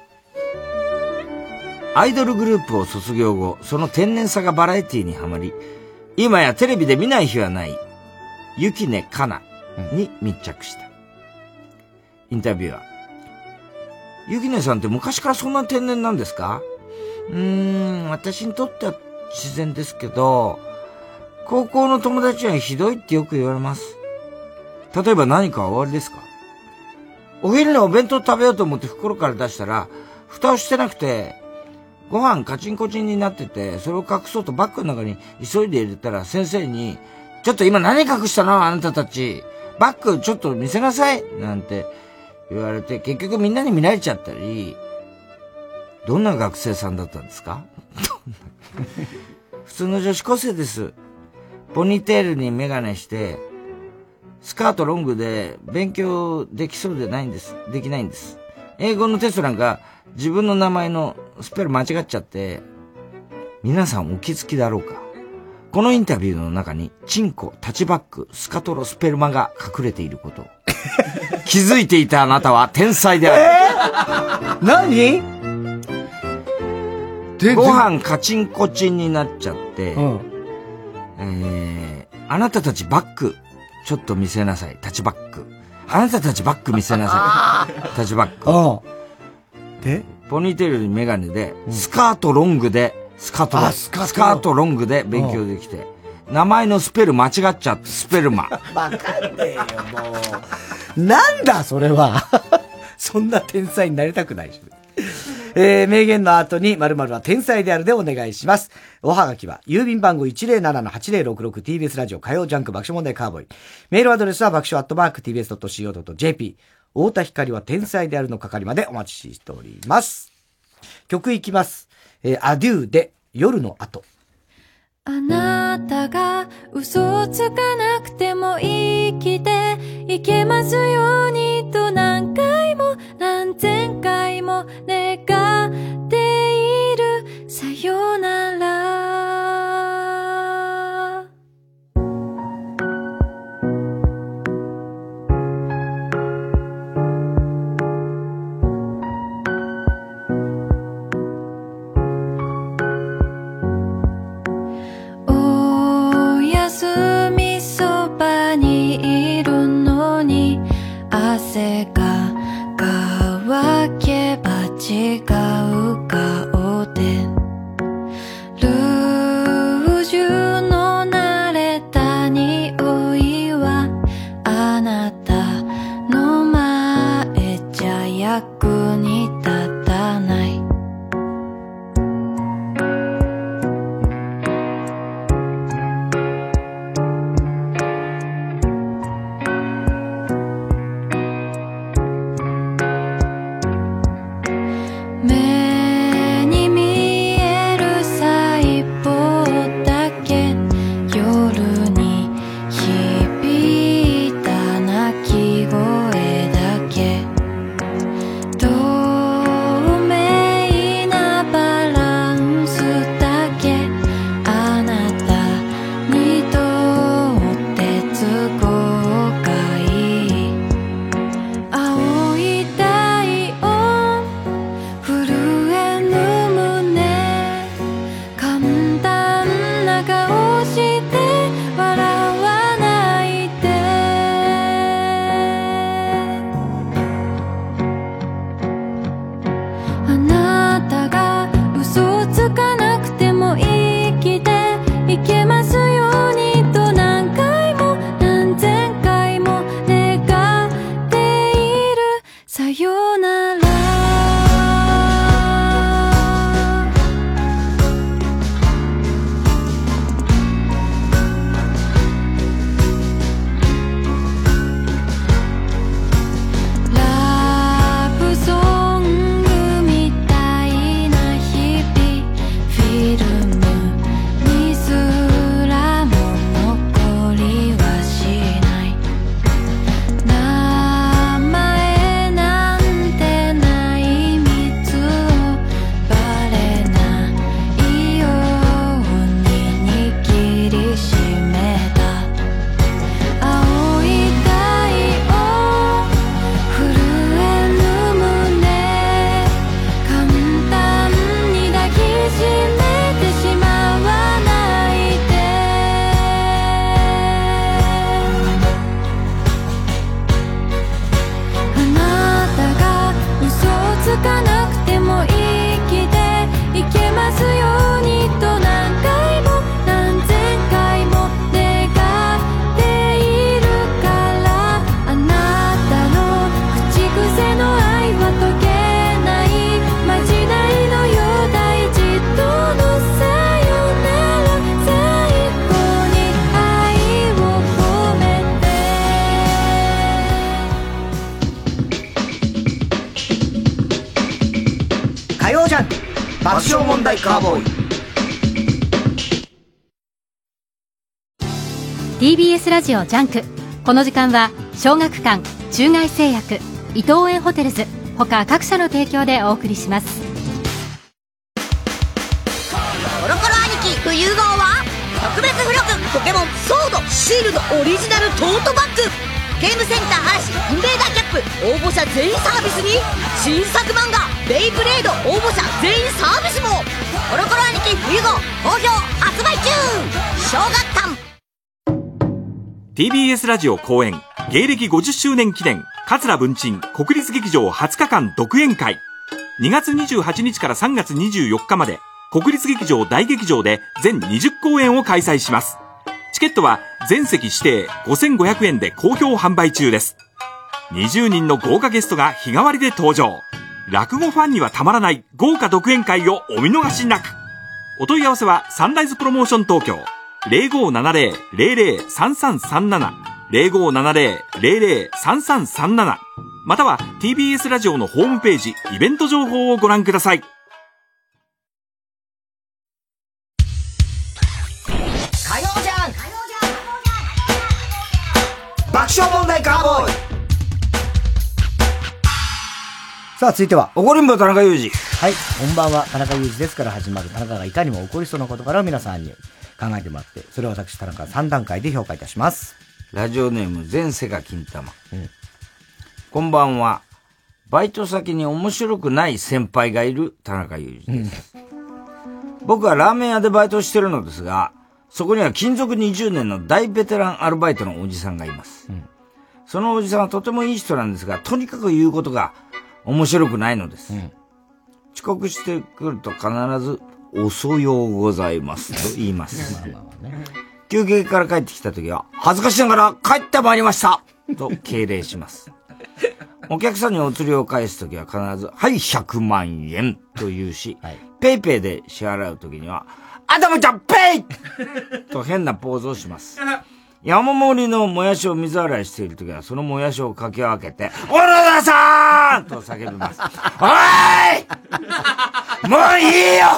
アイドルグループを卒業後、その天然さがバラエティにはまり、今やテレビで見ない日はない、雪音かなに密着した。インタビュアー。雪音さんって昔からそんな天然なんですか？うーん、私にとっては自然ですけど、高校の友達はひどいってよく言われます。例えば何かおありですか？お昼にお弁当食べようと思って袋から出したら、蓋をしてなくて、ご飯カチンコチンになってて、それを隠そうとバッグの中に急いで入れたら先生に、ちょっと今何隠したのあなたたち。バッグちょっと見せなさいなんて言われて、結局みんなに見られちゃったり、どんな学生さんだったんですか？普通の女子高生です。ポニーテールにメガネして、スカートロングで勉強できそうでないんです。できないんです。英語のテストなんか自分の名前のスペル間違っちゃって、皆さんお気づきだろうか。このインタビューの中にチンコ、タッチバック、スカトロ、スペルマが隠れていること。気づいていたあなたは天才である。えー、何？ ご飯カチンコチンになっちゃって、うん、えー、あなたたちバックちょっと見せなさい。タッチバック。あなたたちバック見せなさい。タッチバック。でポニーテールにメガネで、スカートロングで、スカートロング。スカートロングで勉強できて、名前のスペル間違っちゃって、スペルマ。 わかんねえよ、もう。なんだ、それは。そんな天才になりたくないし。えー、名言の後に〇〇は天才であるでお願いします。おはがきは、郵便番号 いちゼロななのはちゼロろくろく ティービーエス ラジオ火曜ジャンク爆笑問題カーボーイ。メールアドレスは爆笑アットマーク ティービーエスドットシーオードットジェーピー。太田光は天才であるの係までお待ちしております。曲いきます。えー、アデューで夜の後。 あなたが嘘をつかなくても生きていけますようにと何回も何千回も願っているさよなら。おやすみそばにいるのに汗が乾けば違う顔でルージュの慣れた匂いはあなたの前じゃ役に立たない。目爆笑問題カーボーイ。 ティービーエス ラジオジャンク。この時間は小学館、中外製薬、伊藤園ホテルズ他各社の提供でお送りします。 コロコロ兄貴冬号は特別付録ポケモンソードシールドオリジナルトートバッグ、ゲームセンター嵐インベーダーキャップ応募者全員サービスに新作漫画ベイブレード応募者全員サービスも。コロコロ兄貴冬号好評発売中。小学館。 ティービーエス ラジオ公演芸歴ごじゅっしゅうねん記念桂文鎮国立劇場はつかかん独演会、にがつにじゅうはちにちからさんがつにじゅうよっかまで国立劇場大劇場で全にじゅっこうえんを開催します。チケットは全席指定ごせんごひゃくえんで好評販売中です。にじゅうにんの豪華ゲストが日替わりで登場。落語ファンにはたまらない豪華独演会をお見逃しなく。お問い合わせはサンライズプロモーション東京 ゼロごーななゼロ ゼロゼロ さんさんさんなな ゼロごーななゼロ ゼロゼロ さんさんさんなな または ティービーエス ラジオのホームページイベント情報をご覧ください。 火曜じゃん爆笑問題カーボーイ。さあ続いては怒りんぼ田中裕二。 はい、こんばんは田中裕二ですから始まる田中がいかにも起こりそうな事柄を皆さんに考えてもらって、それを私田中さん段階で評価いたします。 ラジオネーム前世が金玉、うん、こんばんは。バイト先に面白くない先輩がいる田中裕二です、うん、僕はラーメン屋でバイトしてるのですが、そこには勤続にじゅうねんの大ベテランアルバイトのおじさんがいます、うん、そのおじさんはとてもいい人なんですが、とにかく言うことが面白くないのです、うん、遅刻してくると必ず遅ようございますと言いますまあまあまあ、ね、休憩から帰ってきた時は恥ずかしながら帰ってまいりましたと敬礼します。お客さんにお釣りを返す時は必ずはいひゃくまんえんと言うし、はい、ペイペイで支払う時にはアダムちゃんペイと変なポーズをします。山盛りのもやしを水洗いしている時はそのもやしをかき分けて小野田さんと叫びます。おいもういいよ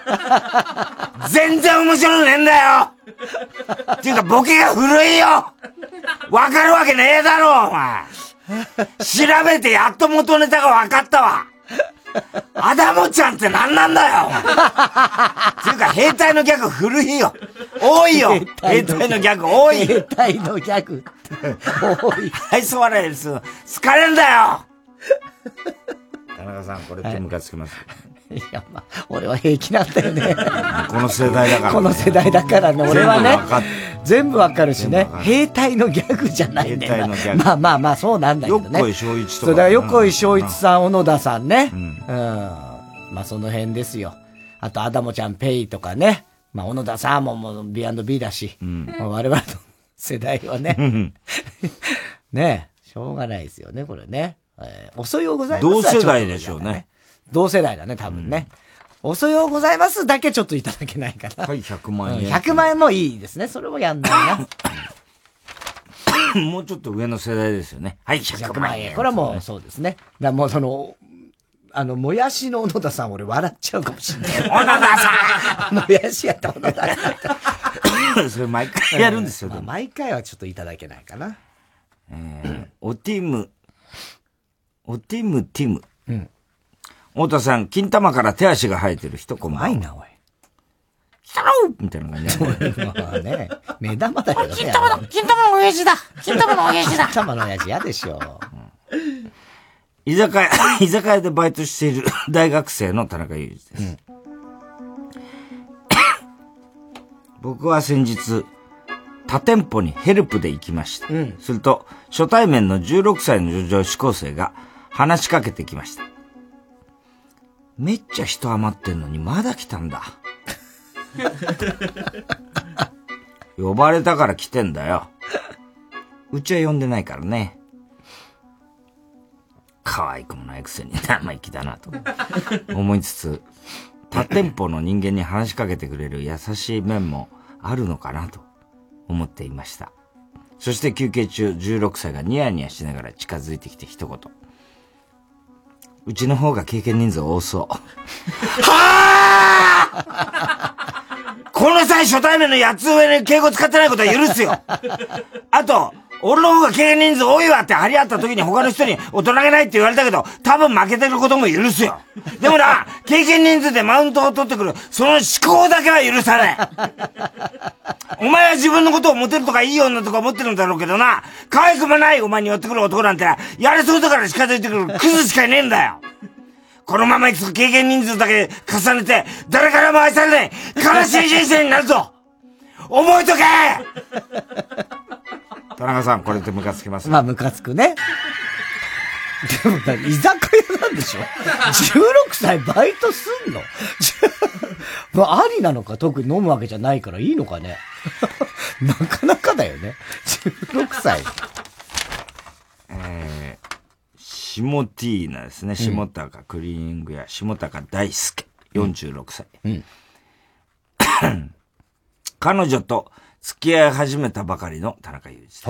全然面白くねえんだよっていうかボケが古いよわかるわけねえだろお前調べてやっと元ネタがわかったわアダモちゃんって何なんだよっていうか兵隊のギャグ古いよ多いよ兵隊のギャグ多い兵隊のギャグ多い愛想笑いです疲れんだよ田中さんこれってムカつきます、 はい、いやまあ俺は平気なんだよねこの世代だから、ね、 この世代だからね俺はね全部わかるしね兵隊のギャグじゃないね兵隊のギャグまあまあまあそうなんだけどね横井正一とかそうだから横井正一さん小野田さんね、うん、うん、まあその辺ですよ。あとアダモちゃんペイとかね、まあ小野田さんももう ビーアンドビー だし、うん、まあ、我々の世代はねねえしょうがないですよねこれね、えー、遅いようございます同世代でしょうね。 同世代だね多分ね、うん、遅いようございますだけちょっといただけないかな。 はいひゃくまんえん、うん、 ひゃくまんえんもいいですね。それもやんないなもうちょっと上の世代ですよね。はいひゃくまんえん、 これはもうそうですね。だもうそのあのもやしの小野田さん俺笑っちゃうかもしれない小野田さんもやしやった小野田さんそれ毎回やるんですよ、 まあ、毎回はちょっといただけないかな。 えー、おティムおティムティム、うん、太田さん金玉から手足が生えてる人こんばんは。 うまいなおいヒャローみたいな感じでまあね目玉だよね。 金玉の金玉の親父だ金玉の親父だ金玉の親父嫌でしょ、 うん居酒屋、居酒屋でバイトしている大学生の田中裕二です、うん、僕は先日他店舗にヘルプで行きました、うん、すると初対面のじゅうろくさいの女子高生が話しかけてきました。めっちゃ人余ってんのにまだ来たんだ呼ばれたから来てんだよ。うちは呼んでないからね。可愛くもないくせに生意気だなと思いつつ、他店舗の人間に話しかけてくれる優しい面もあるのかなと思っていました。そして休憩中、じゅうろくさいがニヤニヤしながら近づいてきて一言。うちの方が経験人数多そう。はこの際初対面のやつ上に敬語使ってないことは許すよ。あと、俺の方が経験人数多いわって張り合った時に他の人に大人げないって言われたけど、多分負けてることも許すよ。でもな、経験人数でマウントを取ってくる、その思考だけは許さない。お前は自分のことをモテるとかいい女とか思ってるんだろうけどな、可愛くもないお前に寄ってくる男なんて、やれそうだから近づいてくるクズしかいねえんだよ。このままいくと経験人数だけ重ねて、誰からも愛されない悲しい人生になるぞ。覚えとけ。田中さん、これってムカつきます？ まあ、ムカつくね。でも、居酒屋なんでしょ ?じゅうろく 歳バイトすんのまあ、ありなのか、特に飲むわけじゃないからいいのかね。なかなかだよね。じゅうろくさい。 えー、下ティーナですね。下高クリーニング屋、下高大輔、よんじゅうろくさい。うん、彼女と付き合い始めたばかりの田中裕二です。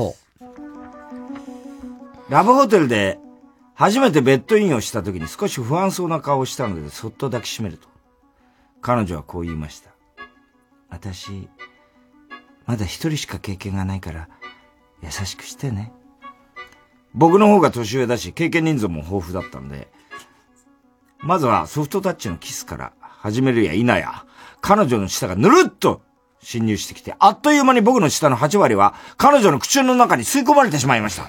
ラブホテルで初めてベッドインをした時に少し不安そうな顔をしたのでそっと抱きしめると、彼女はこう言いました。私、まだ一人しか経験がないから優しくしてね。僕の方が年上だし経験人数も豊富だったんで、まずはソフトタッチのキスから始めるや否や、彼女の舌がぬるっと侵入してきて、あっという間に僕の舌のはち割は彼女の口の中に吸い込まれてしまいました。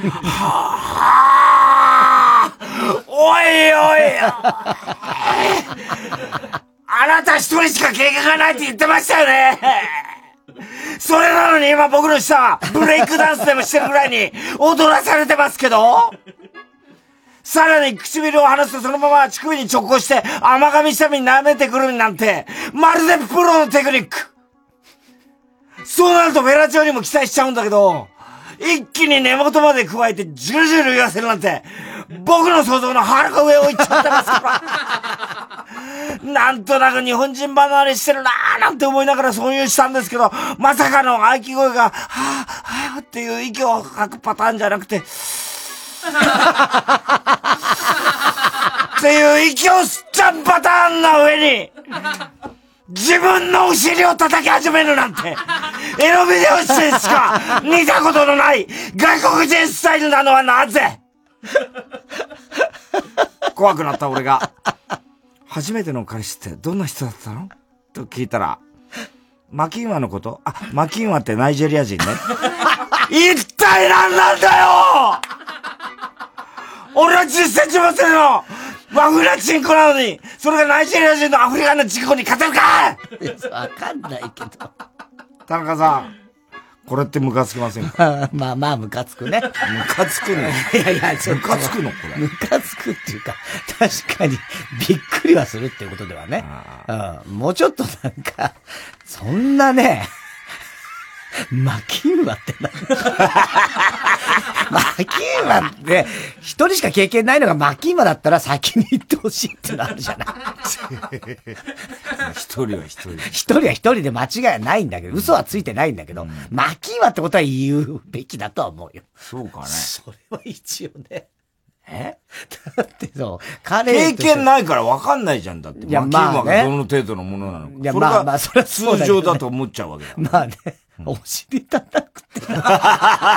はぁおいおいあなた一人しか経験がないって言ってましたよね。それなのに今僕の舌はブレイクダンスでもしてるぐらいに踊らされてますけど、さらに唇を離すとそのまま乳首に直行して甘噛みしたみに舐めてくるなんて、まるでプロのテクニック。そうなるとフェラチオにも期待しちゃうんだけど、一気に根元まで加えてジュルジュル言わせるなんて、僕の想像のはるか上をいっちゃってますから。なんとなく日本人離れしてるなーなんて思いながら挿入したんですけど、まさかの喘ぎ声が、はぁ、はぁっていう息を吐くパターンじゃなくて、っていう息を吸っちゃうパターンの上に、自分のお尻を叩き始めるなんて、エロビデオ出演しか見たことのない外国人スタイルなのはなぜ？怖くなった俺が、初めての彼氏ってどんな人だったの？と聞いたら、マキンワのこと？あ、マキンワってナイジェリア人ね。一体何なんだよ！俺はじゅっセンチもするの和風なチンコなのに、それがナイジェリア人のアフリカンなチンコに勝てるか！ わかんないけど。 田中さん、これってムカつきませんか？ まあまあムカつくね。 ムカつくの？いやいや、 ムカつくのこれ。 ムカつくっていうか、確かにびっくりはするっていうことではね。うん、もうちょっとなんか、そんなね、マキンワって何マキンワって、一人しか経験ないのがマキンワだったら先に言ってほしいってのあるじゃない。 一人は一人。 一人は一人で間違いはないんだけど、嘘はついてないんだけど、うん、マキンワってことは言うべきだとは思うよ。 そうかね。 それは一応ね。えだってそう、 彼経験ないから分かんないじゃんだって。 いや、 マキンワまあね、 がどの程度のものなのか。 いや、まあまあ、それは通常だと思っちゃうわけだ。 まあね、お尻叩くって。それは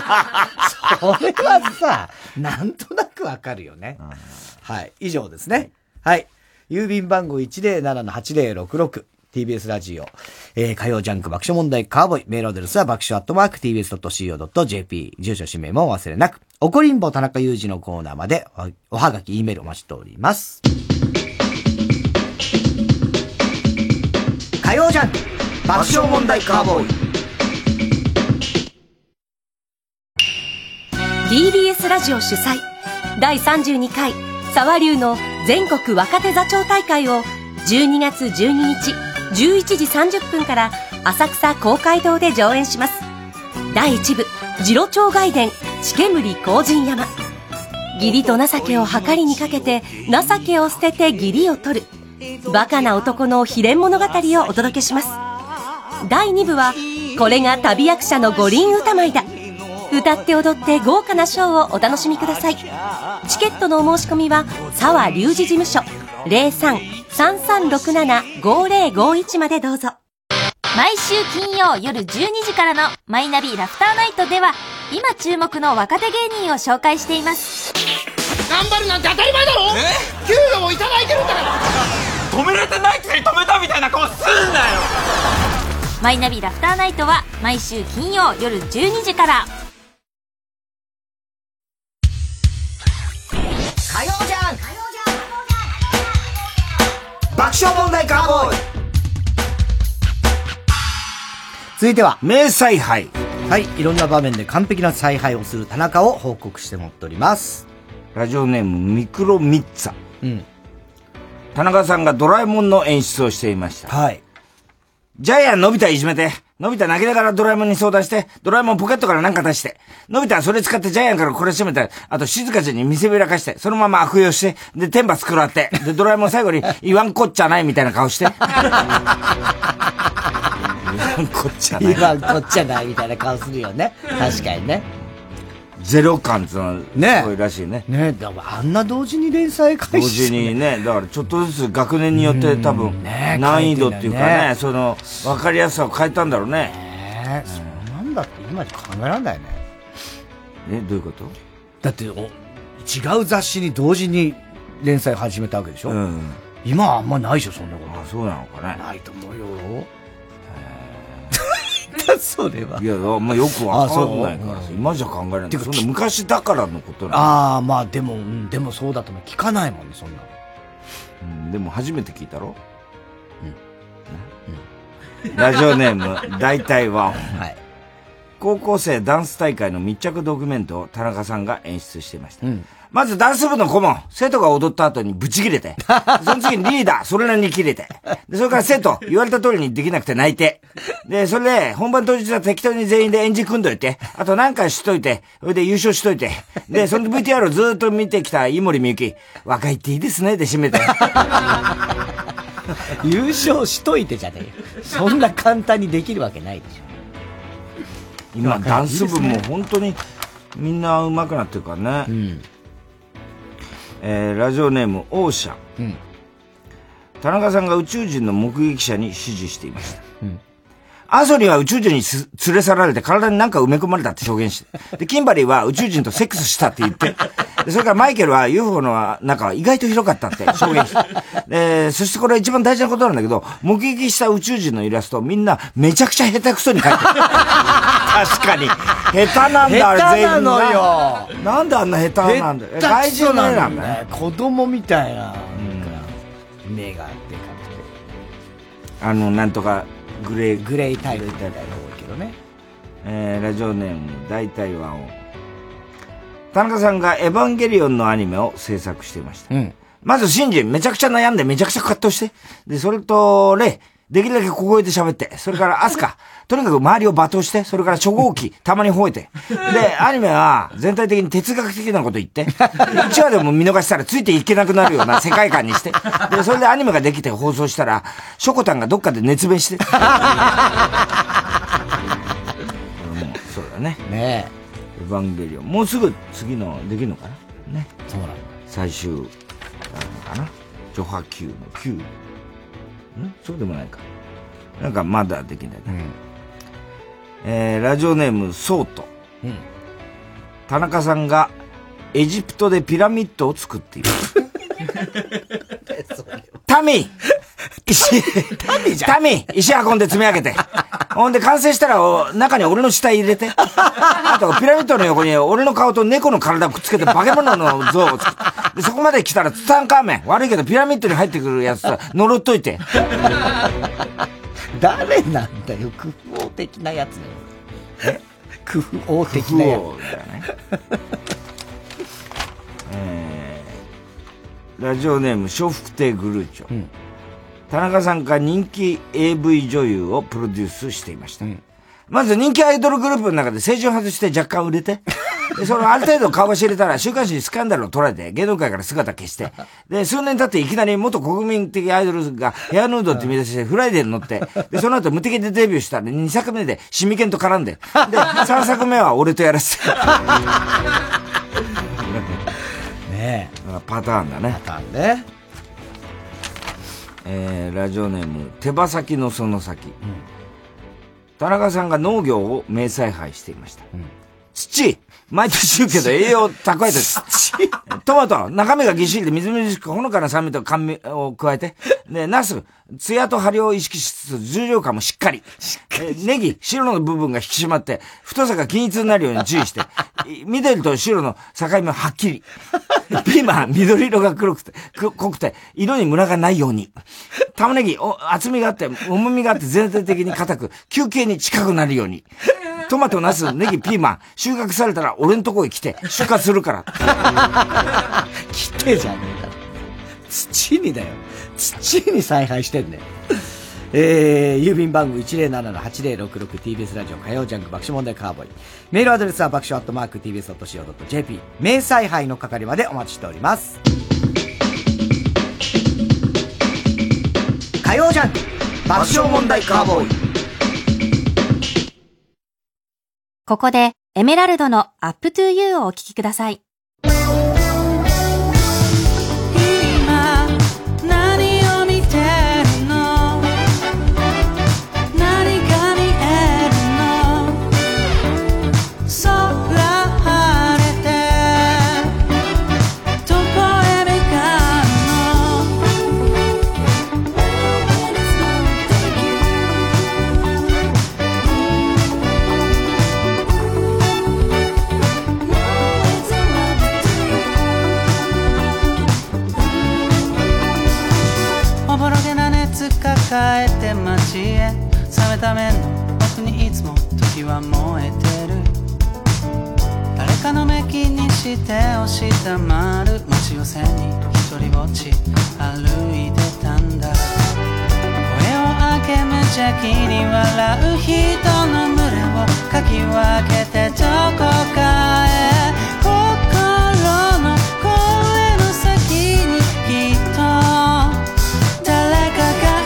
さ、なんとなくわかるよね。はい、以上ですね。はい。郵便番号 いちゼロななのはちゼロろくろく。ティービーエス ラジオ、えー、火曜ジャンク爆笑問題カーボーイ、メールアドレスは爆笑アットマーク ティービーエスドットシーオードットジェーピー、住所氏名も忘れなく、おこりんぼ田中裕二のコーナーまでお、おはがき、E メールお待ちしております。火曜ジャンク爆笑問題カーボーイ。 ティービーエス ラジオ主催だいさんじゅうにかい沢流の全国若手座長大会をじゅうにがつじゅうににちじゅういちじさんじゅっぷんから浅草公会堂で上演します。だいいち部次郎長外伝血煙荒神山、義理と情けを計りにかけて情けを捨てて義理を取るバカな男の秘伝物語をお届けします。だいに部はこれが旅役者の五輪歌舞だ、歌って踊って豪華なショーをお楽しみください。チケットのお申し込みは沢隆二事務所 ゼロさんさんさんろくななごーぜろごいちまでどうぞ。 毎週金曜夜じゅうにじからのマイナビラフターナイトでは、今注目の若手芸人を紹介しています。 頑張るなんて当たり前だろ。給料もいただいてるんだから。 止めれてないくせに止めたみたいな顔すんなよ。 マイナビラフターナイトは毎週金曜夜じゅうにじから。 火曜じゃん爆笑問題カーボーイ。続いては名采配。 はい、いろんな場面で完璧な采配をする田中を報告してもっております。 ラジオネームミクロミッツァ。 うん。 田中さんがドラえもんの演出をしていました。 はい。 ジャイアンのび太いじめて、のび太泣きながらドラえもんに相談して、ドラえもんポケットから何か出して、のび太はそれ使ってジャイアンからこれ閉めて、あと静香ちゃんに見せびらかして、そのまま悪用して、で、天罰食らって、で、ドラえもん最後に言わんこっちゃないみたいな顔して。言わんこっちゃない。 言わんこっちゃないみたいな顔するよね。確かにね。 ゼロ感ってのはすごいらしいね。 ねだからあんな同時に連載開始同時にね、だからちょっとずつ学年によって多分、難易度っていうかね、その、わかりやすさを変えたんだろうね。 ねえ、そんなんだって今じゃ考えられないね。 え、どういうこと？ だってお、違う雑誌に同時に連載始めたわけでしょ？うん。今はあんまないでしょ、そんなこと。 あ、そうなのかね。 ないと思うよ。それは。 いや、まあ、よくわかんないからさ、今じゃ考えられない。そんな昔だからのことなの。 ああ、まあでも、うん、でもそうだと思う。聞かないもんね、そんな。 うん、でも初めて聞いたろ？うん。うん、ラジオネーム、大体は、はい。高校生ダンス大会の密着ドキュメントを田中さんが演出していました。うん。まずダンス部の顧問、生徒が踊った後にブチ切れて、その次にリーダー、それなりに切れて、で、それから生徒、言われた通りにできなくて泣いて、で、それで、本番当日は適当に全員で演じ組んどいて、あと何回しといて、それで優勝しといて、で、その ブイティーアール をずーっと見てきた井森美幸、若いっていいですね、で締めて。 優勝しといてじゃねえよ。そんな簡単にできるわけないでしょ。 今、ダンス部も本当にみんな上手くなってるからね。うん。えー、ラジオネームオーシャン、うん、田中さんが宇宙人の目撃者に指示していました、うん、アンソニーは宇宙人に連れ去られて体に何か埋め込まれたって証言してでキンバリーは宇宙人とセックスしたって言ってでそれからマイケルは ユーフォー の中は意外と広かったって証言してでそしてこれは一番大事なことなんだけど目撃した宇宙人のイラストみんなめちゃくちゃ下手くそに描いてる確かに下手なんだあれ全部下手なのよなんであんな下手なんだよ外人の絵なんだね子供みたいな、うん、目がでかくてあのなんとかグレーグレータイプみたいなの多いけどねえー、ラジオネーム大体はを田中さんがエヴァンゲリオンのアニメを制作していました、うん、まずシンジめちゃくちゃ悩んでめちゃくちゃ葛藤してでそれとレイできるだけ小声で喋って、それからアスカ、とにかく周りを罵倒して、それから初号機、たまに吠えて。で、アニメは全体的に哲学的なこと言って、いちわでも見逃したらついていけなくなるような世界観にして、で、それでアニメができて放送したら、ショコタンがどっかで熱弁して。これもそうだね。 ねえ。エヴァンゲリオン。もうすぐ次のできるのかなね。 そうなの。 最終、なのかなジョハきゅうのきゅう。んそうでもないか。なんかまだできないね。うん、えー、ラジオネーム、ソート。うん。田中さんがエジプトでピラミッドを作っている。タミー石、 タミーじゃん。 タミー石運んで積み上げて。ほんで完成したらお中に俺の死体入れて。あとピラミッドの横に俺の顔と猫の体をくっつけて化け物の像を作って。でそこまで来たらツタンカーメン。悪いけどピラミッドに入ってくるやつさ、呪っといて。 誰なんだよ、クフ王的なやつね。えクフ王的なやつ。クフ王だね。 えー、ラジオネーム、笑福亭グルーチョ。うん、田中さんが人気 エーブイ 女優をプロデュースしていました。うん、まず人気アイドルグループの中で青春外して若干売れて、で、そのある程度顔が知れたら週刊誌にスキャンダルを取られて芸能界から姿消して、で、数年経っていきなり元国民的アイドルがヘアヌードって見出してフライデーに乗って、で、その後無敵でデビューしたらにさくめでシミケンと絡んで、で、さんさくめは俺とやらせて。 ねえ。 パターンだね。 パターンね。 えー、ラジオネーム、手羽先のその先。うん、田中さんが農業を名采配していました。うん、土毎年言うけど栄養蓄えてる。トマト、中身がぎっしりでみずみずしくほのかな酸味と甘味を加えて、で、ナス、ツヤと張りを意識しつつ重量感もしっかり。えネギ、白の部分が引き締まって、太さが均一になるように注意して、緑と白の境目ははっきり。ピーマン、緑色が黒くて、濃くて、色にムラがないように。玉ねぎ、お厚みがあって、重みがあって全体的に硬く、球形に近くなるように。トマト、ナス、ネギ、ピーマン、収穫されたら俺のとこへ来て、出荷するから。 来てじゃねえだろ。土にだよ。土に采配してんね。えー、郵便番号 いちゼロななのはちゼロろくろく ティービーエス ラジオ火曜ジャンク爆笑問題カーボーイ。メールアドレスは爆笑アットマーク ティービーエスドットシーオードットジェーピー。名采配の係までお待ちしております。火曜ジャンク爆笑問題カーボーイ。 ここでエメラルドのアップトゥーユーをお聴きください。 帰って街へ冷めた面の奥にいつも時は燃えてる。誰かの目気にして押し黙る街を背に一人ぼっち歩いてたんだ。声を上げ無邪気に笑う人の群れをかき分けてどこかへ心の声の先にきっと誰かが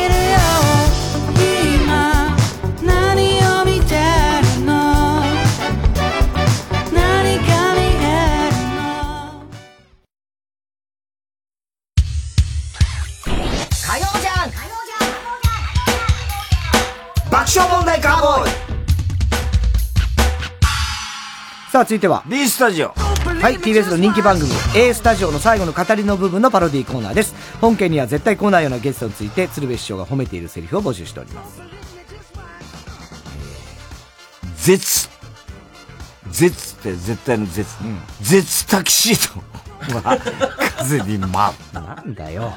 爆笑問題カーボーイ。さあ続いては B スタジオ。 はい、 ティービーエス の人気番組 A スタジオの最後の語りの部分のパロディーコーナーです。本件には絶対来ないようなゲストについて鶴瓶師匠が褒めているセリフを募集しております。 絶絶って絶対の絶、うん、絶タキシードは風に舞う。 なんだよ。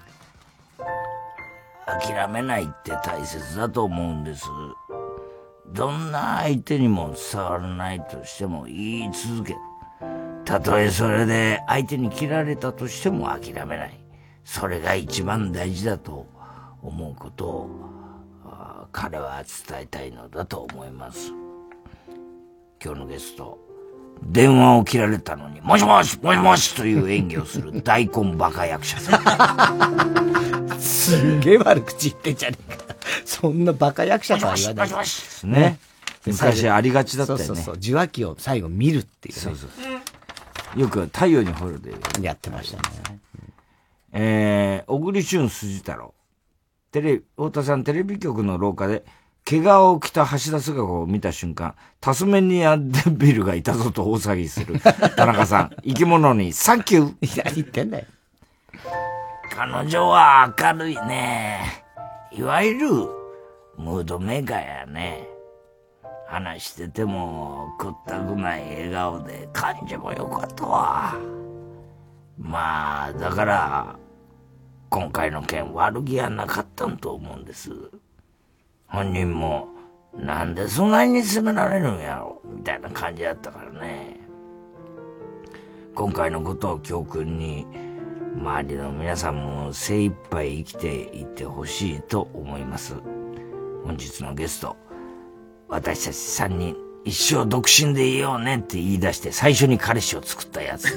諦めないって大切だと思うんです。どんな相手にも伝わらないとしても言い続ける。たとえそれで相手に切られたとしても諦めない。それが一番大事だと思うことを彼は伝えたいのだと思います。今日のゲスト、電話を切られたのにもしもしもしもしという演技をする大根バカ役者さん。 すんげえ悪口言ってんじゃねえか。そんなバカ役者とは言わない。 もしもしもしね。ね。昔ありがちだったよね。 そうそうそう。受話器を最後見るっていうね。そうそうそう。よく太陽にほるでやってましたね。 えー、小栗旬筋太郎。テレビ、太田さんテレビ局の廊下で、毛皮を着た橋田壽賀子を見た瞬間、タスメニアデビルがいたぞと大騒ぎする田中さん。生き物にサンキュー。 何言ってんだよ。 彼女は明るいね。いわゆるムードメーカーやね。話しててもくったくない笑顔で感じもよかったわ。まあだから今回の件悪気はなかったんと思うんです。本人もなんでそんなに責められるんやろみたいな感じだったからね。今回のことを教訓に周りの皆さんも精一杯生きていってほしいと思います。本日のゲスト、私たちさんにん一生独身でいようねって言い出して最初に彼氏を作ったやつ。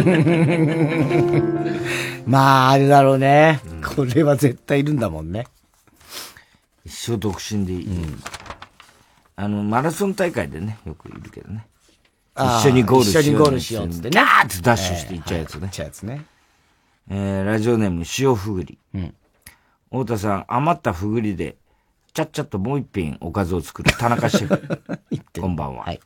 まああれだろうね、うん、これは絶対いるんだもんね。 一生独身でいい、うん、あのマラソン大会でねよくいるけどね、一緒にゴールしよう、 一緒にゴールしようってね、 ガーってダッシュしていっちゃうやつね、 いっちゃうやつね。 えー、ラジオネーム塩ふぐり、うん、 太田さん、余ったふぐりで、ちゃっちゃっともう一品おかずを作る田中シェフ。こんばんは。はい。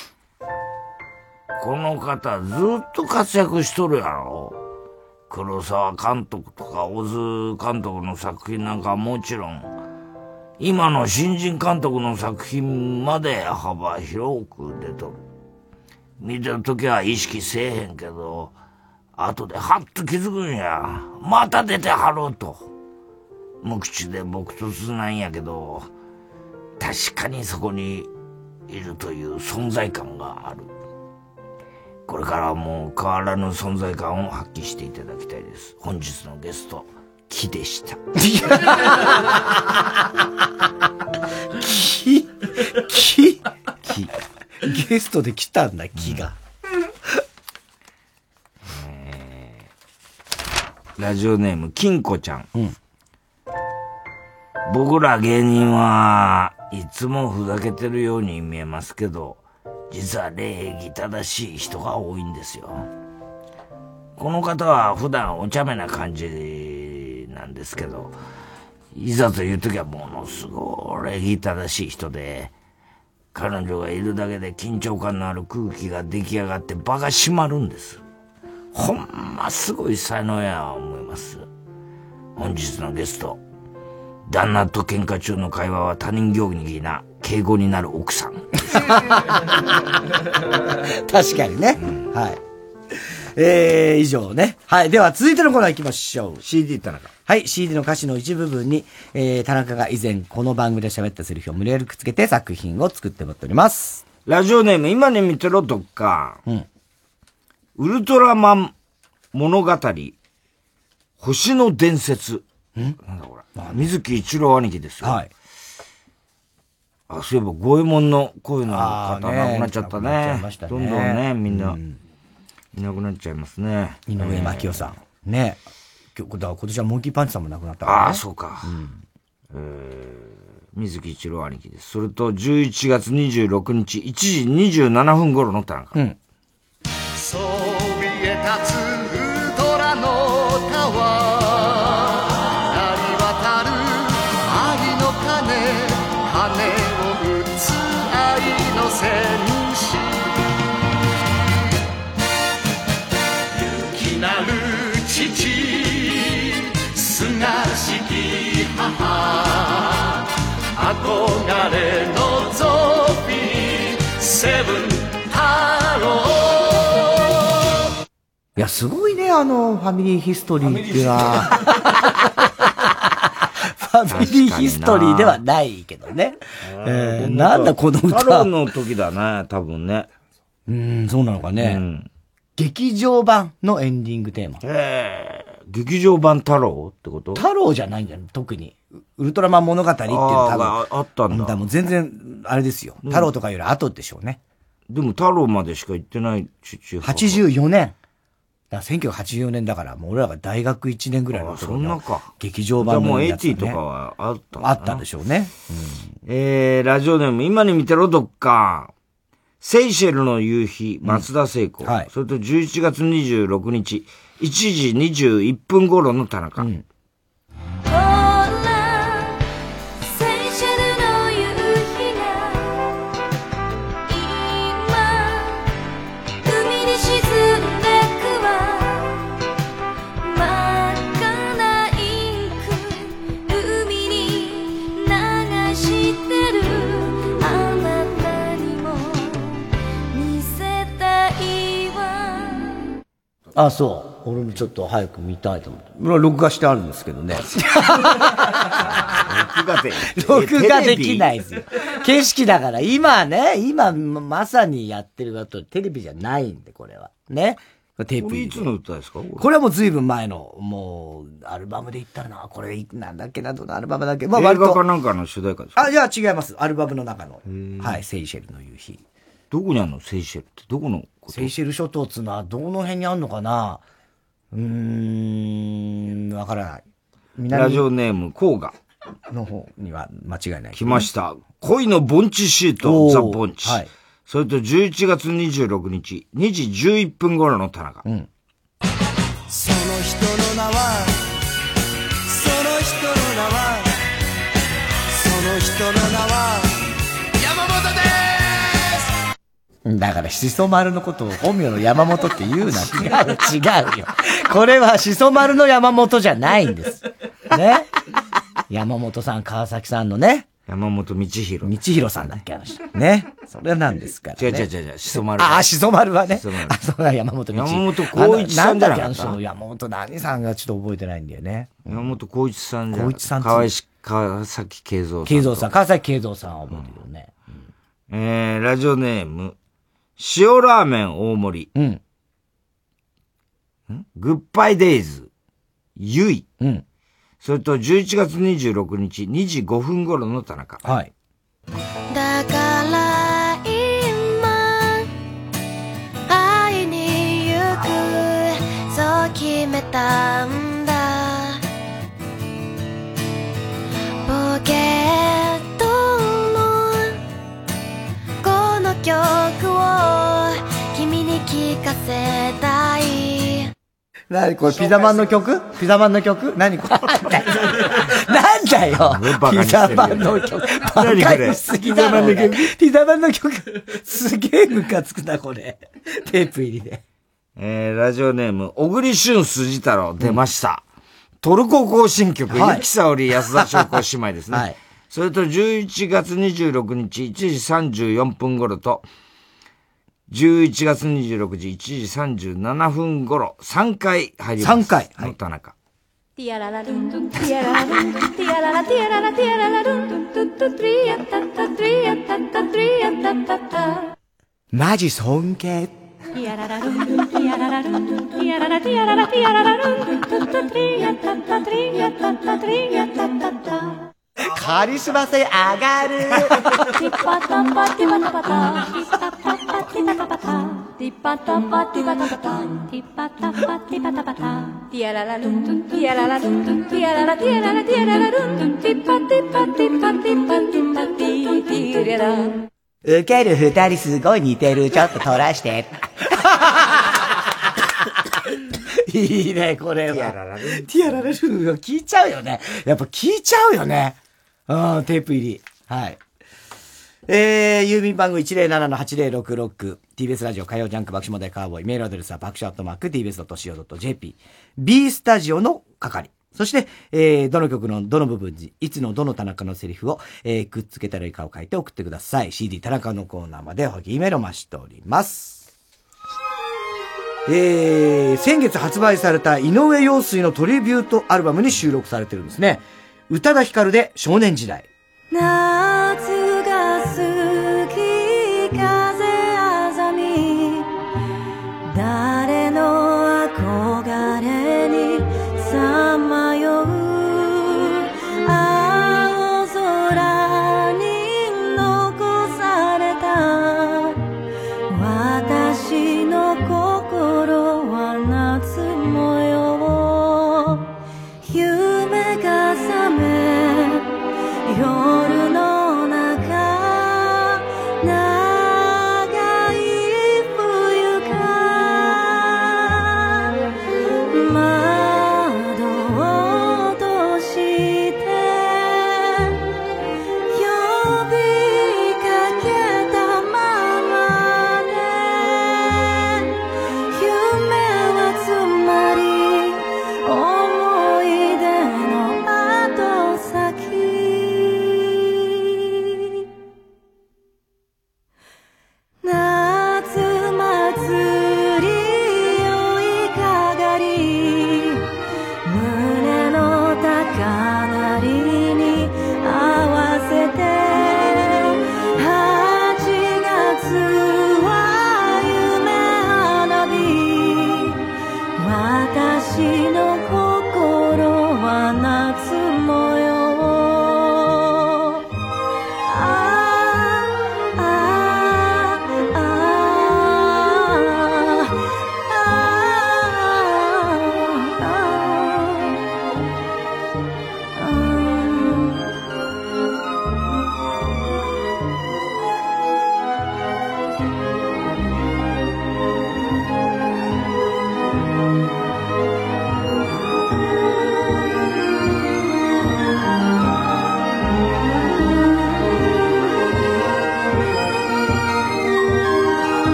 この方、ずっと活躍しとるやろ。黒沢監督とか小津監督の作品なんかはもちろん、今の新人監督の作品まで幅広く出とる。見てるときは意識せえへんけど、後でハッと気づくんや。また出てはろうと。無口で朴突なんやけど、確かにそこにいるという存在感がある。これからはもう変わらぬ存在感を発揮していただきたいです。本日のゲスト、木でした。 木木木ゲストで来たんだ、木が。 えー、ラジオネーム、金子ちゃん。うん、僕ら芸人はいつもふざけてるように見えますけど、実は礼儀正しい人が多いんですよ。この方は普段お茶目な感じなんですけど、いざという時はものすごい礼儀正しい人で、彼女がいるだけで緊張感のある空気が出来上がって場が閉まるんです。ほんますごい才能や思います。本日のゲスト、旦那と喧嘩中の会話は他人行儀な敬語になる奥さん。 確かにね。うん、はい。えー、以上ね。はい。では続いてのコーナー行きましょう。 シーディー 田中。 はい。シーディー の歌詞の一部分に、えー、田中が以前この番組で喋ったセリフを無理やりくっつけて作品を作ってもらっております。 ラジオネーム、今に見てろどっか。うん。ウルトラマン物語、星の伝説。んなんだこれ。水木一郎兄貴ですよ。はい。あ、そういえば、五右衛門の声の方、亡くなっちゃったね。ねどんどんね、みんな、うん、いなくなっちゃいますね。 井上真紀夫さん。ね。今日、だから今年はモンキーパンチさんも亡くなったから、ね。 ああ、そうか。うん、えー、水木一郎兄貴です。それと、じゅういちがつにじゅうろくにち、いちじにじゅうななふん頃の田中。うん。そびえ立つウルトラのタワー。戦士勇気なる父すがしき母憧れのゾンビセブン太郎。 いやすごいね、あのファミリーヒストリーっていうのはファミリーヒストリーではないけどね。えー、なんだこの歌。 太郎の時だね、多分ね。 うーん、そうなのかね。うん、劇場版のエンディングテーマ。 へー、劇場版太郎ってこと？ 太郎じゃないんだよ、特に。ウルトラマン物語っていうのは多分。 あ, あったんだ。 だもう全然、あれですよ。太郎とかより後でしょうね。 でも太郎までしか行ってない父はちじゅうよねん。だせんきゅうひゃくはちじゅうよねんだから、もう俺らが大学いちねんぐらいの頃の劇場版のやつ、ね。もうはちじゅうとかはあったんだあったでしょうね。 うん、えー、ラジオネーム、今に見てろどっか。セイシェルの夕日、松田聖子。うん、はい。それとじゅういちがつにじゅうろくにち、いちじにじゅういっぷん頃の田中。うんあ、そう。俺もちょっと早く見たいと思って。録画してあるんですけどね。録画で。 録画できないですよ。景色だから、今ね、今まさにやってるだとテレビじゃないんで、これは。ね。 テープ。これいつの歌ですか？ これはもう随分前の、もう、アルバムで言ったらな、これ、なんだっけな、どのアルバムだっけ。 まあ、割と。映画かなんかの主題歌ですか？ あ、いや、違います。アルバムの中の。はい、セイシェルの夕日。 どこにあるの？セイシェルって。どこのこと？ セイシェル諸島っつうのはどの辺にあるのかな？うーん、わからない。 ラジオネーム、コーガの方には間違いない、ね。 来ました。恋の盆地シート、ザ・盆地。はい。それとじゅういちがつにじゅうろくにち、にじじゅういっぷん頃の田中。うん。その人の名は、その人人の名はその人の名は山本でーす。 だから、しそ丸のことを本名の山本って言うな。違う、違うよ。これはしそ丸の山本じゃないんです。ね。山本さん、川崎さんのね。 山本道弘。 道弘さんだっけ、あの人。ね。それなんですから、ね。 違う違う違う、しそ丸。 ああ、しそ丸はね。 しそ丸。 あ、そうだ、山本道弘。 山本光一さんじゃなかった。 なんだっけ、あの人、山本何さんがちょっと覚えてないんだよね。 山本光一さんじゃん。 光一さん川石、川崎慶三さん。 慶三さん、川崎慶三さんは覚えてるよね。 うん、えー、ラジオネーム、塩ラーメン大盛り。 うん。 んグッバイデイズ。ゆい。 うん。 それとじゅういちがつにじゅうろくにちにじごふん頃の田中。 はい。 だから今会いに行くそう決めたんだ。ポケットのこの曲を君に聴かせたい。 なにこれ、ピザマンの曲ピザマンの曲何これなんだよ。なんだよ。ピザマンの曲。バカにしすぎだろ。ピザマンの曲。すげえムカつくな、これ。テープ入りで。 えー、ラジオネーム、小栗旬筋太郎出ました。うん、トルコ行進曲、はい、ゆきさおり安田翔子姉妹ですね。はい。それとじゅういちがつにじゅうろくにちいちじさんじゅうよんぷん頃と、じゅういちがつにじゅうろくじいちじさんじゅうななふん頃、さんかい入ります。 さんかい。 の田中。 ティアララルントンティアララルントンティアララティアララティアララルントントゥットゥトゥリアタタトリアタタトリアタタタ。 マジ尊敬。 ティアララルントンティアララルントンティアララティアララティアララルントントゥットゥトリアタタトリアタタトリアタタタ。 カリスマ性上がる。 ティパタパティパタパタティパタパティパタパタティパタパティパタパタティパタパティパタパタティアララルントンティアララルントンティアララティアララティアララルントンティパティパティパティパティパティティリアラ。 受ける二人すごい似てる。ちょっと撮らして。いいね、これは。ティアララルン。ティアララルン聞いちゃうよね。やっぱ聞いちゃうよね。うん、テープ入り。はい。えー、郵便番号 いちぜろななのはちぜろろくろく、ティービーエス ラジオ火曜ジャンク爆笑問題カーボーイ、メールアドレスは爆笑アットマーク ティービーエスドットシーオードットジェーピー、B スタジオの係。そして、えー、どの曲のどの部分に、いつのどの田中のセリフを、えー、くっつけたらいいかを書いて送ってください。シーディー 田中のコーナーまでおはぎメールを待しております。えー、先月発売された井上陽水のトリビュートアルバムに収録されてるんですね。宇多田ヒカルで少年時代。 夏が好き風あざみ誰の憧れにさまよう青空に残された私の心は夏模様夢が覚め夜の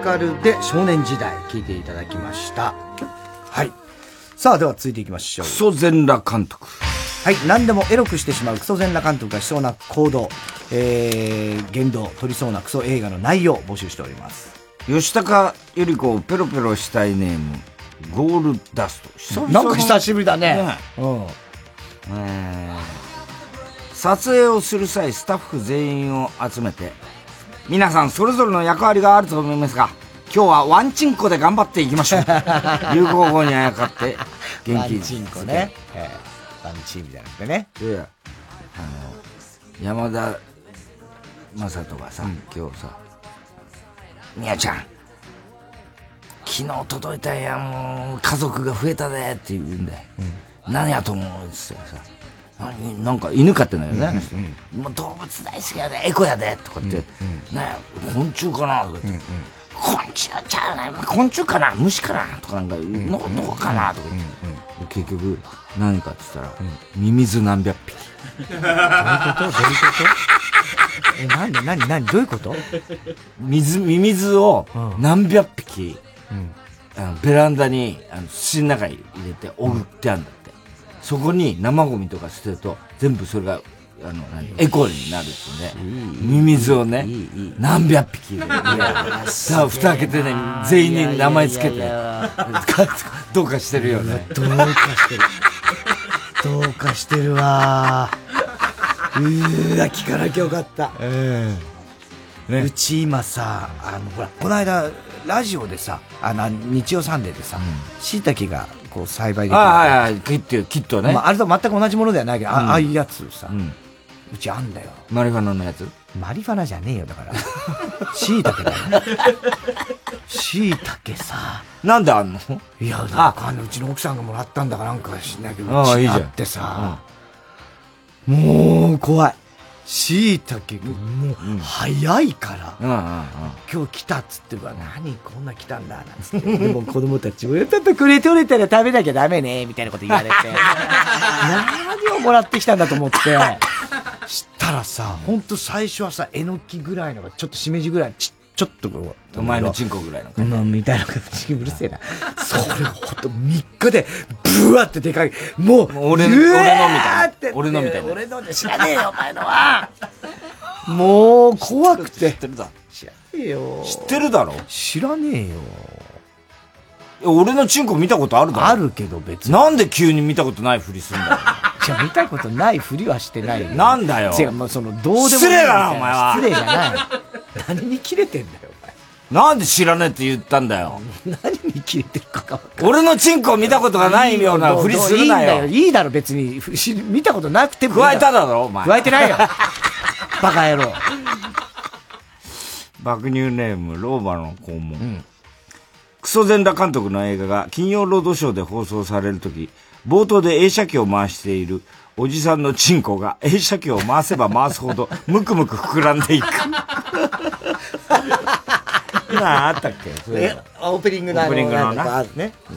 かるで少年時代聞いていただきました。はい。さあ、では続いていきましょう。 クソ全裸監督。 はい。何でもエロくしてしまうクソ全裸監督がしそうな行動、えー、言動、取りそうなクソ映画の内容を募集しております。 吉高由里子をペロペロしたいネーム、ゴールダスト。 久々なんか久しぶりだね。ねうん。 えー、撮影をする際、スタッフ全員を集めて、皆さんそれぞれの役割があると思いますが、今日はワンチンコで頑張っていきましょう。流行語にあやかって元気に。 ワンチンコね。えー、ワンチンみたいなってね。 いや、あの、山田正人がさ、うん、今日さ、みやちゃん、昨日届いたんや、もう家族が増えたでって言うんだよ。うん、何やと思うって言ったらさ、なんか犬飼ってんだよね。うんうん、もう動物大好きやで、エコやでとかって、うんうん、ね昆虫かなとかって、うんうん、昆虫ちゃうな、昆虫かな、虫かなとかなんか、うん、のどこかなとか、うんうん、結局何かって言ったら、うん、ミミズ何百匹。 どういうことどういうことえ、なんで何何どういうこと水、ミミズを何百匹、うん、あのベランダにあの土の中に入れて送ってあるんだって。そこに生ゴミとか捨てると全部それがあのエコになるってね。ミミズをね何百匹で、ね、さあ蓋開けてね全員に名前つけてどうかしてるよね。 どうかしてる。どうかしてるわ。うーわ聞かなきゃよかった。えーね、うち今さあのほらこの間ラジオでさあの日曜サンデーでさ椎茸、うん、がこう栽培できる。 ああ、はいはい、キット、キットね。 まあ、あれと全く同じものではないけど、うん、ああいうやつさ、うん、うちあんだよ。 マリファナのやつ？ マリファナじゃねえよ、だから。椎茸だよ。椎茸さ。 なんであんの？ いや、だから、うちの奥さんがもらったんだからなんかしないけど、うちにあってさ、うん、もう怖い。椎茸がもう早いから、うんうんうん、今日来たっつってば何こんな来たんだなんつってでも子供たちもちょっとくれ取れたら食べなきゃダメねみたいなこと言われて何をもらってきたんだと思ってしたらさほんと最初はさえのきぐらいのがちょっとしめじぐらいちちょっとこうお前のチンコぐらいのうん、みたいな形うるせえなそれがほんとみっかでブワってでかいもう俺のみたいな俺のみたいな俺ので知らねえよお前のはもう怖くて知ってるだ知らねえよ知ってるだろ知らねえよ俺のチンコ見たことあるだろあるけど別になんで急に見たことないふりすんだよじゃ見たことないふりはしてないよなんだよ違うもうそのどうでもいい失礼だなお前は失礼じゃない何に切れてんだよなんで知らねえって言ったんだよ。 何に切れてるかが分かる。 俺のチンコを見たことがないようなふりするなよ。 いいんだよ。いいだろ別に。見たことなくてもいい。 加えただろお前。 加えてないよ。バカ野郎。 爆乳ネーム、ローマの肛門。うん、クソ全裸監督の映画が金曜ロードショーで放送されるとき、冒頭で映写機を回しているおじさんのチンコが映写機を回せば回すほどムクムク膨らんでいく。なあ、あったっけえオープニングのオープニングのなあるね、うん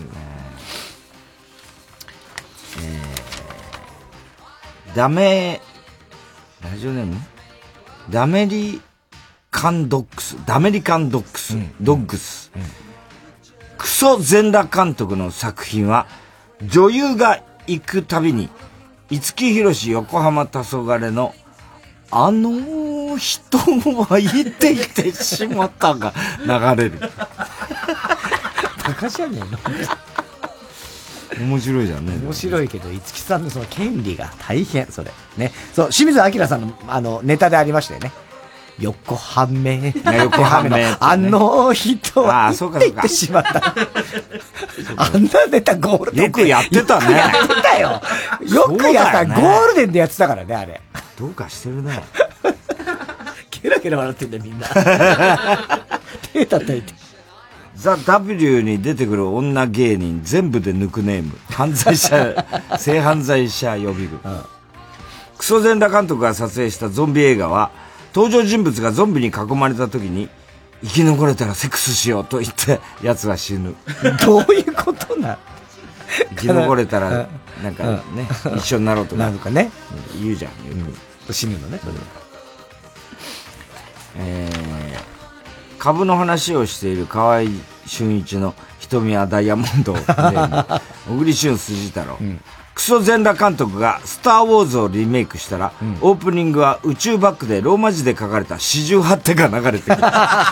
えー、ダメラジオネームダメリカンドックスダメリカンドックス、うん、ドッグス、うんうん、クソ全裸監督の作品は女優が行くたびに五木ひろし横浜黄昏のあの人は言っていてしまったが流れる。 バカじゃねえの。面白いじゃんね。 面白いけど、五木さんのその権利が大変、それ。ね。そう、清水明さんの、あの、ネタでありましたよね。横浜め。 横浜め、ね。 あの人は言っていってしまった。あんなネタゴールデン。 よくやってたね。 やってたよ。よくやった、ね。ゴールデンでやってたからね、あれ。 どうかしてるね。 ケラケラ笑ってんだよ、みんな。手叩いて。 ザ・ W に出てくる女芸人全部で抜くネーム。犯罪者、性犯罪者予備軍。うん、クソ全裸監督が撮影したゾンビ映画は、登場人物がゾンビに囲まれた時に、生き残れたらセックスしようと言って奴は死ぬ。 どういうことな生き残れたら、なんかね、うん、一緒になろうとか。 なんかね。 言うじゃん。うん、 死ぬのね、それは。 えー、 株の話をしている河合俊一の瞳はダイヤモンドを小栗旬筋太郎、うん、クソ全裸監督がスターウォーズをリメイクしたら、うん、オープニングは宇宙バックでローマ字で書かれた四十八手が流れてくるじゃーん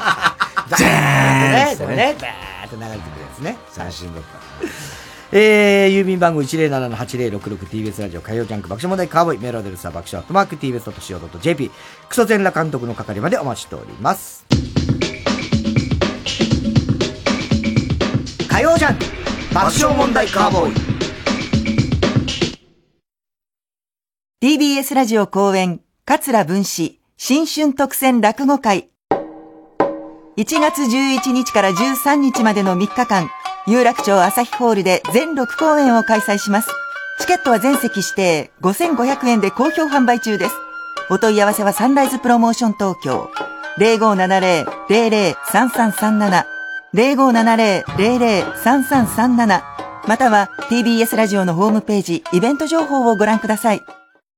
ってねバーって流れてくるやつね。斬新だったえー、郵便番号 いちゼロななのはちゼロろくろく ティービーエス ラジオ火曜ジャンク爆笑問題カーボーイメールアドレスは爆笑アットマーク ティービーエスドットシーオードットジェーピー クソ全裸監督の係までお待ちしております。火曜ジャンク爆笑問題カーボーイティービーエス ラジオ公演桂文枝新春特選落語会いちがつじゅういちにちからじゅうさんにちまでのみっかかん有楽町朝日ホールで全ろくこうえんを開催します。チケットは全席指定ごせんごひゃくえんで好評販売中です。お問い合わせはサンライズプロモーション東京 ゼロごーななゼロ ゼロゼロ さんさんさんなな ゼロごーななゼロ ゼロゼロ さんさんさんなな または ティービーエス ラジオのホームページイベント情報をご覧ください。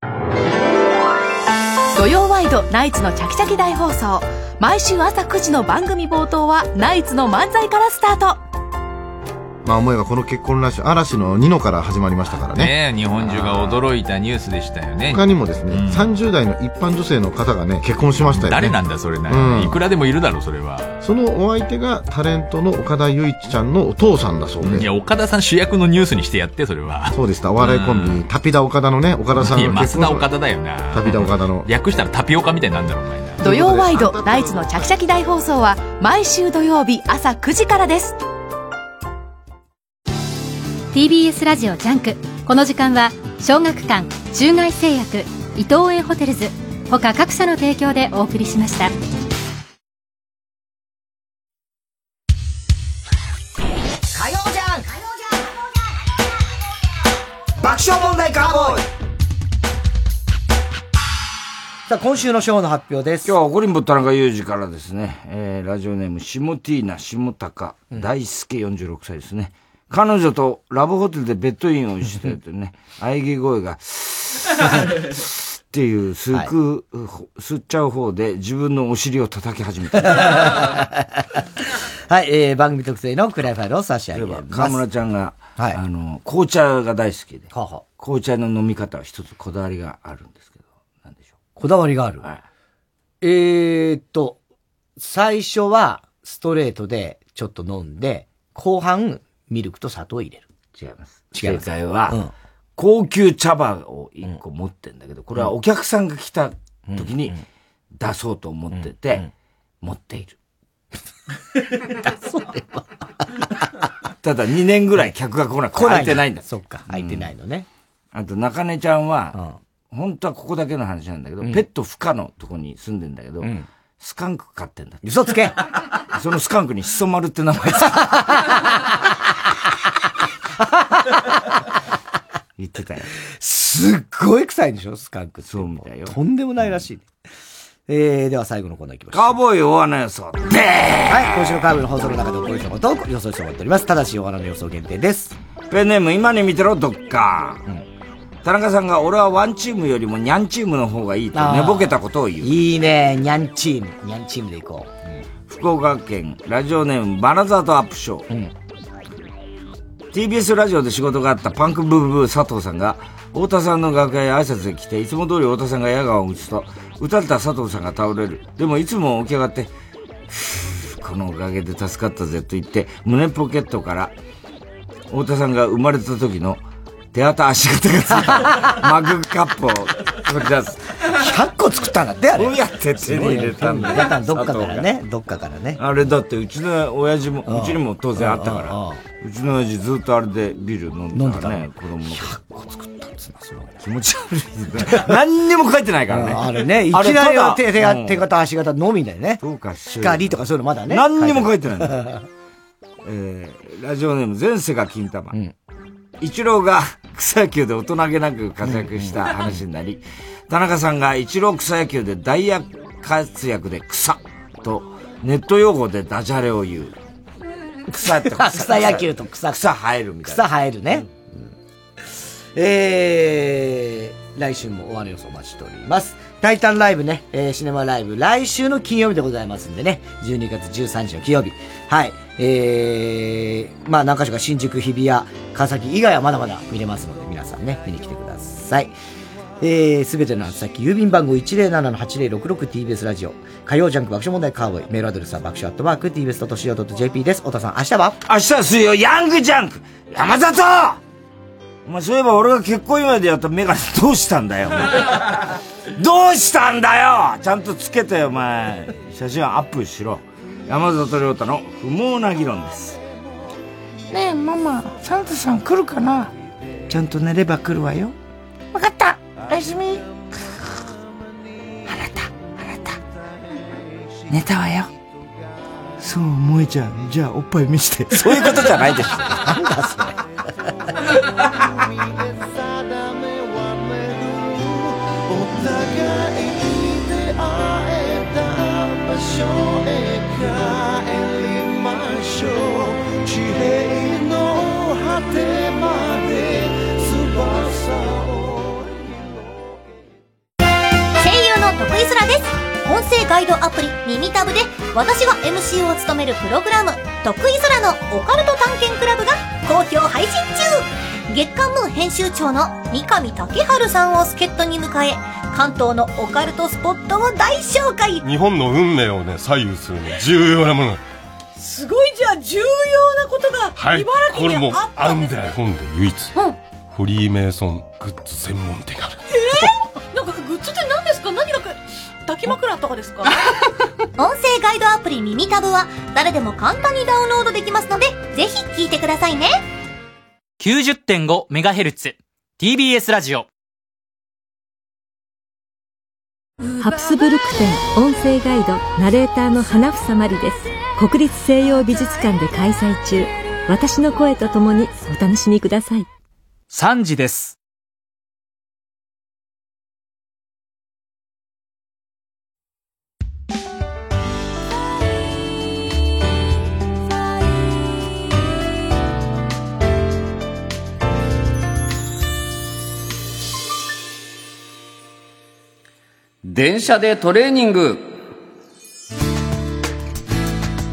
土曜ワイドナイツのチャキチャキ大放送。毎週朝くじの番組冒頭はナイツの漫才からスタート。 まあ思えばこの結婚ラッシュ嵐のニノから始まりましたからね。 ねえ、日本中が驚いたニュースでしたよね。 他にもですね、うん、さんじゅう代の一般女性の方がね結婚しましたよね。 誰なんだそれな、うん、いくらでもいるだろそれは。 そのお相手がタレントの岡田結実ちゃんのお父さんだそうで。 いや岡田さん主役のニュースにしてやってそれは。 そうでした。お笑いコンビ、うん、タピダ岡田のね岡田さんが結婚。いや増田岡田だよな。 タピダ岡田の略したらタピオカみたいになんだろうお前な。 土曜ワイドナイツのチャキチャキ大放送は毎週土曜日朝くじからです。 ティービーエス ラジオジャンク。この時間は小学館、中外製薬、伊東園ホテルズ他各社の提供でお送りしました。 火曜ジャンク爆笑問題カーボーイ。さあ今週のショーの発表です。 今日は怒りんぼ田中裕二からですね、えー、ラジオネーム下ティーナ下高大輔よんじゅうろくさいですね、うん、彼女とラブホテルでベッドインをしててね喘ぎ声がっていう吸く、はい、吸っちゃう方で自分のお尻を叩き始めたはい、えー、番組特製のクライファイルを差し上げます。 河村ちゃんが、はい、あの紅茶が大好きで、はは紅茶の飲み方は一つこだわりがあるんですけど、なんでしょう。 こだわりがある、はい、えーっと最初はストレートでちょっと飲んで後半ミルクと砂糖を入れる。 違います。正解は、うん、高級茶葉を一個持ってんだけど、これはお客さんが来た時に出そうと思ってて、うんうんうん、持っている。 それはただにねんぐらい客が来ない。 来ないてないんだ。 そっか、空いてないのね。 うん、あと中根ちゃんは、うん、本当はここだけの話なんだけど、うん、ペット不可のとこに住んでんだけど、うん、スカンク飼ってんだって。 嘘つけそのスカンクにシソマルって名前つけ言ってたよ。 すっごい臭いんでしょスカンクって。 そうみたいよ。 とんでもないらしい、ね。うん、えー、では最後のコーナー行きましょう。 カーボーイ大穴予想。でーはい、今週のカーボーイの放送の中で起こりそうなことを予想してもらっております。ただし大穴の予想限定です。 ペンネーム今に見てろどっか。うん、田中さんが俺はワンチームよりもニャンチームの方がいいと寝ぼけたことを言う。 いいね、ニャンチーム。ニャンチームで行こう。うん、 福岡県ラジオネームバナザートアップショー。うん、ティービーエス ラジオで仕事があったパンクブーブー佐藤さんが太田さんの楽屋へ挨拶で来て、いつも通り太田さんが矢川を打つと打たれた佐藤さんが倒れる。でもいつも起き上がってふぅこのおかげで助かったぜと言って胸ポケットから太田さんが生まれた時の手形足形がついたマグカップを取り出す。 ひゃっこ作ったんだってあれ。 どうやって手に入れたんだよ。 どっかからね。どっかからね。 あれだってうちの親父も、うちにも当然あったから、うちの親父ずっとあれでビール飲んでたからね、子供の。 ひゃっこ作ったんですな、すごいね。 気持ち悪い。何にも書いてないからね。 あれね、いきなりは手、手、手形足形のみだよね。 そうか、 光とかそういうのまだね。 何にも書いてない。えー、ラジオネーム前世が金玉。イチローが草野球で大人げなく活躍した話になり、田中さんがイチロー草野球で大活躍で草とネット用語でダジャレを言う。草って草草野球と草草生えるみたいな。 草生えるね。うん、え来週もお話予想お待ちしております。タイタンライブね、えー、シネマライブ、来週の金曜日でございますんでね、じゅうにがつじゅうさんにちの金曜日。はい。えー、まあ何か所か新宿、日比谷、川崎以外はまだまだ見れますので、皆さんね、見に来てください。えー、すべての宛先、郵便番号 いちゼロななのはちゼロろくろく ティービーエス ラジオ。火曜ジャンク爆笑問題カーボーイ。メールアドレスは爆笑アットマーク ティービーエスドットシーオードットジェーピー です。太田さん、明日は明日は水曜、ヤングジャンク山里お前そういえば俺が結婚祝いでやったメガネどうしたんだよどうしたんだよちゃんとつけてよお前写真アップしろ。山里亮太の不毛な議論です。 ねえママ、サンタさん来るかな。 ちゃんと寝れば来るわよ。 わかった、おやすみ。 寝たわよ。そう、萌えちゃん、じゃあおっぱい見して。 そういうことじゃないでしょ。 なんだそれ。 お互いに出会えた場所へ帰りましょう。地平の果てまで翼を。 声優の徳井空です。音声ガイドアプリ耳タブで私が エムシー を務めるプログラム得意空のオカルト探検クラブが好評配信中。月刊ムー編集長の三上竹春さんを助っ人に迎え、関東のオカルトスポットを大紹介。 日本の運命をね左右するね重要なもの。 すごい、じゃあ重要なことがはい茨城これもにあったんですね。 あんだよ。日本で唯一、 うん、 フリーメイソングッズ専門店がある。 えー、なんかグッズって何ですか。何か抱き枕とかですか。 音声ガイドアプリ耳タブは誰でも簡単にダウンロードできますので、ぜひ聞いてくださいね。 きゅうじゅってんごメガヘルツ ティービーエス ラジオ。 ハプスブルク展音声ガイドナレーターの花房まりです。国立西洋美術館で開催中。私の声とともにお楽しみください。 さんじです。 電車でトレーニング。